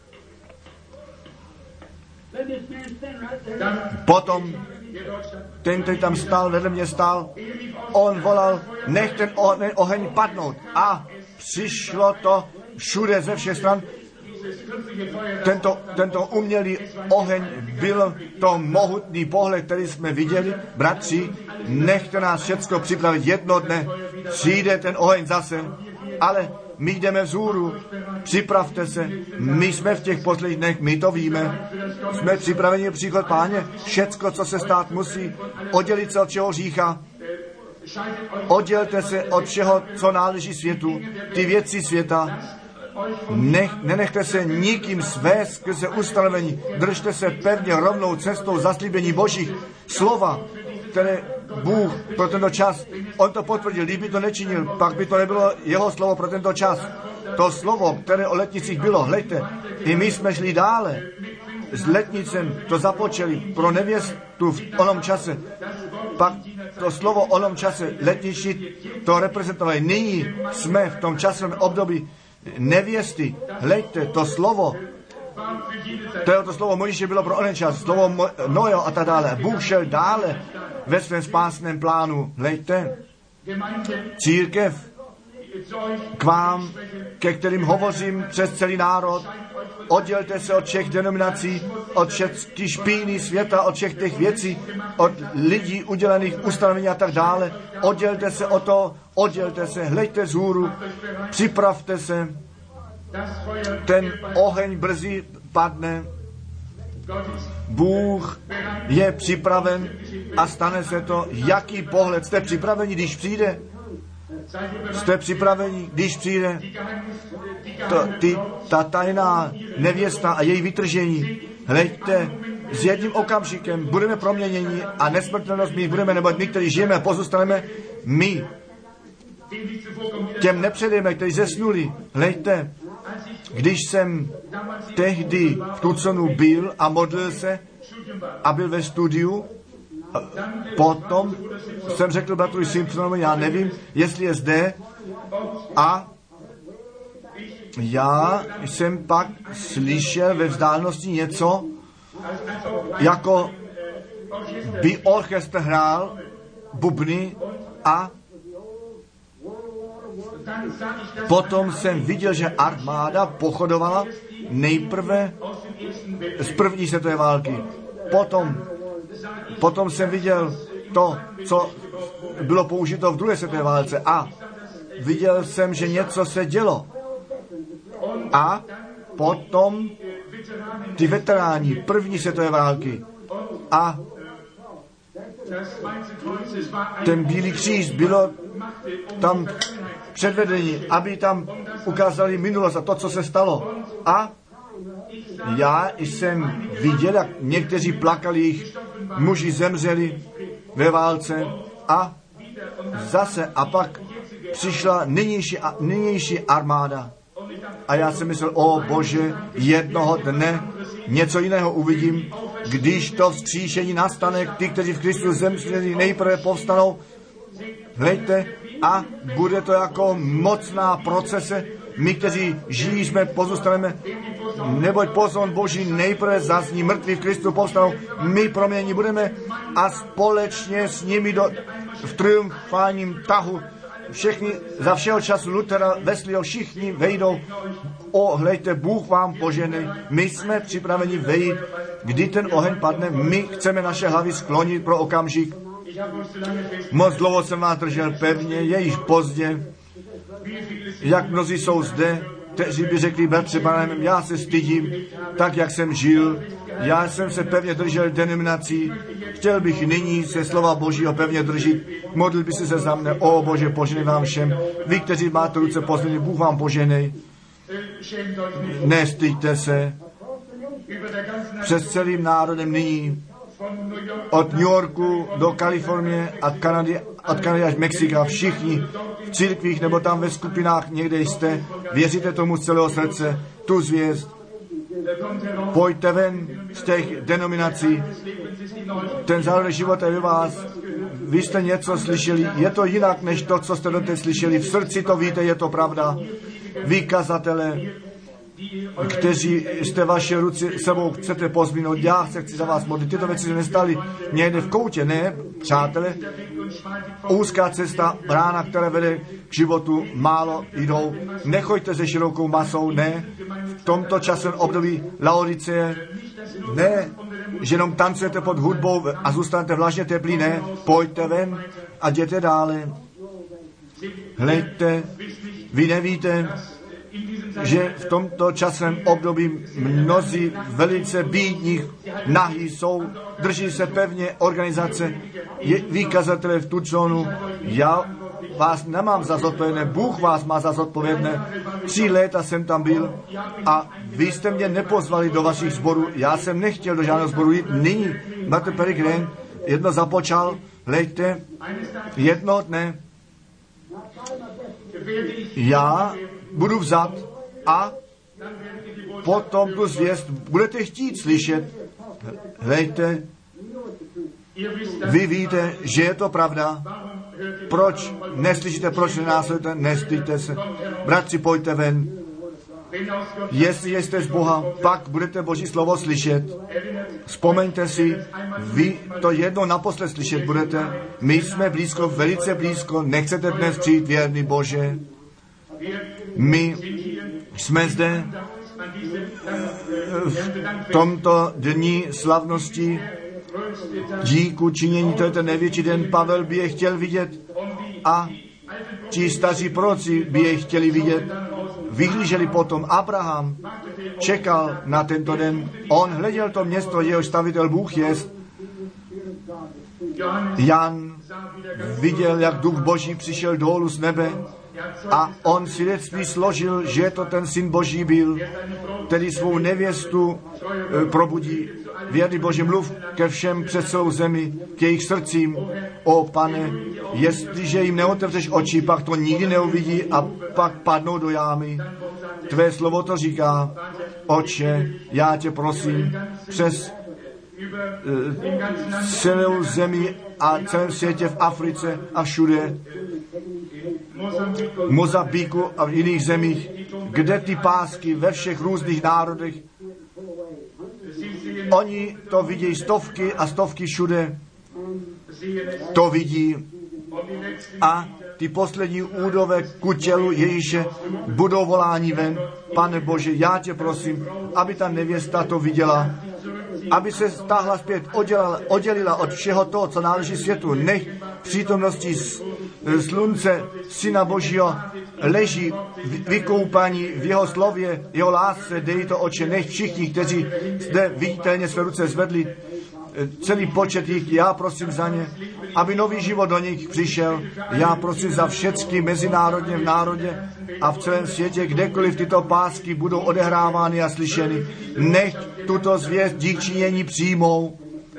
Potom ten, který tam stál, vedle mě stál, on volal, nech ten oheň, oheň padnout. A přišlo to všude ze všech stran. Tento, tento umělý oheň byl to mohutný pohled, který jsme viděli. Bratři, nechte nás všecko připravit. Jedno dne přijde ten oheň zase, ale my jdeme vzhůru. Připravte se. My jsme v těch posledních dnech, my to víme. Jsme připraveni příchod Páně. Všecko, co se stát musí, oddělit se od všeho hřícha. Oddělte se od všeho, co náleží světu. Ty věci světa. Nech, nenechte se nikým svést skrze ustanovení. Držte se pevně rovnou cestou zaslíbení Božích slova, které Bůh pro tento čas, on to potvrdil, kdyby to nečinil, pak by to nebylo jeho slovo pro tento čas. To slovo, které o letnicích bylo, hleďte, i my jsme šli dále. S letnicem to započali pro nevěstu v onom čase. Pak to slovo o tom čase letničí to reprezentovali. Nyní jsme v tom časovém období nevěsty. Hleďte, to slovo, to, to slovo Mojžíše bylo pro onen čas, slovo Noého a tak dále. Bůh šel dále ve svém spásném plánu. Hleďte, církev k vám, ke kterým hovořím přes celý národ, oddělte se od všech denominací, od všech špíny světa, od všech těch věcí, od lidí udělených ustanovení a tak dále. Oddělte se o to, oddělte se, hleďte vzhůru, připravte se, ten oheň brzy padne, Bůh je připraven a stane se to. Jaký pohled? Jste připraveni, když přijde? Jste připraveni, když přijde to, ty, ta tajná nevěsta a její vytržení? Hleďte, s jedním okamžikem budeme proměněni a nesmrtelnost my budeme, nebo my, kteří žijeme a pozůstaneme, my těm nepředejme, kteří zesnuli. Hleďte, když jsem tehdy v Tucsonu byl a modlil se a byl ve studiu, potom jsem řekl bratru Simpsonovi, já nevím, jestli je zde, a já jsem pak slyšel ve vzdálenosti něco, jako by orchestr hrál bubny, a potom jsem viděl, že armáda pochodovala nejprve z první světové války. Potom, potom jsem viděl to, co bylo použito v druhé světové válce, a viděl jsem, že něco se dělo. A potom ty veteráni první světové války a ten bílý kříž bylo tam předvedení, aby tam ukázali minulost a to, co se stalo. A já jsem viděl, jak někteří plakali, jich muži zemřeli ve válce, a zase a pak přišla nynější, nynější armáda. A já jsem myslel, o Bože, jednoho dne něco jiného uvidím, když to vzkříšení nastane, ty, kteří v Kristu zemřeli, nejprve povstanou, hleďte, a bude to jako mocná procese. My, kteří žijí, jsme pozůstaneme, neboť pozvon Boží nejprve zazní, mrtví v Kristu povstanou, my proměnění budeme a společně s nimi do, v triumfálním tahu všechny, za všeho času Luthera, Wesleyho, všichni vejdou. O, hleďte, Bůh vám poženej, my jsme připraveni vejít, kdy ten oheň padne, my chceme naše hlavy sklonit pro okamžik. Moc dlouho jsem vás držel pevně, je již pozdě. Jak mnozí jsou zde, kteří by řekli, bratře Branham, já se stydím, tak jak jsem žil, já jsem se pevně držel denominací, chtěl bych nyní se slova Božího pevně držet, modlil by se se za mne, o Bože, poženej vám všem, vy, kteří máte ruce pozděný, Bůh vám poženej, nestyďte se, přes celým národem nyní, od New Yorku do Kalifornie a Kanady, od Kanady až Mexika, všichni v církvích nebo tam ve skupinách někde jste, věříte tomu z celého srdce, tu zvěst, pojďte ven z těch denominací, ten zárodek života je ve vás, vy jste něco slyšeli, je to jinak než to, co jste doteď slyšeli, v srdci to víte, je to pravda, vy kazatele, kteří jste vaše ruce sebou chcete pozvinout, já se chci za vás modlit. Tyto věci se nestaly někde v koutě, ne, přátelé. Úzká cesta, brána, která vede k životu, málo jdou. Nechoďte se širokou masou, ne. V tomto časovém období Laodice, ne, že jenom tancujete pod hudbou a zůstanete vlažně teplí, ne. Pojďte ven a jděte dále. Hleďte, vy nevíte, že v tomto časovém období mnozí velice bídní, nahý jsou, drží se pevně organizace, výkazatelé v Tucsonu. Já vás nemám za zodpovědné, Bůh vás má za zodpovědné. Tři léta jsem tam byl a vy jste mě nepozvali do vašich sborů. Já jsem nechtěl do žádného sboru jít. Nyní máte Peregrin, jedno započal, hleďte, jednoho dne já budu vzat a potom tu zvěst budete chtít slyšet. Hleďte, Vy víte, že je to pravda. Proč neslyšíte, proč nenásledujete, nestýďte se. Bratři, pojďte ven. Jestli jste z Boha, pak budete Boží slovo slyšet. Vzpomeňte si, vy to jedno naposled slyšet budete. My jsme blízko, velice blízko, nechcete dnes přijít, věrný Bože. My jsme zde v tomto dní slavnosti díku činění, to je ten největší den. Pavel by je chtěl vidět a ti staří proroci by je chtěli vidět. Vyhlíželi potom. Abraham čekal na tento den. On hleděl to město, jehož stavitel Bůh jest. Jan viděl, jak duch Boží přišel dolů z nebe a on svědectví složil, že to ten syn Boží byl, který svou nevěstu probudí. Věrný Bože, mluv ke všem před celou zemi, k jejich srdcím. O Pane, jestliže jim neotevřeš oči, pak to nikdy neuvidí a pak padnou do jámy. Tvé slovo to říká. Oče, já tě prosím, přes uh, celou zemi a celém světě, v Africe a všude, v Mozambiku a v jiných zemích, kde ty pásky ve všech různých národech, oni to vidí stovky a stovky všude, to vidí a ty poslední údové ku tělu Ježíše budou volání ven. Pane Bože, já tě prosím, aby ta nevěsta to viděla, aby se stáhla zpět, oddělala, oddělila od všeho toho, co náleží světu. Nech přítomnosti slunce Syna Božího leží vykoupaní v jeho slově, jeho lásce, dej to, Oče, nech všichni, kteří zde viditelně své ruce zvedli, celý počet jich, já prosím za ně, aby nový život do nich přišel. Já prosím za všechny mezinárodně v národě a v celém světě, kdekoliv tyto pásky budou odehrávány a slyšeny. Nechť tuto zvěst dík činění přijmou.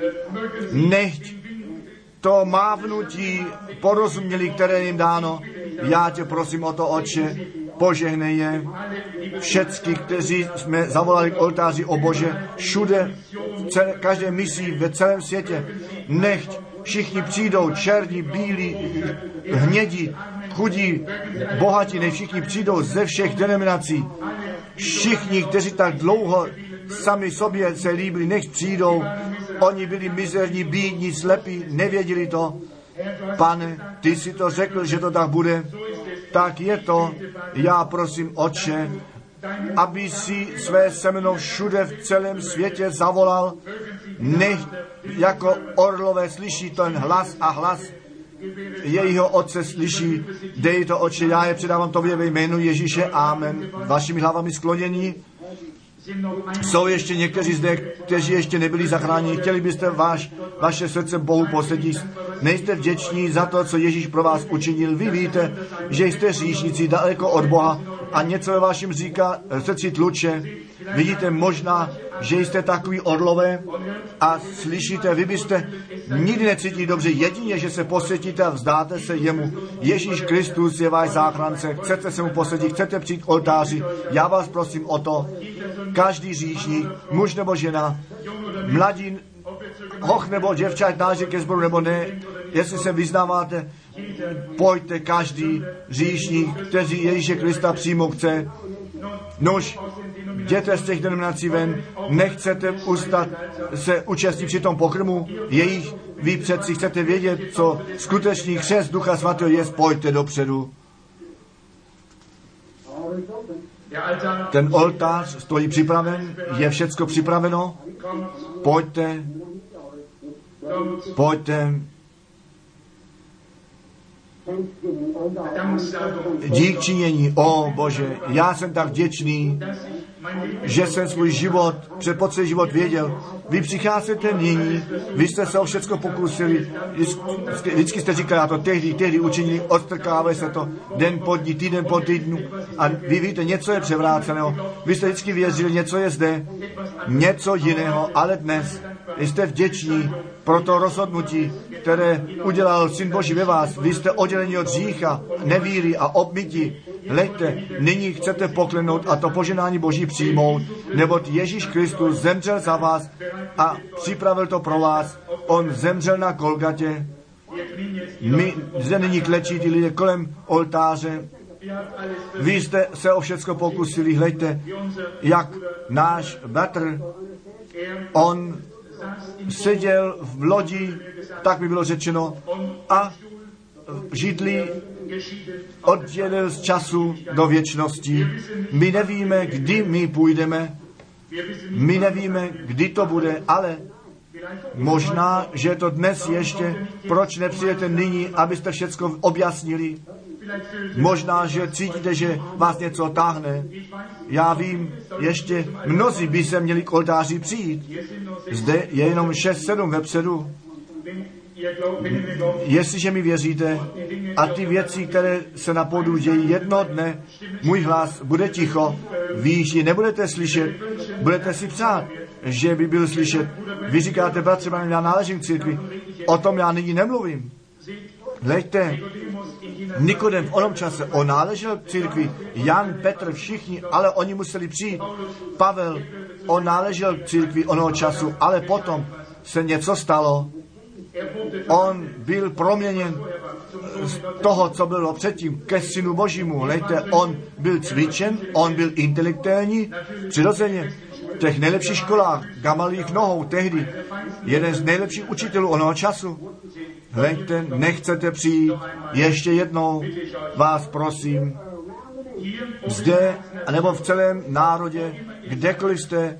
Nechť to mávnutí porozuměli, které jim dáno. Já tě prosím o to, Otče, požehnej je. Všecky, kteří jsme zavolali k oltáři, o Bože, všude, v celé, každé misí ve celém světě, nechť všichni přijdou, černí, bílí, hnědí, chudí, bohatí, nech všichni přijdou ze všech denominací. Všichni, kteří tak dlouho sami sobě se líbili, nech přijdou. Oni byli mizerní, bídní, slepí, nevěděli to. Pane, ty si to řekl, že to tak bude. Tak je to. Já prosím, Otče, aby si své semeno všude v celém světě zavolal. Nech jako orlové slyší ten hlas a hlas jejího Otce slyší. Dej to, Otče, já je předávám tobě ve jménu Ježíše. Amen. Vašimi hlavami sklonění. Jsou ještě někteří zde, kteří ještě nebyli zachráněni. Chtěli byste váš, vaše srdce Bohu posvětit. Nejste vděční za to, co Ježíš pro vás učinil. Vy víte, že jste hříšníci daleko od Boha a něco ve vašem říká srdci tluče. Vidíte možná, že jste takový orlové a slyšíte, vy byste nikdy necítili dobře, jedině, že se posvětíte a vzdáte se jemu. Ježíš Kristus je váš záchránce, chcete se mu posvětit, chcete přijít k oltáři. Já vás prosím o to, každý hříšník, muž nebo žena, mladí, hoch nebo děvčat, náleží ke sboru nebo ne, jestli se vyznáváte, pojďte každý hříšník, kteří Ježíše Krista přímo chce. Nož, jděte z těch denominací ven, nechcete ustat se účastnit při tom pokrmu jejich, vy přeci chcete vědět, co skutečný křest Ducha Svatého je, pojďte dopředu. Ten oltář stojí připraven, je všecko připraveno, pojďte, pojďte. Dík činění, o Bože, já jsem tak vděčný, že jsem svůj život, před po celý život věděl. Vy přicházíte nyní, vy jste se o všecko pokusili, vždycky jste říkali, já to tehdy, tehdy učinili, odstrkávají se to den po dní, týden po týdnu a vy víte, něco je převráceného. Vy jste vždycky věřili, něco je zde, něco jiného, ale dnes jste vděční pro to rozhodnutí, které udělal Syn Boží ve vás. Vy jste odděleni od hřícha, nevíry a obmytí. Hleďte, nyní chcete poklenout a to poženání Boží přijmout, neboť Ježíš Kristus zemřel za vás a připravil to pro vás. On zemřel na Golgatě. My zde nyní klečí ty lidé kolem oltáře. Vy jste se o všecko pokusili, hleďte, jak náš bratr, on seděl v lodi, tak by bylo řečeno, a v židli oddělil z času do věčnosti. My nevíme, kdy my půjdeme, my nevíme, kdy to bude, ale možná, že to dnes ještě, proč nepřijete nyní, abyste všecko objasnili. Možná, že cítíte, že vás něco táhne. Já vím, ještě mnozí by se měli k oltáři přijít. Zde je jenom šest sedm vepředu. Jestliže mi věříte a ty věci, které se na podu dějí, jedno dne můj hlas bude ticho, vy ji nebudete slyšet, budete si přát, že by byl slyšet. Vy říkáte, bratře, já náležím k církvi, o tom já nyní nemluvím. Hleďte, Nikodem v onom čase, on náležel k církvi, Jan, Petr, všichni, ale oni museli přijít. Pavel, on náležel k církvi onoho času, ale potom se něco stalo. On byl proměněn z toho, co bylo předtím, ke synu Božímu. Hleďte, on byl cvičen, on byl intelektuální, přirozeně. V těch nejlepších školách, Gamalích nohou tehdy, jeden z nejlepších učitelů onoho času. Hleďte, nechcete přijít, ještě jednou vás prosím, zde, nebo v celém národě, kdekoliv jste,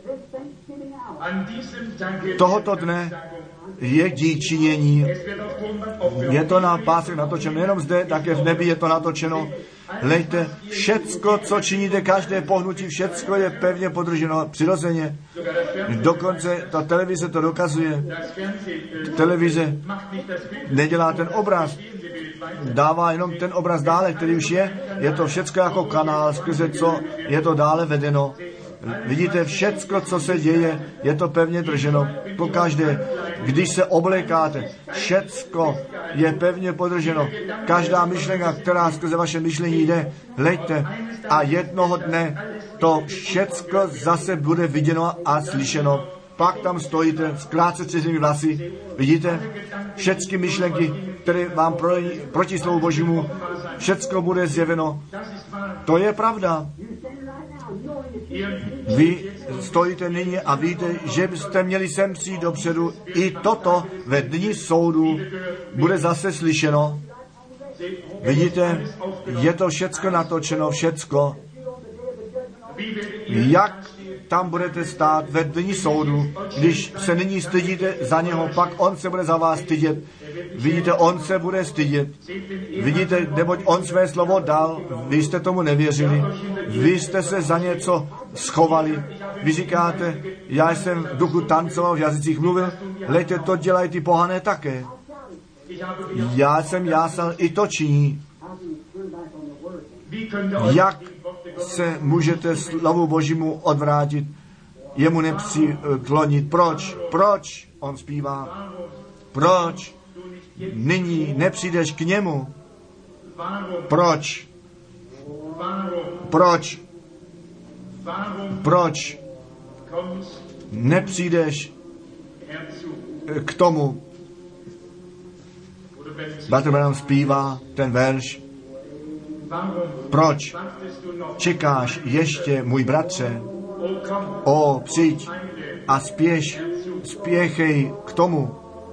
tohoto dne je díčinění. Je to na pásech natočeno, nejenom zde, také v nebi je to natočeno. Hleďte, všecko, co činíte, každé pohnutí, všecko je pevně podrženo, přirozeně. Dokonce ta televize to dokazuje. Televize nedělá ten obraz, dává jenom ten obraz dále, který už je. Je to všecko jako kanál, skrze co je to dále vedeno. Vidíte, všecko, co se děje, je to pevně drženo. Pokaždé, když se oblékáte, všecko je pevně podrženo. Každá myšlenka, která skrze vaše myšlení jde, hleďte, a jednoho dne to všecko zase bude viděno a slyšeno. Pak tam stojíte s krátce střeženými vlasy, vidíte, všechny myšlenky, které vám pro, proti slovu Božímu, všecko bude zjeveno. To je pravda. Vy stojíte nyní a víte, že byste měli sem přijít dopředu. I toto ve dni soudu bude zase slyšeno. Vidíte, je to všecko natočeno, všecko. Jak tam budete stát ve dni soudu, když se nyní stydíte za něho, pak on se bude za vás stydět. Vidíte, on se bude stydět. Vidíte, neboť on své slovo dal, vy jste tomu nevěřili. Vy jste se za něco schovali. Vy říkáte, já jsem v duchu tancoval, v jazycích mluvil, hleďte, to dělají ty pohané také. Já jsem jásal, i to činí. Jak se můžete slavu Božímu odvrátit, jemu nepřiklonit? Proč? Proč on zpívá? Proč nyní nepřijdeš k němu? Proč? Proč? Proč nepřijdeš k tomu? Bratr Branham zpívá ten verš. Proč čekáš ještě, můj bratře? O, přijď a spěš, spěchej k tomu.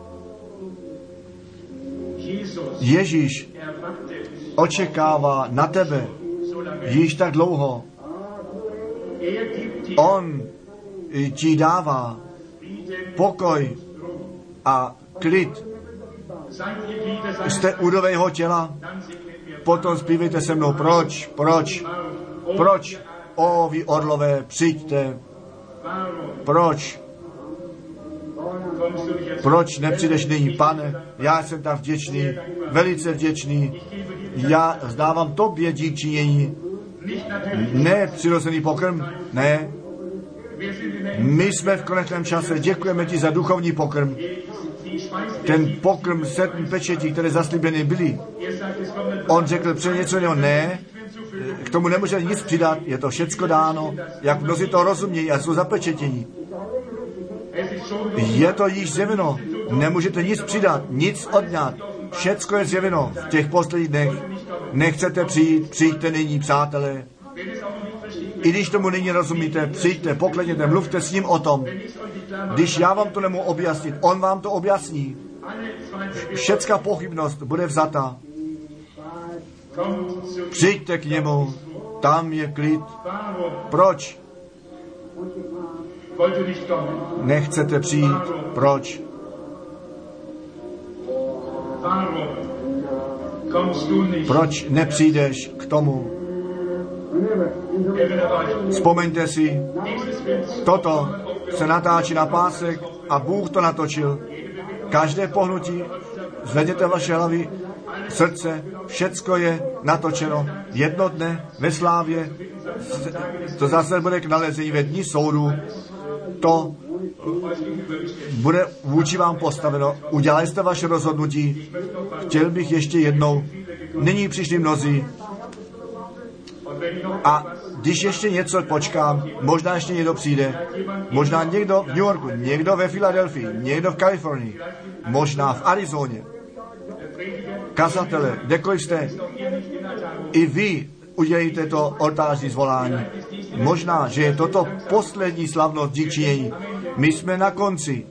Ježíš očekává na tebe již tak dlouho. On ti dává pokoj a klid. Jste údové jeho těla? Potom zpívejte se mnou, proč, proč, proč, o vy orlové, přijďte, proč, proč nepřijdeš nyní, Pane, já jsem tam vděčný, velice vděčný, já zdávám tobě dík činění, ne přirozený pokrm, ne, my jsme v konečném čase, děkujeme ti za duchovní pokrm, ten pokrm sedm pečetí, které zaslíbeny byly. On řekl před něco jiného, ne, k tomu nemůže nic přidat, je to všecko dáno, jak mnozí to rozumějí a jsou zapečetění. Je to již zjeveno, Nemůžete nic přidat, nic odňat. Všecko je zjeveno v těch posledních dnech. Nechcete přijít, přijďte nyní, přátelé. I když tomu nyní rozumíte, přijďte, poklekněte, mluvte s ním o tom. Když já vám to nemohu objasnit, on vám to objasní. Všecká pochybnost bude vzata. Přijďte k němu, tam je klid. Proč? Nechcete přijít, proč? Proč nepřijdeš k tomu? Vzpomeňte si, toto se natáčí na pásek a Bůh to natočil. Každé pohnutí, zvedněte vaše hlavy, srdce, všecko je natočeno. Jedno dne ve slávě, to zase bude k nalezení ve dní soudu, to bude vůči vám postaveno. Udělali jste vaše rozhodnutí. Chtěl bych ještě jednou. Nyní přišli mnozí. A když ještě něco počkám, možná ještě někdo přijde. Možná někdo v New Yorku, někdo ve Filadelfii, někdo v Kalifornii, možná v Arizoně. Kazatele, kdekoliv jste, i vy udělejte to oltářní zvolání. Možná, že je toto poslední slavnost díkčinění. My jsme na konci.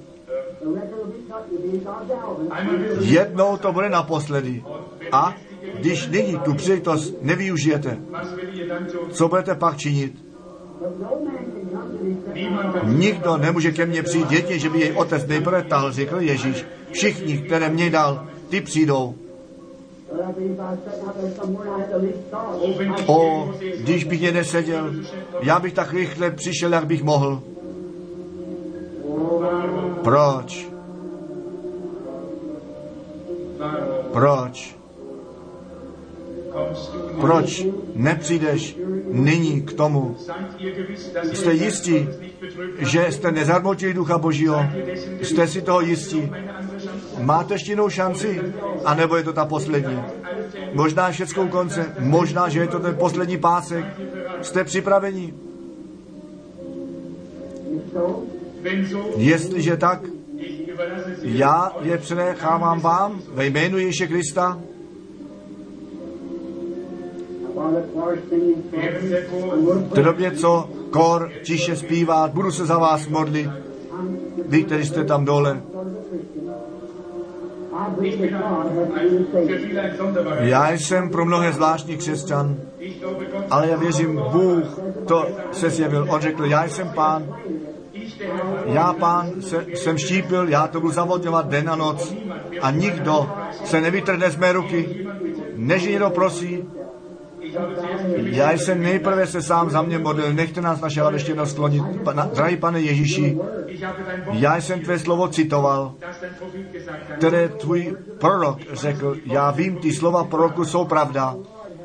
Jednou to bude naposledy. A když nyní tu příležitost nevyužijete, co budete pak činit? Nikdo nemůže ke mně přijít jedině, že by jej otec nejprve tahl, řekl Ježíš. Všichni, které mě dal, ty přijdou. O, když bych je neseděl, já bych tak rychle přišel, jak bych mohl. Proč? Proč? Proč nepřijdeš nyní k tomu? Jste jistí, že jste nezarmotili Ducha Božího? Jste si toho jistí? Máte ještě jinou šanci? A nebo je to ta poslední? Možná všeckou konce, možná, že je to ten poslední pásek. Jste připraveni? Jestliže tak, já je přenechávám vám ve jménu Ježíše Krista. V té době, co kor tiše zpívá, budu se za vás modlit. Vy, kteří jste tam dole. Já jsem pro mnohé zvláštní křesťan, ale já věřím, Bůh to se zjevil. On řekl, já jsem Pán, já Pán se, jsem štípil, já to budu zavodňovat den a noc a nikdo se nevytrhne z mé ruky, než někdo prosí. Já jsem nejprve se sám za mě modlil, nechte nás naše hlavy ještě jednou sklonit. Pana, drahý Pane Ježíši, já jsem tvé slovo citoval, které tvůj prorok řekl. Já vím, ty slova proroku jsou pravda.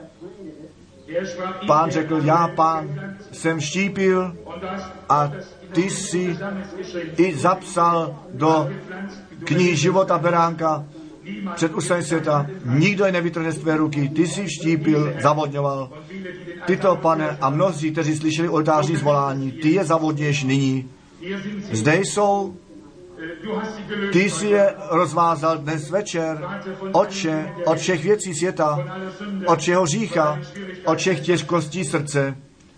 Pán řekl, já Pán jsem štípil a ty jsi i zapsal do knihy života beránka před ústavem světa. Nikdo je nevytrhne z tvé ruky. Ty jsi vštípil, zavodňoval. Ty to, Pane, a mnozí, kteří slyšeli oltářní zvolání, ty je zavodněš nyní. Zde jsou, ty jsi je rozvázal dnes večer, Otče, od všech věcí světa, od všeho řícha, od všech těžkostí srdce.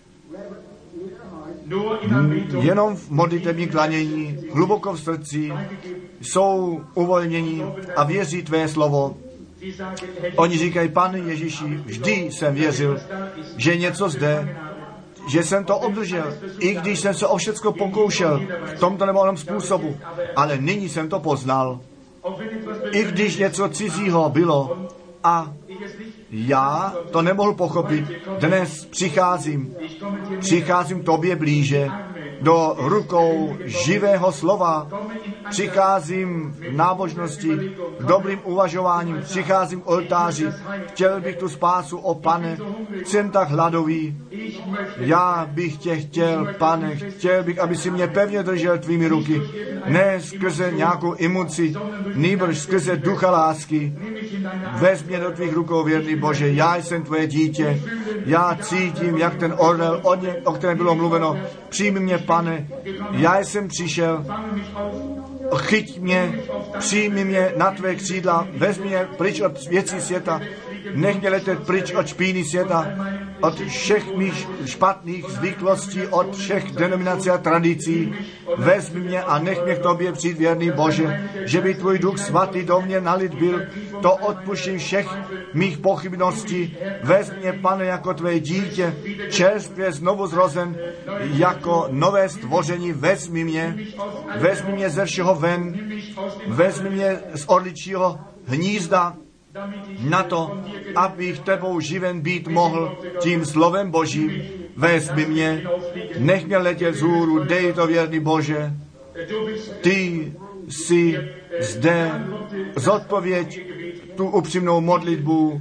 Jenom v modlitebním klanění, hluboko v srdci, jsou uvolnění a věří tvé slovo. Oni říkají, Pane Ježíši, vždy jsem věřil, že něco zde, že jsem to obdržel, i když jsem se o všecko pokoušel v tomto nebo onom způsobu, ale nyní jsem to poznal. I když něco cizího bylo a já to nemohl pochopit, dnes přicházím, přicházím tobě blíže, do rukou živého slova, přicházím v nábožnosti, dobrým uvažováním, přicházím k oltáři, chtěl bych tu spásu, o Pane, jsem tak hladový, já bych tě chtěl, Pane, chtěl bych, aby si mě pevně držel tvými ruky, ne skrze nějakou emoci, nýbrž skrze ducha lásky, vezmi mě do tvých rukou, věrný Bože, já jsem tvoje dítě, já cítím, jak ten orel, o, ně, o kterém bylo mluveno, přijmi mě, Pane, já jsem přišel, chyť mě, přijmi mě na tvé křídla, vezmi mě pryč od věcí světa, nech mě letět pryč od špíny světa, od všech mých špatných zvyklostí, od všech denominací a tradicí. Vezmi mě a nech mě k tobě přijít, věrný Bože, že by tvůj duch svatý do mě nalit byl, to odpuštím všech mých pochybností. Vezmi mě, Pane, jako tvé dítě, čerstvě znovu zrozen, jako nové stvoření. Vezmi mě, vezmi mě ze všeho ven, vezmi mě z orličího hnízda, na to, abych tebou živen být mohl tím slovem Božím. Vezmi mě, nech mě letět vzhůru, dej to, věrný Bože. Ty jsi zde, zodpověď tu upřímnou modlitbu.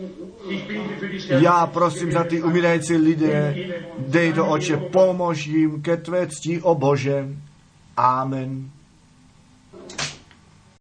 Já prosím za ty umírající lidé, dej to, Otče, pomož jim ke tvé cti, o Bože. Amen.